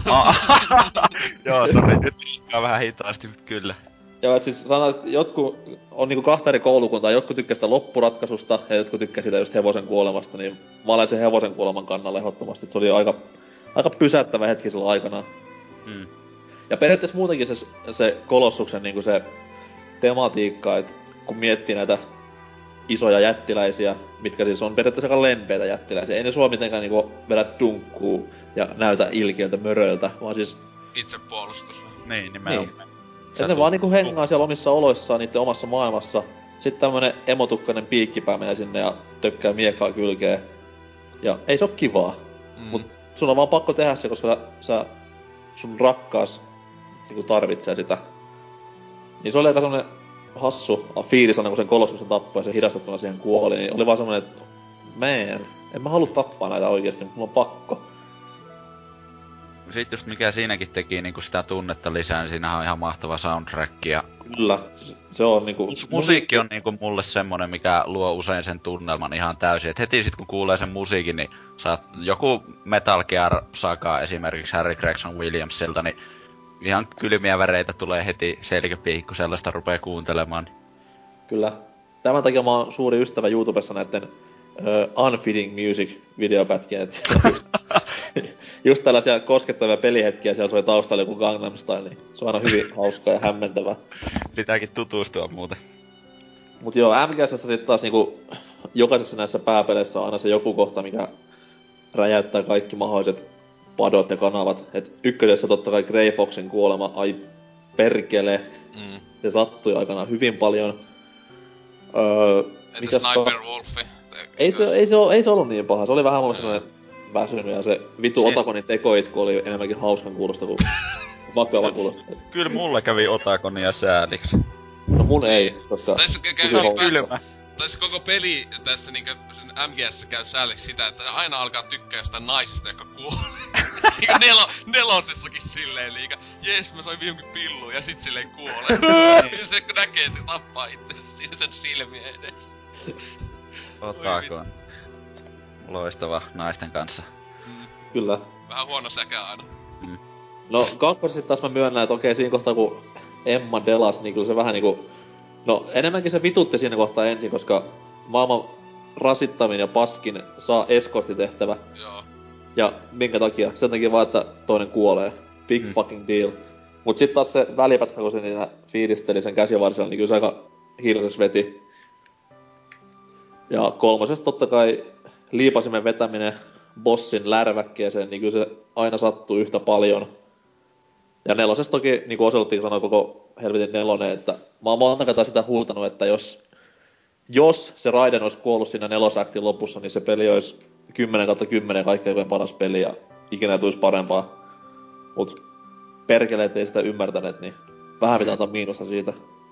Joo, sori, nyt on vähän hitaasti, mutta kyllä. Joo, et siis sanotaan, että jotkut on niinku kahta eri koulukuntaa, jotkut tykkää sitä loppuratkaisusta ja jotkut tykkää sitä just hevosen kuolemasta, niin mä olen sen hevosen kuoleman kannalla ehdottomasti, että se oli aika, aika pysäyttävä hetki silloin aikanaan. Mm. Ja periaatteessa muutenkin se, se Kolossuksen niinku se tematiikka, että kun miettii näitä isoja jättiläisiä, mitkä siis on periaatteessa aika lempeitä jättiläisiä. Ei ne sua mitenkään niinku vedä dunkkuu ja näytä ilkeiltä möröiltä, vaan siis... Itsepuolustus. Niin, nimenomaan. Niin. Et ne vaan niinku hengaa siellä omissa oloissaan niitten omassa maailmassa. Sitten tämmönen emotukkainen piikkipää menee sinne ja tökkää miekkaa kylkeen. Ja ei se oo kivaa. Mm. Mut sun on vaan pakko tehdä se, koska sä, sun rakkaas niinku tarvitsee sitä. Niin se oli aika semmonen hassu fiilis aina, kun sen Kolossuksen tappoi ja se hidastettuna siihen kuoli, niin oli vaan semmonen, että man, en mä halua tappaa näitä oikeesti, mutta mulla on pakko. Sitten just mikä siinäkin teki niinku sitä tunnetta lisää, niin siinähän on ihan mahtava soundtrack ja... Kyllä, se on niinku... Mus- musiikki on niinku mulle semmonen, mikä luo usein sen tunnelman ihan täysin. Et heti sit kun kuulee sen musiikin, niin saat joku Metal Gear Saga esimerkiksi Harry Gregson Williamsilta, niin ihan kylmiä väreitä tulee heti selkäpiikki, kun sellaista rupee kuuntelemaan. Kyllä. Tämän takia mä oon suuri ystävä YouTubessa näitten uh, Unfitting Music-videopätkiä, et just, just tällaisia koskettavia pelihetkiä, siellä soi taustalla joku Gangnam Style, niin se on aina hyvin hauskaa ja hämmentävää. Pitääkin tutustua muuten. Mut joo, M G S:ssä sit taas niinku jokaisessa näissä pääpeleissä on aina se joku kohta, mikä räjäyttää kaikki mahdolliset padot ja kanavat. Et ykkösessä totta kai Grey Foxin kuolema, ai perkele. Mm. Se sattui aikanaan hyvin paljon. Öö, Entä Sniper Wolfi? Ei se, ei, se ole, ei se ollut niin paha, se oli vähän sellainen väsynyt ja se vitu si- Otakonin tekoitsku oli enemmänkin hauskan kuulosta kuin vakavan kuulosta. Kyllä mulle kävi Otakonia sääliksi. No mun ei, koska... Tässä käy kylmä. Tässä koko peli tässä niinkö M G S käy sääliksi sitä, että aina alkaa tykkää jostain naisesta, joka kuolee. Niinkö nelo, nelosessakin silleen liikä. Jes, mä sain viimekin pilluun ja sit silleen kuolee. Se näkee, että tappaa itsensä siinä sen silmien edessä. Otakon. Loistava naisten kanssa. Mm. Kyllä. Vähän huono säkä aina. Mm. No kakkoset taas mä myönnän, että okei siinä kohtaa kun Emma delas, niin kyllä se vähän niinku... No enemmänkin se vitutti siinä kohtaa ensin, koska maailman rasittavin ja paskin saa eskorttitehtävä. Joo. Ja minkä takia? Sen takia vaan, että toinen kuolee. Big mm. fucking deal. Mut sit taas se välipätkä, kun se niinä fiilisteli sen käsivarsilla, niin kyllä se aika hilses veti. Ja kolmosessa totta kai liipasimen vetäminen bossin lärväkkeeseen, niin kyllä se aina sattuu yhtä paljon. Ja nelosessa toki, niin kuin Oselottikin sanoi koko helvetin nelonen, että mä oon monta kertaa sitä huutanut, että jos, jos se Raiden olisi kuollut siinä nelosaktin lopussa, niin se peli olisi kymmenen kautta kymmenen kaikkein paras peli ja ikinä ei tulisi parempaa. Mut perkeleet ei sitä ymmärtäneet, niin vähän pitää antaa miinusta siitä.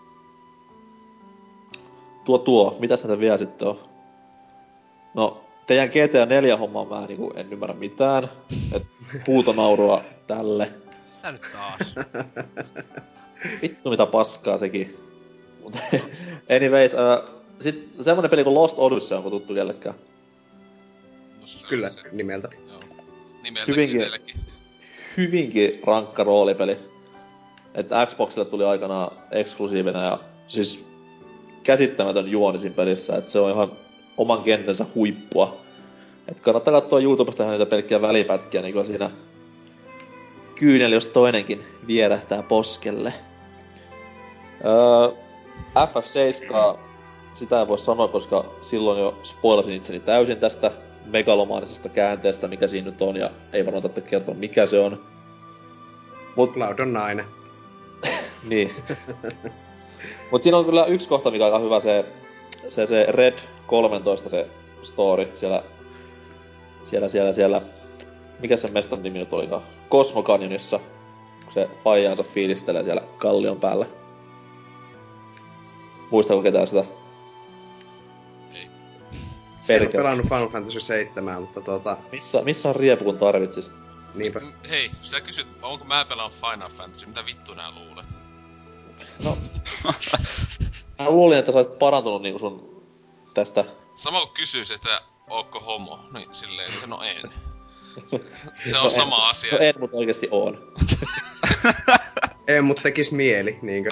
Tuo tuo, mitä sitä vielä sitten on? No, teidän G T A neljä hommaa mä niinku en ymmärrä mitään. Et huutonaurua tälle. Tää nyt taas. Vittu mitä paskaa sekin. Mut anyways, uh, sit semmonen peli kuin Lost Odyssey, onko tuttu kellekään? No, se on Kyllä, se. nimeltä. Joo. Nimeltäkin Hyvinkin, teillekin. hyvinkin rankka roolipeli. Että Xboxille tuli aikanaan eksklusiivina ja siis käsittämätön juoni siinä pelissä, että se on ihan oman genrensä huippua. Et kannattaa katsoa YouTubesta ihan niitä pelkkiä välipätkiä, niin kyllä siinä kyyneli jos toinenkin vierähtää poskelle. Öö, F F seitsemän, sitä ei voi sanoa, koska silloin jo spoilasin itseni täysin tästä megalomaanisesta käänteestä, mikä siinä nyt on, ja ei varmaan tarvitse kertoa, mikä se on. Mut Cloud on nainen. niin. Mut siinä on kyllä yksi kohta, mikä on aika hyvä, se, se, se Red kolmetoista se story siellä, siellä, siellä, siellä, mikä sen mestan nimi nyt olikaan? Cosmo Canyonissa, kun se faijaansa fiilistelee siellä kallion päällä. Muistatko ketään sitä? Ei. En ole Perkele. pelannut Final Fantasy seitsemän, mutta tota... Missä, missä on riepu, kun tarvitsis? Niinpä. M- Hei, sä kysyt, onko mä pelannut Final Fantasy, mitä vittu nää luulet? No. Mä luulin, että sä olisit parantunut niinku sun tästä. Sama kun kysyis, että ootko homo, niin silleen, niin no en. Se on No sama en, asia. No en, mutta oikeesti oon. Ei, mut tekis mieli, niinkö?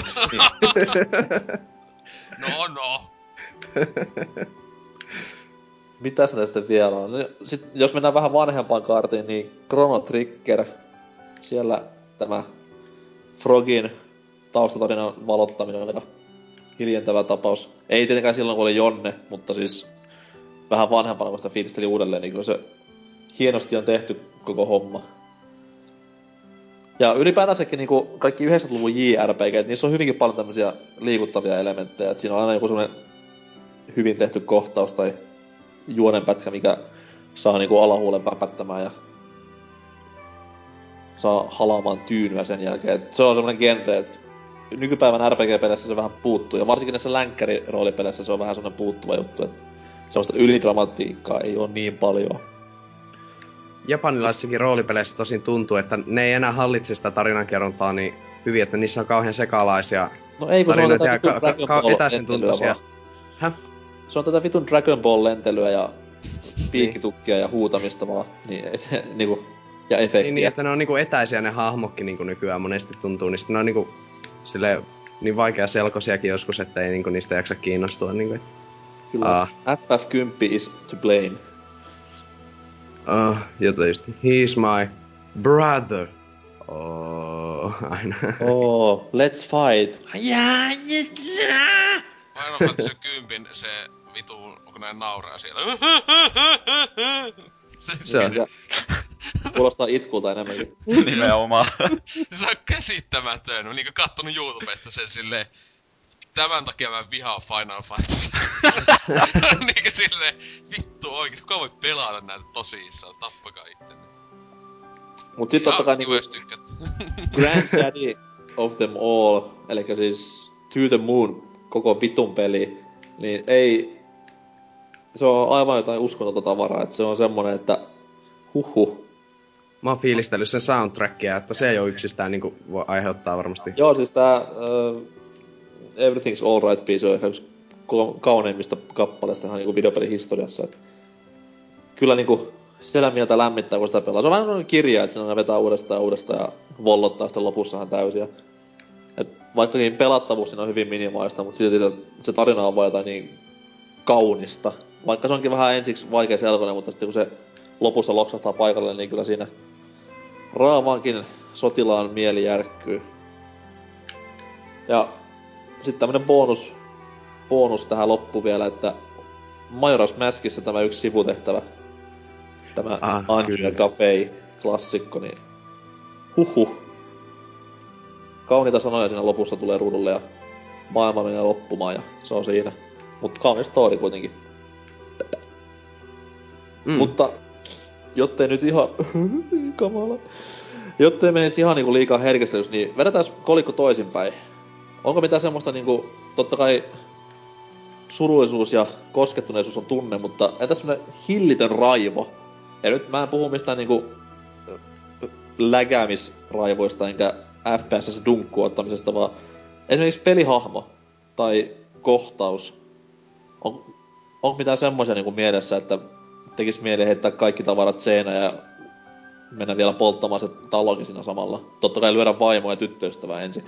No no. Mitäs näistä sitten vielä on? No, sit, jos mennään vähän vanhempaan kaartiin, niin Chrono Trigger. Siellä tämä Frogin taustatarinan valottaminen on aika hiljentävä tapaus. Ei tietenkään silloin, kun oli Jonne, mutta siis vähän vanhempana, kun sitä fiilisteli uudelleen, niin kyllä se hienosti on tehty koko homma. Ja ylipäätänsäkin niinku kaikki yhdeksänkymmentäluvun J R P G, et niissä on hyvinkin paljon tämmösiä liikuttavia elementtejä. Et siinä on aina joku semmonen hyvin tehty kohtaus tai juonenpätkä, mikä saa niinku alahuulen väpättämään ja saa halaamaan tyynyä sen jälkeen. Et se on semmonen genre, et nykypäivän R P G-peleissä se vähän puuttuu. Ja varsinkin näissä länkkäriroolipeleissä se on vähän semmonen puuttuva juttu, että semmoista ylidramatiikkaa ei oo niin paljon. Japanilaisissakin roolipeleissä tosin tuntuu, että ne ei enää hallitse sitä tarinankerrontaa niin hyvin, että niissä on kauhean sekalaisia No ei, kun se on tarinoita tätä ja vitun ka- Dragon ka- Ball etäisen lentelyä tuntuisia. vaan. Häh? Se on tätä vitun Dragon Ball lentelyä ja piikkitukkia ja huutamista vaan. Niin ei se niinku... Ja efektiä. Niin, niin, että ne on niinku etäisiä ne hahmokki niinku nykyään monesti tuntuu, niin sitten ne on niinku silleen niin vaikea selkosiakin joskus, että ei niinku niistä jaksa kiinnostua niinku. Että... Kyllä. Ah. F F kymmenen is to blame. Ah, ja tietysti. He's my brother. Oh, aina. Oh, let's fight. Yeah, yes, yeah. Final Fantasy kymmenen se vitu, onko näin nauraa siellä? Se, Se on. Ja kuulostaa itkulta enemmänkin. Nimenomaan. se on käsittämätön. Mä niinku kattonut YouTubesta sen silleen, tämän takia mä vihaan Final Fantasy. Niinkö silleen, vittu oikeesti, kuka voi pelata näitä tosissaan, tappakaa itteni. Mut sit totta kai niinku Jos tykkät. Granddaddy of them all, elikkä siis To the Moon, koko vitun peli, niin ei... Se on aivan jotain uskonnotonta tavaraa, että se on semmonen, että huhhuh. Mä oon fiilistellyt sen soundtrackia, että se jo yksistään niinku voi aiheuttaa varmasti. Joo, siis tää uh, Everything's Alright biisi on ehkä yksi ko- kauneimmista kappaleista ihan niinku videopelihistoriassa. Et kyllä niinku sitä mieltä lämmittää, kun sitä pelaa. Se on vähän sellainen kirja, että siinä vetää uudestaan ja uudestaan ja vollottaa sitten lopussahan täysiä. Et vaikkakin pelattavuus siinä on hyvin minimaista, mutta silti se, se tarina on vaan jotain niin kaunista. Vaikka se onkin vähän ensiksi vaikea selkoinen, mutta sitten kun se lopussa loksahtaa paikalle, niin kyllä siinä raavaankin sotilaan mieli järkkyy. Ja sitten tämmönen bonus, bonus tähän loppuun vielä, että Majora's Maskissa tämä yksi sivutehtävä, tämä Ah, Anju ja Cafe klassikko, niin huhhuh. Kauniita sanoja siinä lopussa tulee ruudulle ja maailma menee loppumaan ja se on siinä. Mut kaunis story kuitenkin. Mm. Mutta jottei nyt ihan kamala. Jottei menisi ihan niinku liikaa herkistelys, niin vedetään kolikko toisinpäin. Onko mitään semmoista niinku, totta kai surullisuus ja koskettuneisuus on tunne, mutta entä semmonen hillitön raivo? Ja nyt mä en puhu mistään niinku lägäämisraivoista enkä F P S-dunkkuottamisesta, vaan esimerkiksi pelihahmo tai kohtaus. On, onko mitään semmoisia niinku mielessä, että tekis mieli heittää kaikki tavarat seinään ja mennä vielä polttamaan se talokin siinä samalla. Totta kai lyödä vaimoa ja tyttöystävää ensin.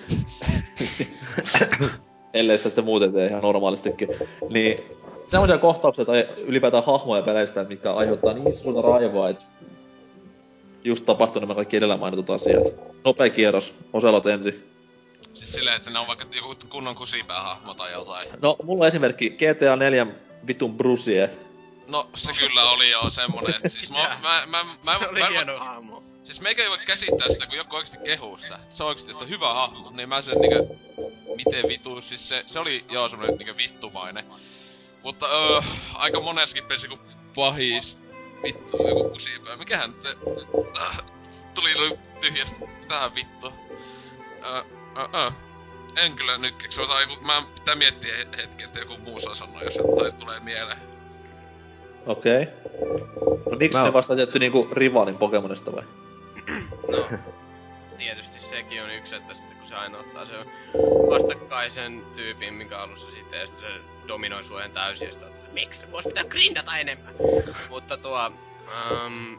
Ellei sitä sitten muuten tee ihan normaalistikin. Niin semmoisia kohtauksia tai ylipäätään hahmoja peleistä, mitkä aiheuttaa niin suurta raivoa, että just tapahtuu nämä kaikki edellä mainitut asiat. Nopea kierros, Oselot ensin. Siis silleen, että ne on vaikka joku kunnon kusipäähahmo tai jotain. No, mulla on esimerkki G T A neljä vitun Brucie. No, se kyllä oli jo semmonen, että siis mä, mä, mä, mä, Se oli mä, hieno mä, hahmo. siis meikä ei voi käsittää sitä, kun joku oikeesti kehuu sitä. Se on oikeesti, että hyvä hahmo, niin mä sen niinkö, miten vitu, siis se, se oli joo semmonen niinkö vittumainen. Mutta öö, aika moneskin pesi kun pahis, vittu, joku kusipää, mikähän te, äh, tuli noin tyhjästä, tähän vittua. Öö, öö, en kyllä nyt keksi, mä pitää miettiä hetken, että joku muu saa sanoa, jos jotain tulee mieleen. Okei. Okay. No miksi Mä... ne vasta tietty niinku rivaalin Pokemonista vai? No, tietysti sekin on yksi, että sitten kun se aina ottaa sen vastakkaisen tyypin, minkä alussa sitten, ja sitten se dominoi sua ihan täysin, ja sitten että miksi se vois pitää grindata enemmän? Mutta tuo... Um,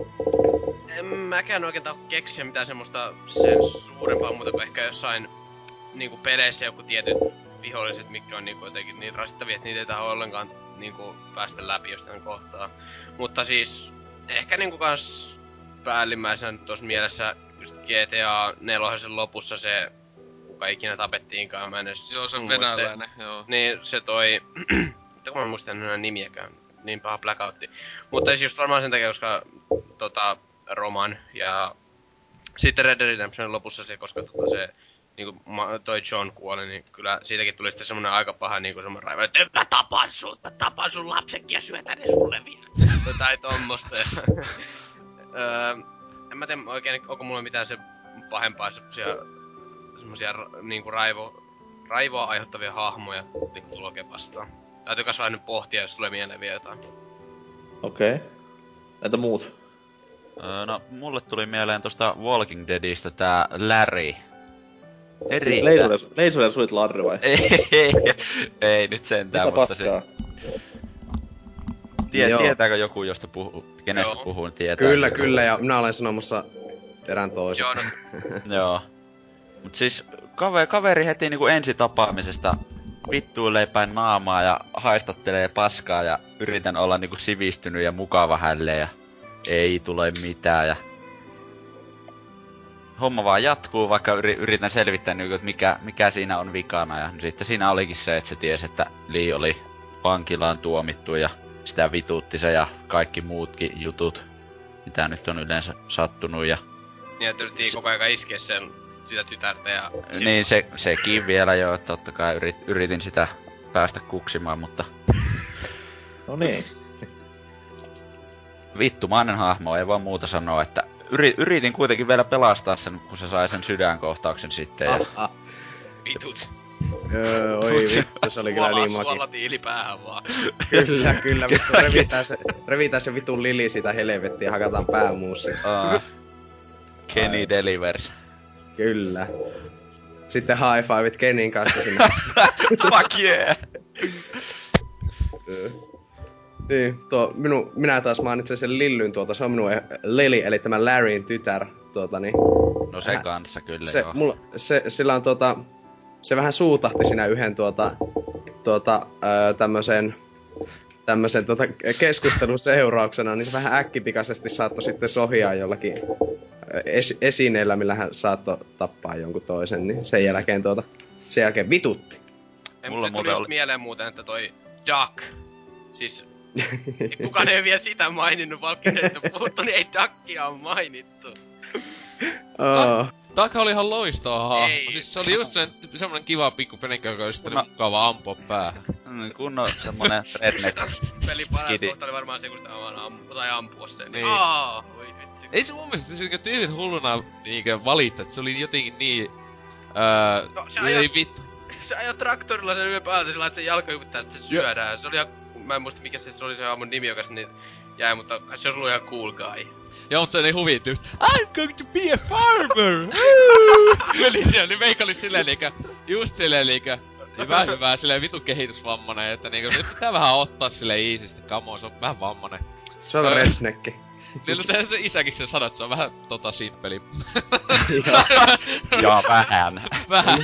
en mäkään oikein keksiä mitään semmoista sen suurempaa muuta kuin ehkä jossain niinku peleissä joku tietyt viholliset, mitkä on niinku jotenkin niin rasittavia, että niitä ei tahdo ollenkaan niinku päästä läpi jostain kohtaa. Mutta siis ehkä niinku kans päällimmäisenä tuossa mielessä just G T A neljä lopussa se, kuka ikinä tapettiinkaan, mä en edes joo, se on muista. venäläinen, joo. Niin se toi, mutta kun mä muistan enää nimiäkään, niin paha blackoutti. Mutta siis just varmaan sen takia, koska tota, Roman ja sitten Red Dead Redemptionin lopussa se, koska tota se niinku toi John kuoli, niin kyllä siitäkin tuli sitten semmonen aika paha niinku semmonen raiva, että mä tapan sut, mä tapan sun lapsenkin ja syötän ne sulle vielä. Tai tommosta. öö, en mä tiedä oikein, onko mulla mitään se pahempaa semmosia, semmosia niinku raivo, raivoa aiheuttavia hahmoja vittu Loke vastaan. Täytyy kas vähän nyt pohtia, jos tulee mieleen vielä jotain. Okei. Okay. Entä muut? Öö, no, mulle tuli mieleen tosta Walking Deadistä tää Larry. Eri. Siis leisuuden, leisuuden suit Larry vai? ei, ei, ei nyt sentään, mitä mutta paskaa? Se... Tie, tietääkö joku, josta puhuu, kenestä Joo. puhun, tietää? Kyllä, kyllä, ja minä olen sanomassa erään toisen. Joo, no. Joo. Mut siis kaveri, kaveri heti niinku ensi tapaamisesta vittuilee päin naamaa ja haistattelee paskaa ja yritän olla niinku sivistynyt ja mukava hälleen ja ei tule mitään ja... Homma vaan jatkuu, vaikka yritän selvittää niinku, että mikä, mikä siinä on vikana ja sitten siinä olikin se, että se tiesi, että Lee oli vankilaan tuomittu ja sitä vituutti se ja kaikki muutkin jutut, mitä nyt on yleensä sattunut ja... Niin, että yritettiin koko ajan iskeä sen sitä tytärtä ja... Niin, se, sekin vielä jo, että totta kai yrit, yritin sitä päästä kuksimaan, mutta... No niin. Vittumainen hahmo, ei vaan muuta sanoa, että... Yri, yritin kuitenkin vielä pelastaa sen, kun se sai sen sydänkohtauksen sitten ja... Ah, ah. Vitut. Öö, oi vittu, se oli kyllä niin maki. Suola tiili päähän vaan. Kyllä, kyllä, vittu, revitään se, revitään se vitun lili siitä helvettiä ja hakataan pää muussiksi. Aa. Kenny Ai. Delivers. Kyllä. Sitten high fiveit Kenin kanssa sinne. Fuck yeah! Niin, tuo, minu, minä taas mainitsen sen Lillyn tuota, se on minun Lily, eli tämä Larryn tytär, tuota niin. No se äh, kanssa kyllä se, joo. Mulla, se, sillä on tuota, se vähän suutahti siinä yhden tuota, tuota, öö, tämmösen, tämmösen tuota keskustelun seurauksena, niin se vähän äkkipikaisesti saattoi sitten sohia jollakin es, esineellä, millä hän saattoi tappaa jonkun toisen, niin sen jälkeen tuota, sen jälkeen vitutti. Ei, Mulla mutta tuli muuten just oli- mieleen muuten, että toi Duck. Siis kukaan ei vielä sitä maininnut, Valkkireista on puhuttu, niin ei Duckia on mainittu. Oh. Taka oli ihan loistava hahmo. Ei. Siis se oli just sen, semmonen kiva pikku penikka, joka oli sitten No. mukava ampua päähän. Mm, kunnon semmonen redneck. Pelin paras Skidi. kohta oli varmaan se, kun sitä vaan ammu, tai ampua sen. Niin. Aa, oi vitsi. Ei se mun mielestä, se tyypit hulluna niinkö valittaa, että se oli jotenkin niin... Öö, No, se ei ajat- vittu. Se ajoi traktorilla sen ylipäätään sillä, että se jalka yrittää, että se syödään. Se oli ihan, mä en muista mikä se, se oli se aamun nimi, joka sinne jäi, mutta se olisi ollut ihan cool guy. Joo, mut se oli huvitti just, I'm going to be a farmer! Meni siellä, niin Veikka oli silleen niinkö, just silleen niinkö, hyvä hyvä, silleen vitu kehitysvammanen, että niinkö, nyt pitää vähän ottaa silleen iisisti, come on, se on vähän vammanen. Se on rednecki. Niin no se, se isäkin sen sanoi, että se on vähän tota simppeli. Ja vähän. Vähän.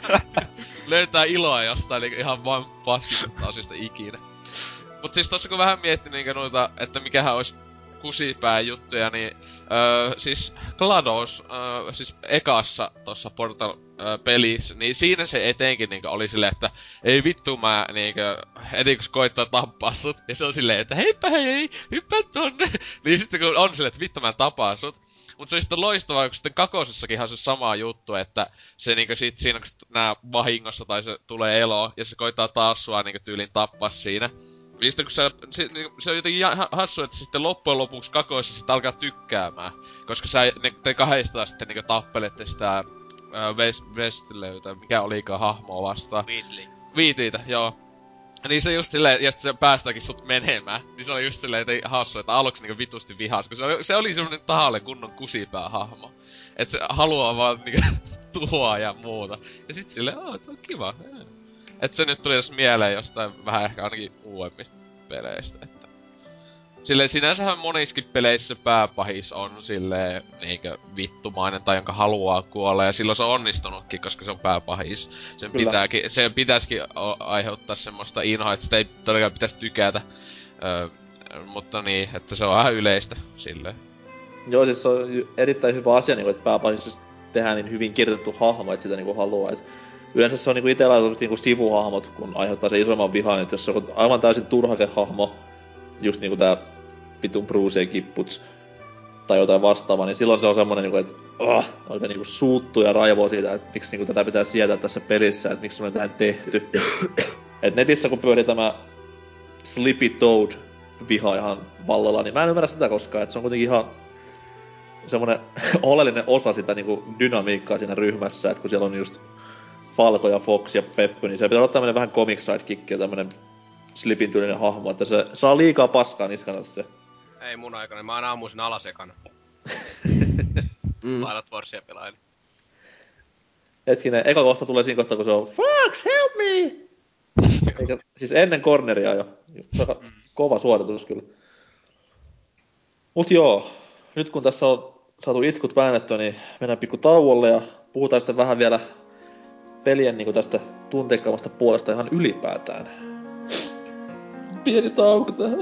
Löytää iloa jostain niinku ihan vaan paskimmasta asiasta ikinä. Mut siis tossa kun vähän miettii niinkö noita, että mikähän ois kusipää juttuja, niin öö, siis GLaDOS, öö, siis ekassa tossa Portal öö, pelissä, niin siinä se etenkin niinkö oli silleen, että ei vittu mä niinkö, heti kun se koittaa tappaa sut, ja se on silleen, että heipä hei, hei hyppää tonne, niin sitten kun on silleen, että vittu mä tapaan sut. Mut se on sitten loistavaa, kun sitten kakosessakin on se sama juttu, että se niinkö sit siinä, kun nää vahingossa tai se tulee eloon, ja se koittaa taas sua niinkö tyylin tappaa siinä. Ja sitten kun se, se, se on jotenkin ja- hassu, että se sitten loppujen lopuksi kakoissa sitten alkaa tykkäämään. Koska sä, ne, te kahdestaan sitten niinkö tappelette sitä äh, West, Westleytä, mikä olikaan hahmoa vastaan. Beatley. Viitiitä, joo. Niin se just silleen, ja sit se päästäänkin sut menemään. Niin se oli just silleen että hassu, että aluksi niinku vitusti vihas, kun se oli, se oli semmonen tahalle kunnon kusipää hahmo. Et se haluaa vaan niinku tuhoa ja muuta. Ja sit silleen, aah, tää on kiva. Jaa. Et se nyt tuli jos mieleen jostain vähän ehkä ainakin uudemmista peleistä, että... Silleen sinänsähän moniskin peleissä se pääpahis on silleen niinkö vittumainen tai jonka haluaa kuolla ja silloin se on onnistunutkin, koska se on pääpahis. Sen Kyllä. pitääkin, se pitäisikin o- aiheuttaa semmoista inhoa, että sitä ei todellakaan pitäisi tykätä. Öö, mutta niin, että se on vähän yleistä silleen. Joo, siis se on ju- erittäin hyvä asia, niin että pääpainoisesti tehdään niin hyvin kirjoitettu hahmo, että sitä niin haluaa. Et yleensä se on niin itsellä niin sivuhahmot, kun aiheuttaa se isomman vihan, että jos se on aivan täysin turhake hahmo, just niinku tää vitun Bruce Kipputs tai jotain vastaavaa, niin silloin se on semmonen niinku, että oh, oikein niinku suuttuu ja raivoo siitä, että miksi niinku tätä pitää sietää tässä pelissä, että miksi semmonen tähän tehty. Et netissä kun pyörii tämä Slippy Toad viha ihan vallalla, niin mä en ymmärrä sitä koskaan, että se on kuitenkin ihan semmonen oleellinen osa sitä niinku dynamiikkaa siinä ryhmässä, että kun siellä on just Falco ja Fox ja Peppy, niin se pitää olla tämmönen vähän comic sidekick ja tämmönen Slipin tyylinen hahmo, että se saa liikaa paskaa niskanassa se. Ei mun aikana, mä aina ammuisin alasekana. Mm. Lailat Forsia pelaili. Hetkinen, eka kohta tulee siinä kohtaa, kun se on Fox, help me! Eikä, siis ennen corneria jo. Aika kova suoritus kyllä. Mut joo, nyt kun tässä on saatu itkut väännettyä, niin mennään pikku tauolle ja puhutaan sitten vähän vielä pelien niin tästä tunteikkaammasta puolesta ihan ylipäätään. Pieni tauko tähän.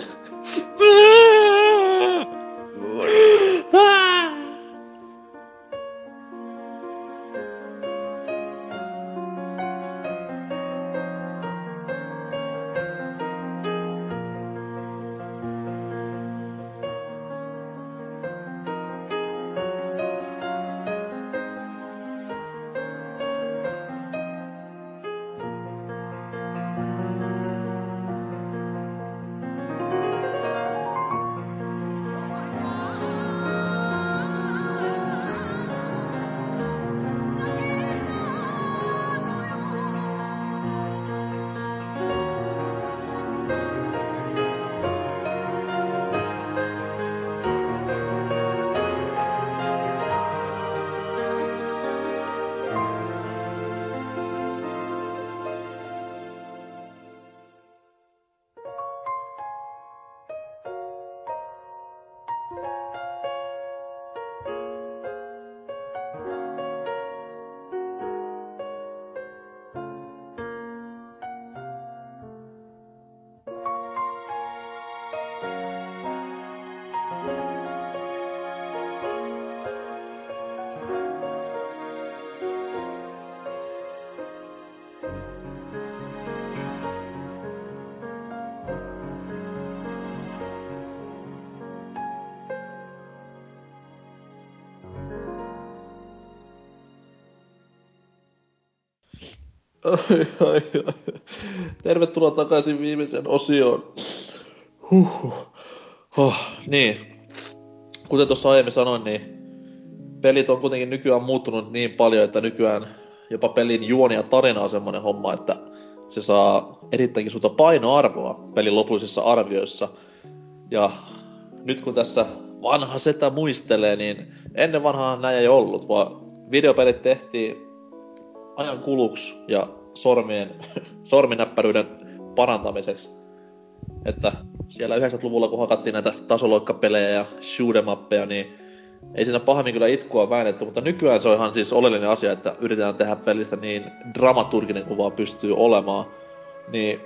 Ai, ai, ai. Tervetuloa takaisin viimeiseen osioon. Huhhuh. Oh, niin. Kuten tuossa aiemmin sanoin, niin pelit on kuitenkin nykyään muuttunut niin paljon, että nykyään jopa pelin juoni ja tarina on semmonen homma, että se saa erittäinkin suurta painoarvoa pelin lopullisissa arvioissa. Ja nyt kun tässä vanha setä muistelee, niin ennen vanhaan näin ei ollut, vaan videopelit tehtiin ajan kuluksi ja sormien, sorminäppäryyden parantamiseksi. Että siellä yhdeksänkymmentäluvulla, kun hakattiin näitä tasoloikkapelejä ja shoot'em-appeja, niin ei siinä pahemmin kyllä itkua väännetty, mutta nykyään se on ihan siis oleellinen asia, että yritetään tehdä pelistä niin dramaturginen kuin vaan pystyy olemaan. Niin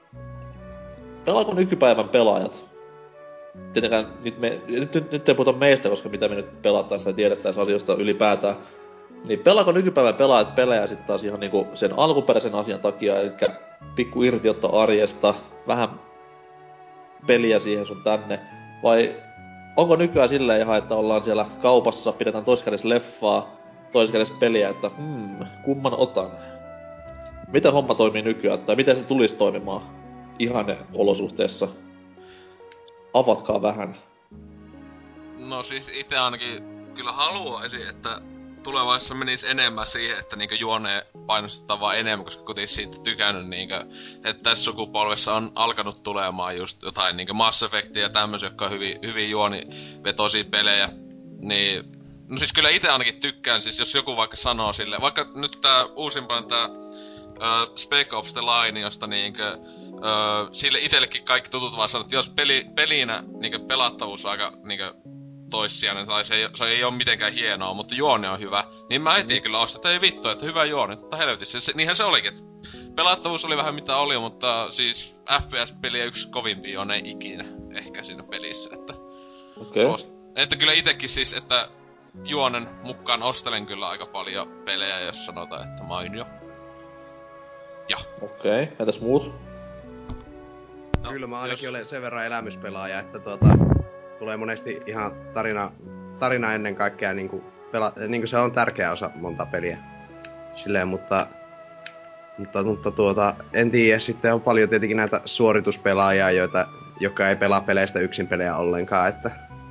pelaako nykypäivän pelaajat? Tietenkään nyt, me, nyt, nyt, nyt ei puhuta meistä, koska mitä me nyt pelataan tai tiedettäisiin asioista ylipäätään. Niin pelaako nykypäivän pelaajat pelejä sitten taas ihan niinku sen alkuperäisen asian takia, eli pikku irtiotto arjesta, vähän peliä siihen sun tänne, vai onko nykyään silleen ihan, että ollaan siellä kaupassa, pidetään toiskädessä leffaa, toiskädessä peliä, että hmm, kumman otan? Miten homma toimii nykyään, tai miten se tulisi toimimaan ihanne olosuhteessa? Avatkaa vähän. No siis itse ainakin kyllä haluaisin, että tulevaisuudessa menisi enemmän siihen, että niinku juoneen painostetaan vaan enemmän, koska kuitenkin siitä tykännyt niinku, että tässä sukupolvessa on alkanut tulemaan just jotain niinku Mass Effectia ja tämmösiä, jotka on hyvin, hyvin juonivetoisia pelejä. Niin, no siis kyllä itse ainakin tykkään, siis jos joku vaikka sanoo sille, vaikka nyt tää uusimpana tää uh, Spec Ops The Line, josta niinkö uh, sille itellekin kaikki tutut vaan sanoo, että jos peli, pelinä niinkö pelattavuus on aika niinkö toissijainen, tai se ei, se ei oo mitenkään hienoa, mutta juoni on hyvä, niin mä heti mm. kyllä ostin, että ei vittu, että hyvä juoni, mutta helvetissä, se, niinhän se olikin, että pelattavuus oli vähän mitä oli, mutta siis F P S-peliä yksi kovimpia on ei ikinä ehkä siinä pelissä, että okay. Suost... Että kyllä itekin siis, että juonen mukaan ostelen kyllä aika paljon pelejä, jos sanotaan, että mainio. Ja. Okei, okay. Entäs muut? No, kyllä mä ainakin jos... olen sen verran elämyspelaaja, että tuota, tulee monesti ihan tarina, tarina ennen kaikkea, niin kuin pela, niin kuin se on tärkeä osa monta peliä. Silleen, mutta, mutta, mutta tuota, en tiedä, sitten on paljon tietenkin näitä suorituspelaajia, joita, jotka ei pelaa peleistä yksin pelejä ollenkaan, että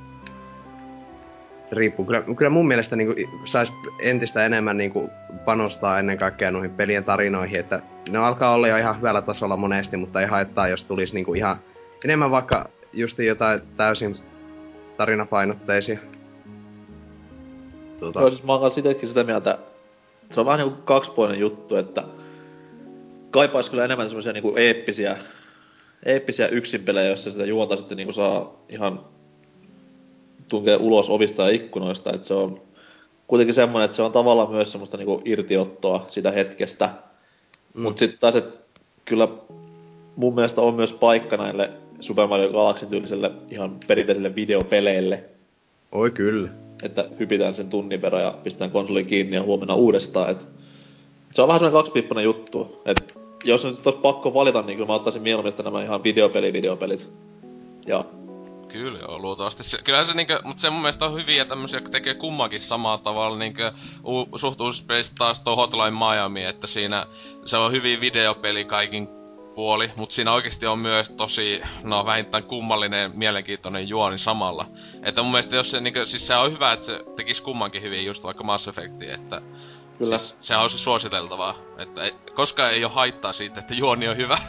se riippuu. Kyllä, kyllä mun mielestä niin saisi entistä enemmän niin kuin panostaa ennen kaikkea noihin pelien tarinoihin, että ne alkaa olla jo ihan hyvällä tasolla monesti, mutta ei haittaa, jos tulisi niin kuin ihan enemmän vaikka justi jotain täysin tarinapainotteisia. Tuota. Joo, siis mä oon kanssa itekin sitä mieltä, se on vähän niinku kaksipuolinen juttu, että kaipais kyllä enemmän semmosia niinku eeppisiä, eeppisiä yksinpelejä, joissa sitä juonta sitten niinku saa ihan tunkea ulos ovista ja ikkunoista, että se on kuitenkin semmoinen, että se on tavallaan myös semmoista niinku irtiottoa sitä hetkestä. Mm. Mut sit taas, että kyllä mun mielestä on myös paikka näille Super Mario Galaxy -tyyliselle ihan perinteiselle videopeleille. Oi kyllä. Että hypitään sen tunnin verran ja pistetään konsoli kiinni ja huomenna uudestaan. Et se on vähän semmoinen kaksipiippunen juttu. Et jos nyt olisi pakko valita, niin kyllä mä ottaisin mieluummin nämä ihan videopeli-videopelit. Ja kyllä joo, luultavasti. Se, kyllähän se niinkö, mut se mun mielestä on hyviä tämmösiä, jotka tekee kummankin samalla tavalla niinkö u, suht uusissa pelissä taas tuo Hotline Miami, että siinä se on hyvin videopeli kaikin puoli, mut siinä oikeesti on myös tosi, no vähintään kummallinen, mielenkiintoinen juoni samalla. Että mun mielestä jos se niinkö, siis se on hyvä, että se tekis kummankin hyvin, just vaikka Mass Effectin, että kyllä. Siis se on se suositeltavaa, että ei, koskaan ei oo haittaa siitä, että juoni on hyvä.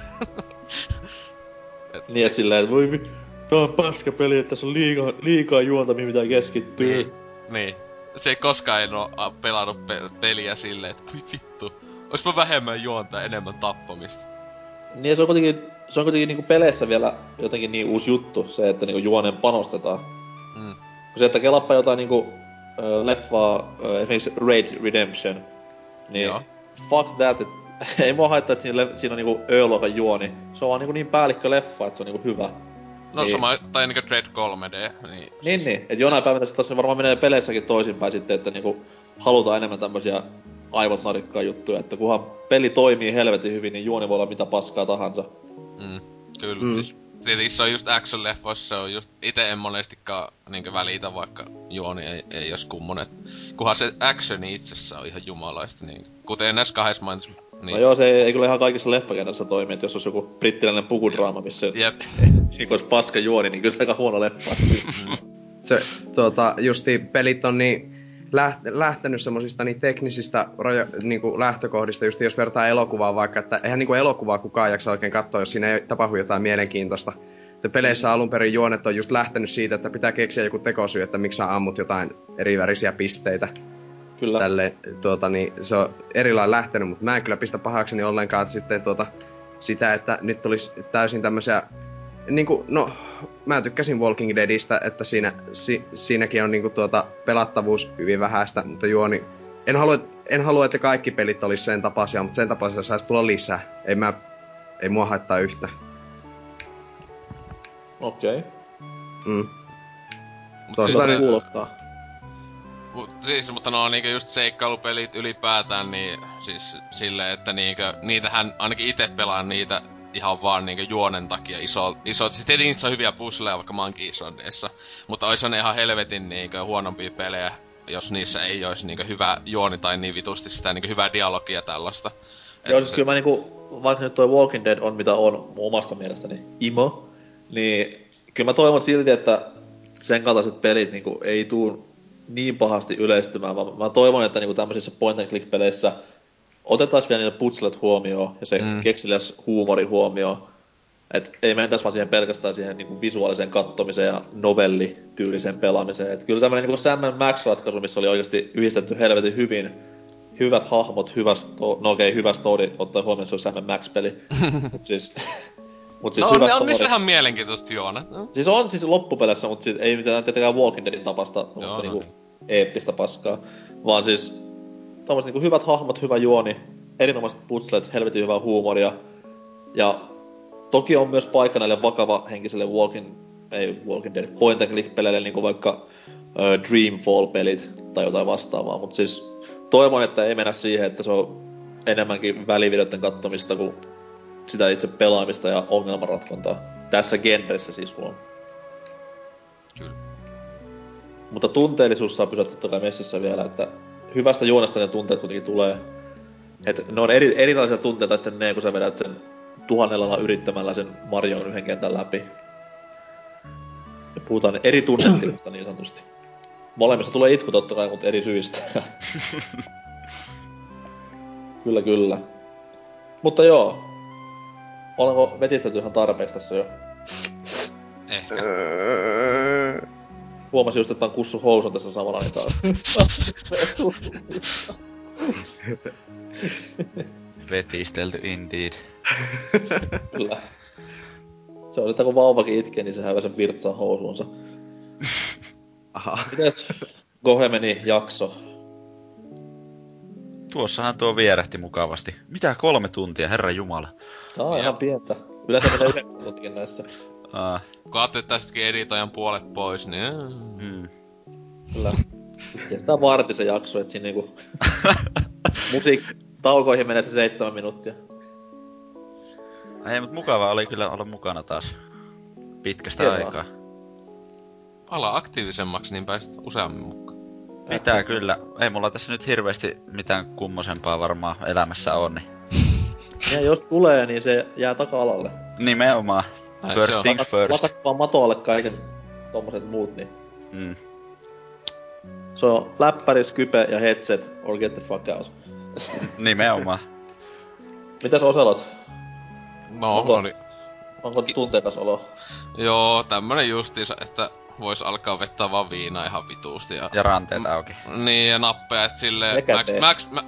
et niin, et silleen, että voi tää on paskapeli, että tässä on liikaa, liikaa juonta, mihin pitää keskittyä. Niin, niin. Se ei koskaan ei oo pelannut pe- peliä silleen, että voi vittu, oispa vähemmän juonta enemmän tappamista. Niin, se on kuitenkin, se on kuitenkin niinku peleissä vielä jotenkin niin uusi juttu, se, että niinku juoneen panostetaan. Mm. Se, että kelappa jotain niinku äh, leffaa, äh, esimerkiksi Raid Redemption, niin joo. Fuck that, et, ei mua haittaa, että siinä, siinä on niinku Ö-luokan juoni. Se on vaan niinku niin päällikkö-leffa, että se on niinku hyvä. No niin, sama, tai niinku Dread kolme D, niin... Niin, niin, et jonain päivänä se taas varmaan menee peleissäkin toisinpäin sitten, että niinku halutaan enemmän tämmösiä aivot narikkaa juttuja, että kunhan peli toimii helvetin hyvin, niin juoni voi olla mitä paskaa tahansa. Mm, kyllä, mm. Siis tietenkin se on just action-leffoissa, se on just, ite en monestikaan niinkö välitä, vaikka juoni ei, ei jos kummonen. Kunhan se actioni itsessä on ihan jumalaista, niin kuten näissä kahdessa mainitussa Niin. No joo, se ei, ei kyllä ihan kaikissa leffakennoissa toimi, että jos olisi joku brittiläinen pukudraama, missä Jep. siinä olisi paska juoni, niin kyllä se aika huono leffa. Se, tuota, justi pelit on niin läht, lähtenyt semmosista niin teknisistä rajo, niinku lähtökohdista, just jos vertaa elokuvaa vaikka, että eihän niinku elokuvaa kukaan jaksa oikein katsoa, jos siinä ei tapahdu jotain mielenkiintoista. Että peleissä alun perin juonet on just lähtenyt siitä, että pitää keksiä joku tekosyy, että miksi sä ammut jotain erivärisiä pisteitä. Kyllä. Tälle, tuota, niin, se on erilainen lähtenyt, mutta mä en kyllä pistä pahakseni ollenkaan sitten tuota, sitä, että nyt tulisi täysin tämmöisiä niinku, no, mä tykkäsin Walking Deadistä, että siinä, si, siinäkin on niinku tuota pelattavuus hyvin vähäistä, mutta juoni... En halua, en halua, että kaikki pelit olisi sen tapaisia, mutta sen tapaisia saisi tulla lisää. Ei mä... Ei mua haittaa yhtä. Okei. Okay. Mm. Toisaalta siis kuulostaa. Mut, siis, mutta no niinku just seikkailupelit ylipäätään, niin siis silleen, että niinku, niitähän ainakin itse pelaan niitä ihan vaan niinku juonen takia iso, iso siis tietenkin se on hyviä puzzleja vaikka Monkey Islandissa, mutta ois ne ihan helvetin niinku huonompia pelejä, jos niissä ei ois niinku hyvä juoni tai niin vitusti sitä niinku hyvää dialogia tällaista. Joo, siis se... kyllä mä niinku, vaikka nyt toi Walking Dead on mitä on mun omasta mielestäni imo, niin kyllä mä toivon silti, että sen kaltaiset pelit niinku ei tuu niin pahasti yleistymään, vaan mä toivon, että niinku tämmöisissä point and click peleissä otetais vielä niitä puzzlet huomioon ja se mm. kekseliäs huumori huomioon. Et ei mentäis vaan siihen pelkästään siihen niinku visuaaliseen kattomiseen ja novellityyliseen pelaamiseen. Et kyllä tämmönen niinku Sam and Max-ratkaisu, missä oli oikeasti yhdistetty helvetin hyvin hyvät hahmot, hyvä sto- no okei, okay, hyvä story, ottaa huomioon, että se on Sam and Max-peli. Mut siis... Mut siis no hyvä on, story. on niissä ihan mielenkiintoista juona. No. Siis on siis loppupeleissä, mut siis ei mitään tietenkään Walking Deadin tapasta tommoista niinku eeppistä paskaa. Vaan siis tommoset niinku hyvät hahmot, hyvä juoni, erinomaiset puzzlet, helvetin hyvää huumoria. Ja toki on myös paikka näille vakava henkiselle Walking, ei Walking Dead, point and click peleille niinku vaikka ö, Dreamfall-pelit tai jotain vastaavaa. Mut siis toivon, että ei mennä siihen, että se on enemmänkin välivideoiden kattomista kuin sitä itse pelaamista ja ongelmanratkontaa. Tässä genressä siis huom. Kyllä. Mutta tunteellisuus saa pysyä totta kai messissä vielä, että hyvästä juonesta ne tunteet kuitenkin tulee. Että ne on eri, erilaisia tunteita sitten ne, kun sä vedät sen tuhannella yrittämällä sen Marion yhden kentän läpi. Ja puhutaan eri tunnetilasta niin sanotusti. Molemmissa tulee itku totta kai, mutta eri syistä. Kyllä, kyllä. Mutta joo. Olenko vetistelty ihan tarpeeksi tässä jo? Ehkä. Huomasin just, että on kussu housun tässä samalla, niin taas. Vetistelty indeed. Kyllä. Se on, että kun vauvakin itkee, niin sehän sen virtsaa housuunsa. Aha. Mites Gohe meni jakso? Tuossahan tuo vierähti mukavasti. Mitä kolme tuntia, herra jumala? Tää on ihan pientä. Yleensä menee yhdeksän tuntikin näissä. Ah. Kun ajattelet tästäkin editoijan puolet pois, niin... Hmm. Kyllä. Kestää varti se jakso, et siinä niinku... Musiik... Taukoihin menee se seitsemän minuuttia. Ei, mut mukava oli kyllä olla mukana taas. Pitkästä Hienoa. aikaa. Ala aktiivisemmaksi, niin pääsit useammin mukaan. Pitää kyllä. Ei mulla tässä nyt hirveästi mitään kummosempaa varmaan elämässä on, niin... Ja jos tulee, niin se jää taka-alalle. Nimenomaan. Ai, First things Latat, first. latat vaan matoalle kaiken tommoset muut, niin... Mm. Se on läppäri, Skype ja headset, or get the fuck out. Nimenomaan. Mitäs Oselot? No, Onko- oli... Onko tunteikas olo? Joo, tämmönen justiinsa, että vois alkaa vettää vaan viinaa ihan vituusti ja... Ja ranteet auki. Niin, ja nappeja, et silleen... Eikä Max, tee. Max, mä...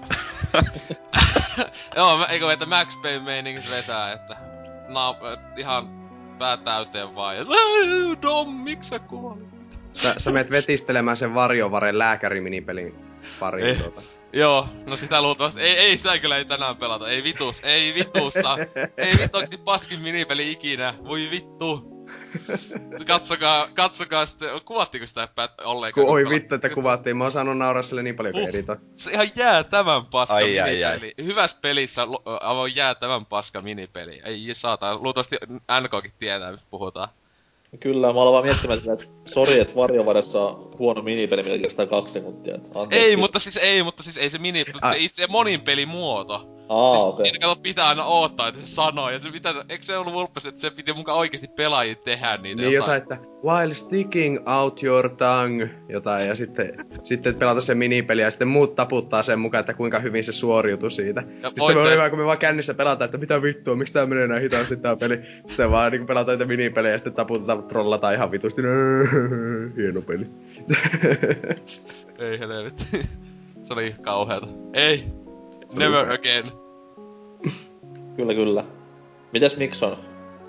Joo, mä, eikö että Max Payne meininki vetää, että... Na, ihan pää täyteen vaan, ja... Dom, miksi sä kuolit? Sä, sä meet vetistelemään sen varjovaren lääkäriminipelin pariin Eh. tuota. Joo, no sitä luultavasti, ei, ei sitä kyllä ei tänään pelata, ei vitus, ei vitussa, ei vittuakseni paskin minipeli ikinä, voi vittu. Katsokaa, katsokaa sitten, kuvattiinko sitä päät ollenkaan? Ku, oi pela- vittu, että kuvattiin. Mä oon saanut nauraa sille niin paljon kuin Uh. edito. Se ihan jäätävän paska Ai, ai, minipeli. Hyvässä pelissä lo- aivan jäätävän paska minipeli. Ei saata, luultavasti N K:kin tietää, mistä puhutaan. Kyllä, mä aloin vaan miettimään sitä, että sori, että Varjovaressa on huono minipeli, mikä kestää kaksi sekuntia. Et anteeksi. Ei, mutta siis ei, mutta siis ei se mini, Ai. se itse monin pelimuoto. Aa, siis, okei. siinä kato pitää aina oottaa, että se sanoo, ja se pitää, eikö se ollut Vulpes, että se piti mukaan oikeesti pelaajia tehdä niitä Niin jotain, että while sticking out your tongue, jotain, ja sitten, sitten pelata se minipeli, ja sitten muut taputtaa sen mukaan, että kuinka hyvin se suoriutui siitä. Ja sitten me oli hyvä, kun me vaan kännissä pelataan, että mitä vittua, miksi tää menee näin hitaasti tää peli. Sitten vaan niin pelataan niitä minipelejä, ja sitten taputetaan, trollataan ihan vitusti. Hieno peli. Ei helvetti. Se oli kauheata. Ei! Never again. Kyllä, kyllä. Mitäs Mikson?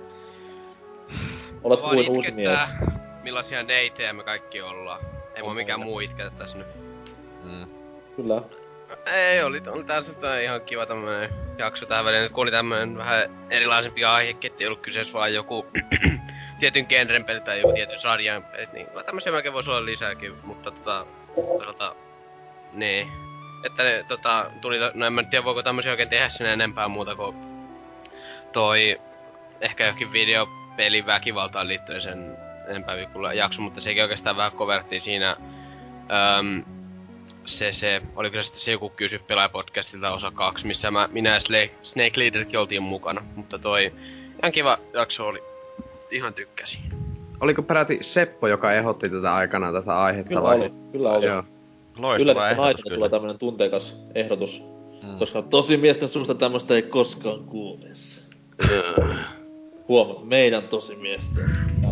Olet Vaan kuin uusi mies. itkettää, millaisia neitejä me kaikki ollaan. Ei mua mikään muu itketä tässä nyt. Mm. Kyllä. Ei, oli, oli tässä tää ihan kiva tämmönen jakso tähän väliin. Nyt kun oli tämmönen vähän erilaisempi aihekin, ettei ollut kyseessä vaan joku tietyn genren peli tai joku tietyn sarjan pelit, niin kyllä tämmösiä melkein voisi olla lisääkin, mutta tota, toisaalta, niin. Että ne, tota, tuli, to, no en mä nyt tiedä voiko tämmösiä oikein tehdä sinne enempää muuta kuin toi, ehkä johonkin videopelin väkivaltaan liittyen sen enempää viikolla jakso, mutta sekin oikeastaan vähän coverttiin siinä, öm, se, se, oliko se sitten se joku kysy pelaajapodcastilta osa kaksi, missä mä, minä ja Snake, Snake Leaderkin oltiin mukana, mutta toi ihan kiva jakso oli, ihan tykkäsin. Oliko peräti Seppo, joka ehdotti tätä aikana tätä aihetta Kyllä vai? oli, kyllä oli. Joo. Loistava Kyllä, että ehdotus naisena kyllä. tulee tämmönen tunteikas ehdotus. Mm. Koska tosi miesten suusta tämmöstä ei koskaan kuulu missään. Huomaa, meidän tosi miesten.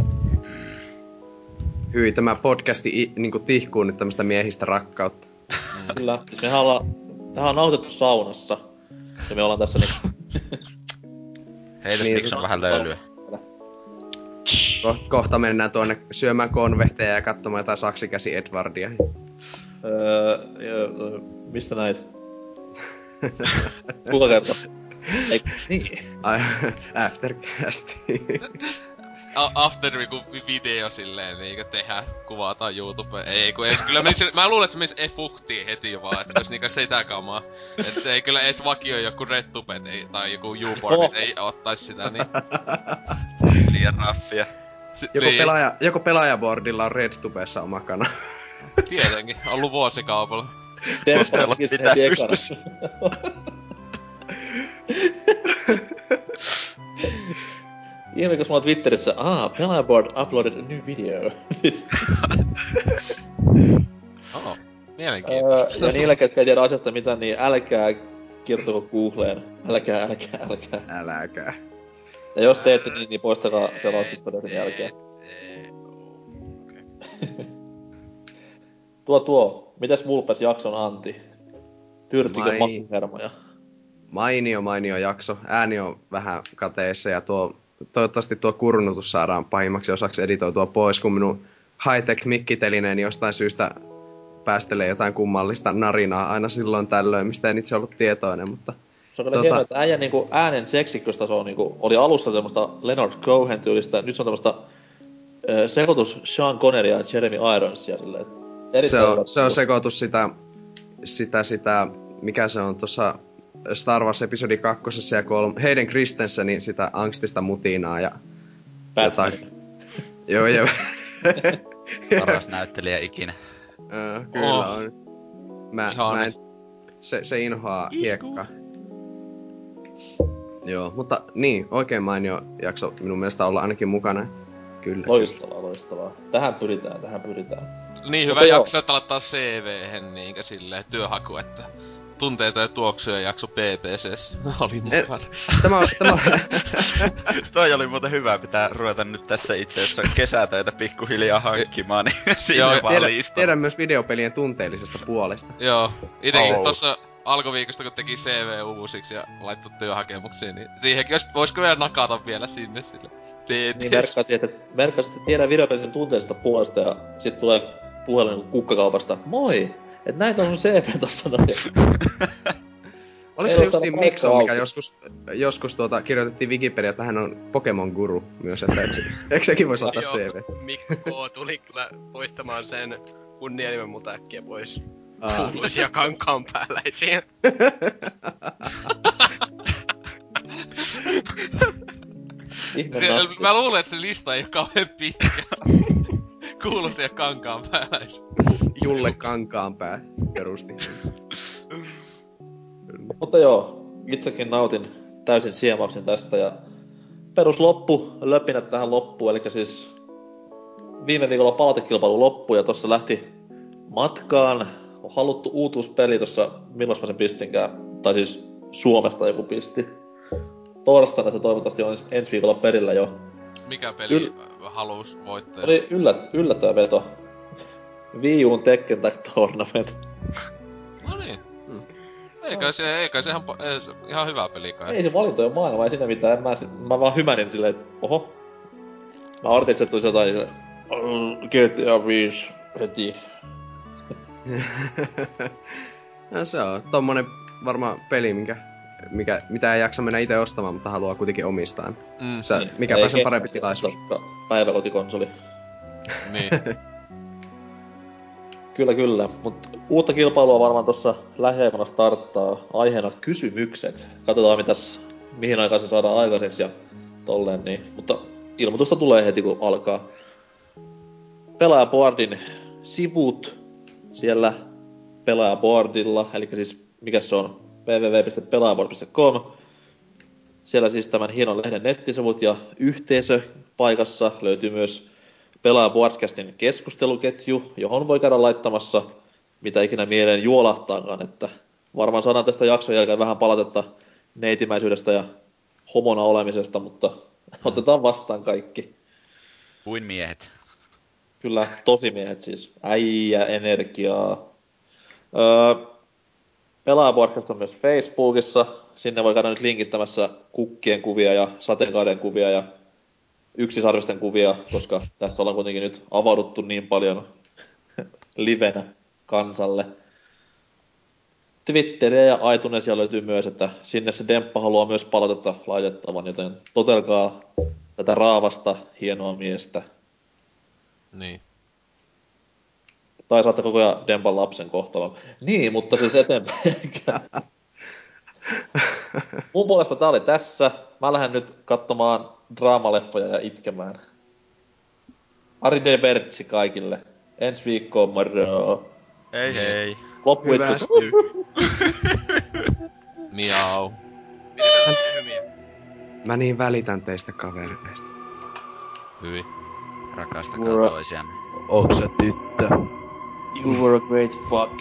Hyi, tämä podcasti i, niinku tihkuu nyt tämmöstä miehistä rakkautta. Kyllä, siis mehän ollaan, tähän on nauhoitettu saunassa. Ja me ollaan tässä niinku... Heitäs Niin, Mikson vähän löylyä. Ko- kohta mennään tuonne syömään konvehteja ja katsomaan jotain saksikäsi Edwardia. Öö, öö, mistä näit? Kuka kertoo? Ei, niin. Ai, Aftercast. A- after joku video silleen niinkö tehdä, kuvataan YouTube. Ei kun ees kyllä menisi, mä luulen, että se menisi efuktiin heti jo vaan, että se olisi niinkö sitä kamaa. Et se ei kyllä ees vakio joku RedTubet ei, tai joku YouPornit Oh. ei ottais sitä niin. Se on liian raffia. Si- Joko, niin, pelaaja, joko pelaajaboardilla on RedTubessa oma kana. tietenkin, ollut vuosikaupalla. Demppa olla tekis pitää heti ekana. pystyssä. Ihme, kun mulla on Twitterissä, aah, Pelaajaboard uploaded a new video. Siis, Oh, öö, mielenkiintoista. ja niille, ketkä ei tiedä asiasta mitään, niin älkää kirjoittako Googleen. Älkää, älkää, älkää. Äläkää. Ja jos teette niin, niin poistakaa selaushistoria sen jälkeen. Ei, okei. Tuo tuo, mitäs Vulpes jakson anti? Tyrtikö Mai- makuhermoja? Mainio, mainio jakso. Ääni on vähän kateessa ja tuo, toivottavasti tuo kurnutus saadaan pahimmaksi osaksi editoitua pois, kun minun high-tech mikkitelineeni jostain syystä päästelee jotain kummallista narinaa aina silloin tällöin, mistä en itse ollut tietoinen, mutta... Se on kyllä Tota- hienoa, että äijän niinku äänen seksikköstaso on niinku, oli alussa semmoista Leonard Cohen tyylistä, nyt se on tämmöistä ö, sekoitus Sean Connery ja Jeremy Ironsia silleen. Erittäin Se on, hyvä. se on sekoitus sitä, sitä, sitä, mikä se on tuossa Star Wars episodi kakkosessa ja kolme, Hayden Christensenin sitä angstista mutinaa ja Batman. jotain. Joo, joo. Paras näyttelijä ikinä. Ö, Kyllä Oh. on. Mä, Ihana. mä en, se, se inhoaa hiekkaa. Joo, mutta niin, oikein mainio jakso minun mielestä olla ainakin mukana. Että kyllä. Loistavaa, loistavaa. Tähän pyritään, tähän pyritään. Niin hyvä Mutta joo. jakso, että laittaa C V:hen niinkö silleen työhaku, että tunteita ja tuoksuja jakso B B C:ssä. Oli mukana. Tämä on, tämä on, Toi oli muuten hyvä, pitää ruveta nyt tässä itse asiassa kesätöitä pikkuhiljaa hankkimaan, niin Joo, siinä vaan tiedän, listalla. tiedän myös videopelien tunteellisesta puolesta. Joo, itekin Oh. tossa alkuviikosta kun teki C V uusiksi ja laittoi työhakemuksiin, niin siihenkin ois, voisiko vielä nakata vielä sinne sille B B Niin C. merkkaat, että merkkaat, että tiedän videopelin tunteellisesta puolesta ja sit tulee puhelin kukkakaupasta. Moi! Et näitä on sun C V tossa noin. Oliko Ei se ole just saanut niin paikkaa Mikson, mikä auki. joskus, joskus tuota, kirjoitettiin Wikipedia, että hän on Pokemon Guru myös, että eikö, se- eikö sekin voisi ottaa C V? Mikko K. tuli kyllä poistamaan sen kunnianimen mut äkkiä pois. Aa. Kuuluisia kankaanpääläisiä. Ihme Se, natsi. mä luulen, että se lista ei oo kauhean pitkä. Kuuluisia kankaanpääläisiä. Julle Kankaanpää perusti. Mutta joo, itsekin nautin täysin siemauksin tästä ja perusloppu, löpinät tähän loppuun, eli siis viime viikolla palautekilpailu loppui ja tossa lähti matkaan haluttu uutuuspeli tossa, milloin mä sen pistinkään, tai siis Suomesta joku pisti. Torstaina, että toivottavasti on ensi viikolla perillä jo. Mikä peli Yl... halus voittaja? Oli yllät, yllättävä veto. Wii U:n Tekken Tag Tournament. No niin. Hmm. Eikä se, eikä se ihan, ei, ihan hyvä peli kai. Ei se valintojen maailma, ei siinä mitään. Mä, mä vaan hymänin silleen, että oho. Mä odotin, että se tulisi jotain silleen, G T A viisi heti. No se on tommonen varmaan peli, minkä, mikä, mitä ei jaksa mennä itse ostamaan, mutta haluaa kuitenkin omistaa. Mm. Sä, niin. Mikäpä sen parempi tilaisuus. Päiväkotikonsoli. Niin. Kyllä, kyllä. Mut uutta kilpailua varmaan tossa lähempänä starttaa aiheena kysymykset. Katsotaan mitäs, mihin aikaan se saadaan aikaiseksi ja tolleen niin. Mutta ilmoitusta tulee heti kun alkaa. Pelaajaboardin sivut siellä pelaajaboardilla, eli siis mikä se on, double-u double-u double-u piste pelaajaboard piste com. Siellä siis tämän hienon lehden nettisivut ja yhteisöpaikassa löytyy myös Pelaaja-podcastin keskusteluketju, johon voi käydä laittamassa mitä ikinä mieleen juolahtaakaan, että varmaan saadaan tästä jakson jälkeen vähän palautetta neitimäisyydestä ja homona olemisesta, mutta otetaan vastaan kaikki. Kuin miehet. Kyllä, tosi miehet siis. Äijä, energiaa. Öö, Pelaaja-podcast on myös Facebookissa. Sinne voi käydä nyt linkittämässä kukkien kuvia ja sateenkaiden kuvia ja yksisarvisten kuvia, koska tässä ollaan kuitenkin nyt avauduttu niin paljon livenä kansalle. Twitteriä ja iTunesia löytyy myös, että sinne se Demppa haluaa myös palautetta laitettavan, joten totelkaa tätä raavasta hienoa miestä. Niin. Tai saatte koko ajan Dempan lapsen kohtalon. Niin, mutta siis eteenpäin. Mun puolesta tää oli tässä. Mä lähden nyt katsomaan draamaleffoja ja itkemään. Arrivederci kaikille. Ensi viikkoon moro. Hei hei. Loppuitkut. Miau. Mä niin välitän teistä kavereista. Hyvin. Rakastakaa Moro. toisianne. Onks sä tyttö? You were a great fuck.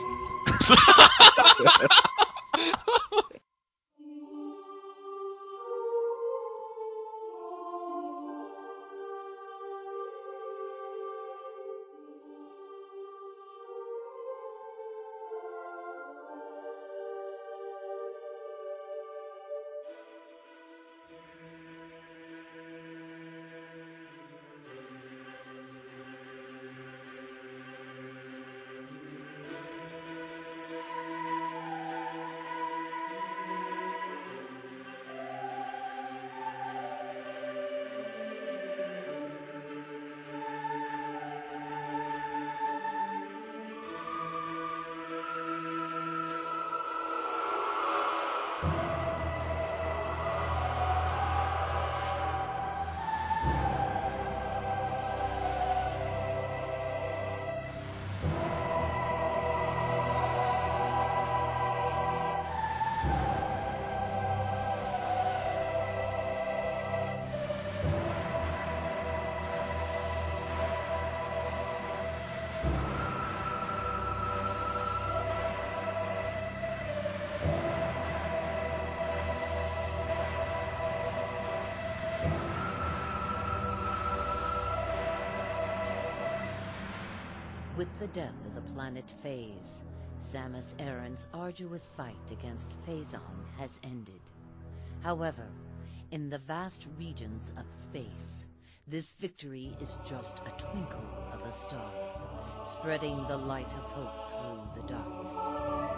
With the death of the planet Phase, Samus Aran's arduous fight against Phazon has ended. However, in the vast regions of space, this victory is just a twinkle of a star, spreading the light of hope through the darkness.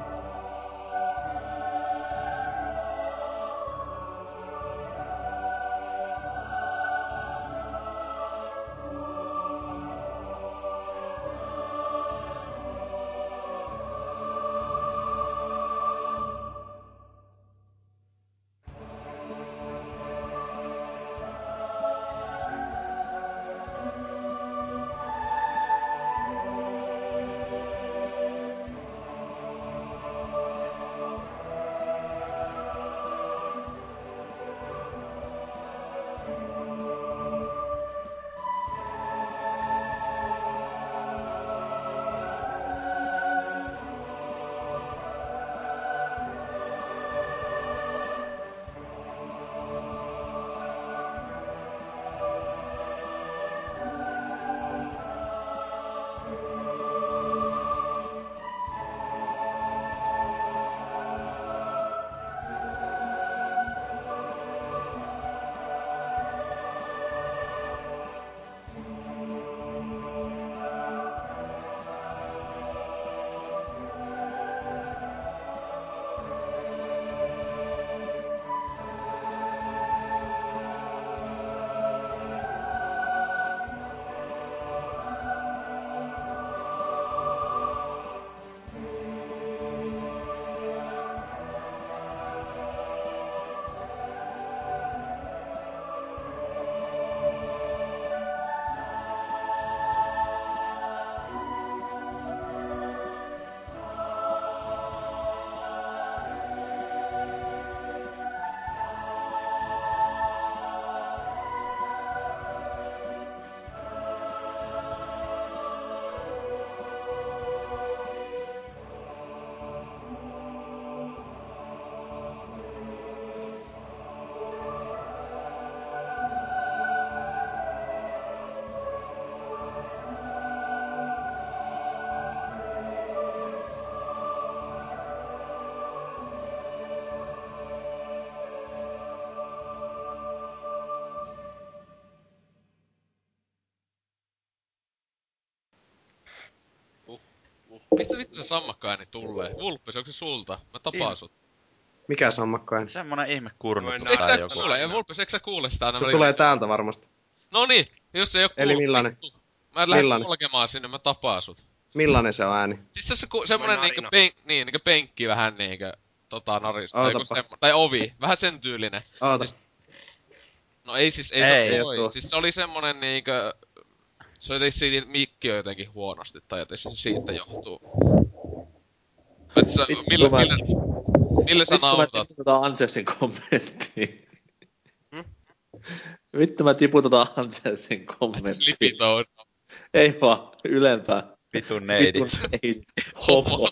se sammakkaääni tulee? Vulppes, onko se sulta? Mä tapaan Niin. sut. Mikä sammakkainen? Semmonen ihme kurnutus Noin Eikö tai sä joku. kuule? Ei, Vulppes, eikö sä kuule sitä aina Se välillä? tulee täältä varmasti. Noniin, jos ei oo Eli kuullut, millainen? vittu. Mä lähden Millainen? kulkemaan sinne, mä tapaan sut. Millainen se on ääni? Siis se on se ku, semmonen Noin niinkö, narina. pen, niin, niinkö penkki vähän niinkö, tota narista. Tai, joku Ootapa. semmo, tai ovi, vähän sen tyylinen. Oota. Siis- No ei siis, ei, Ei, se ei oo voi. tuo. Siis se oli semmonen niinkö... Se oli siitä mikki on jotenkin huonosti, tai joten se siitä johtuu. Et sä, Vittu millä, mä- millä, millä sä Vittu mä nautat? tiputetaan Anselsin kommenttiin. Hmm? Vittu mä tiputetaan Anselsin kommenttiin. Slipitoon. Ei vaan, ylempää. Vitun neidit. Vitun neidit. Homot.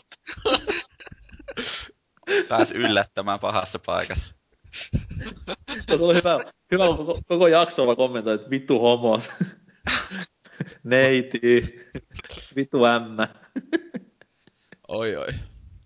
Pääs yllättämään pahassa paikassa. Se oli hyvä, hyvä kun koko, koko jaksolla kommentoi, että vittu homot. Neiti. Vittu ämmä. Oi oi.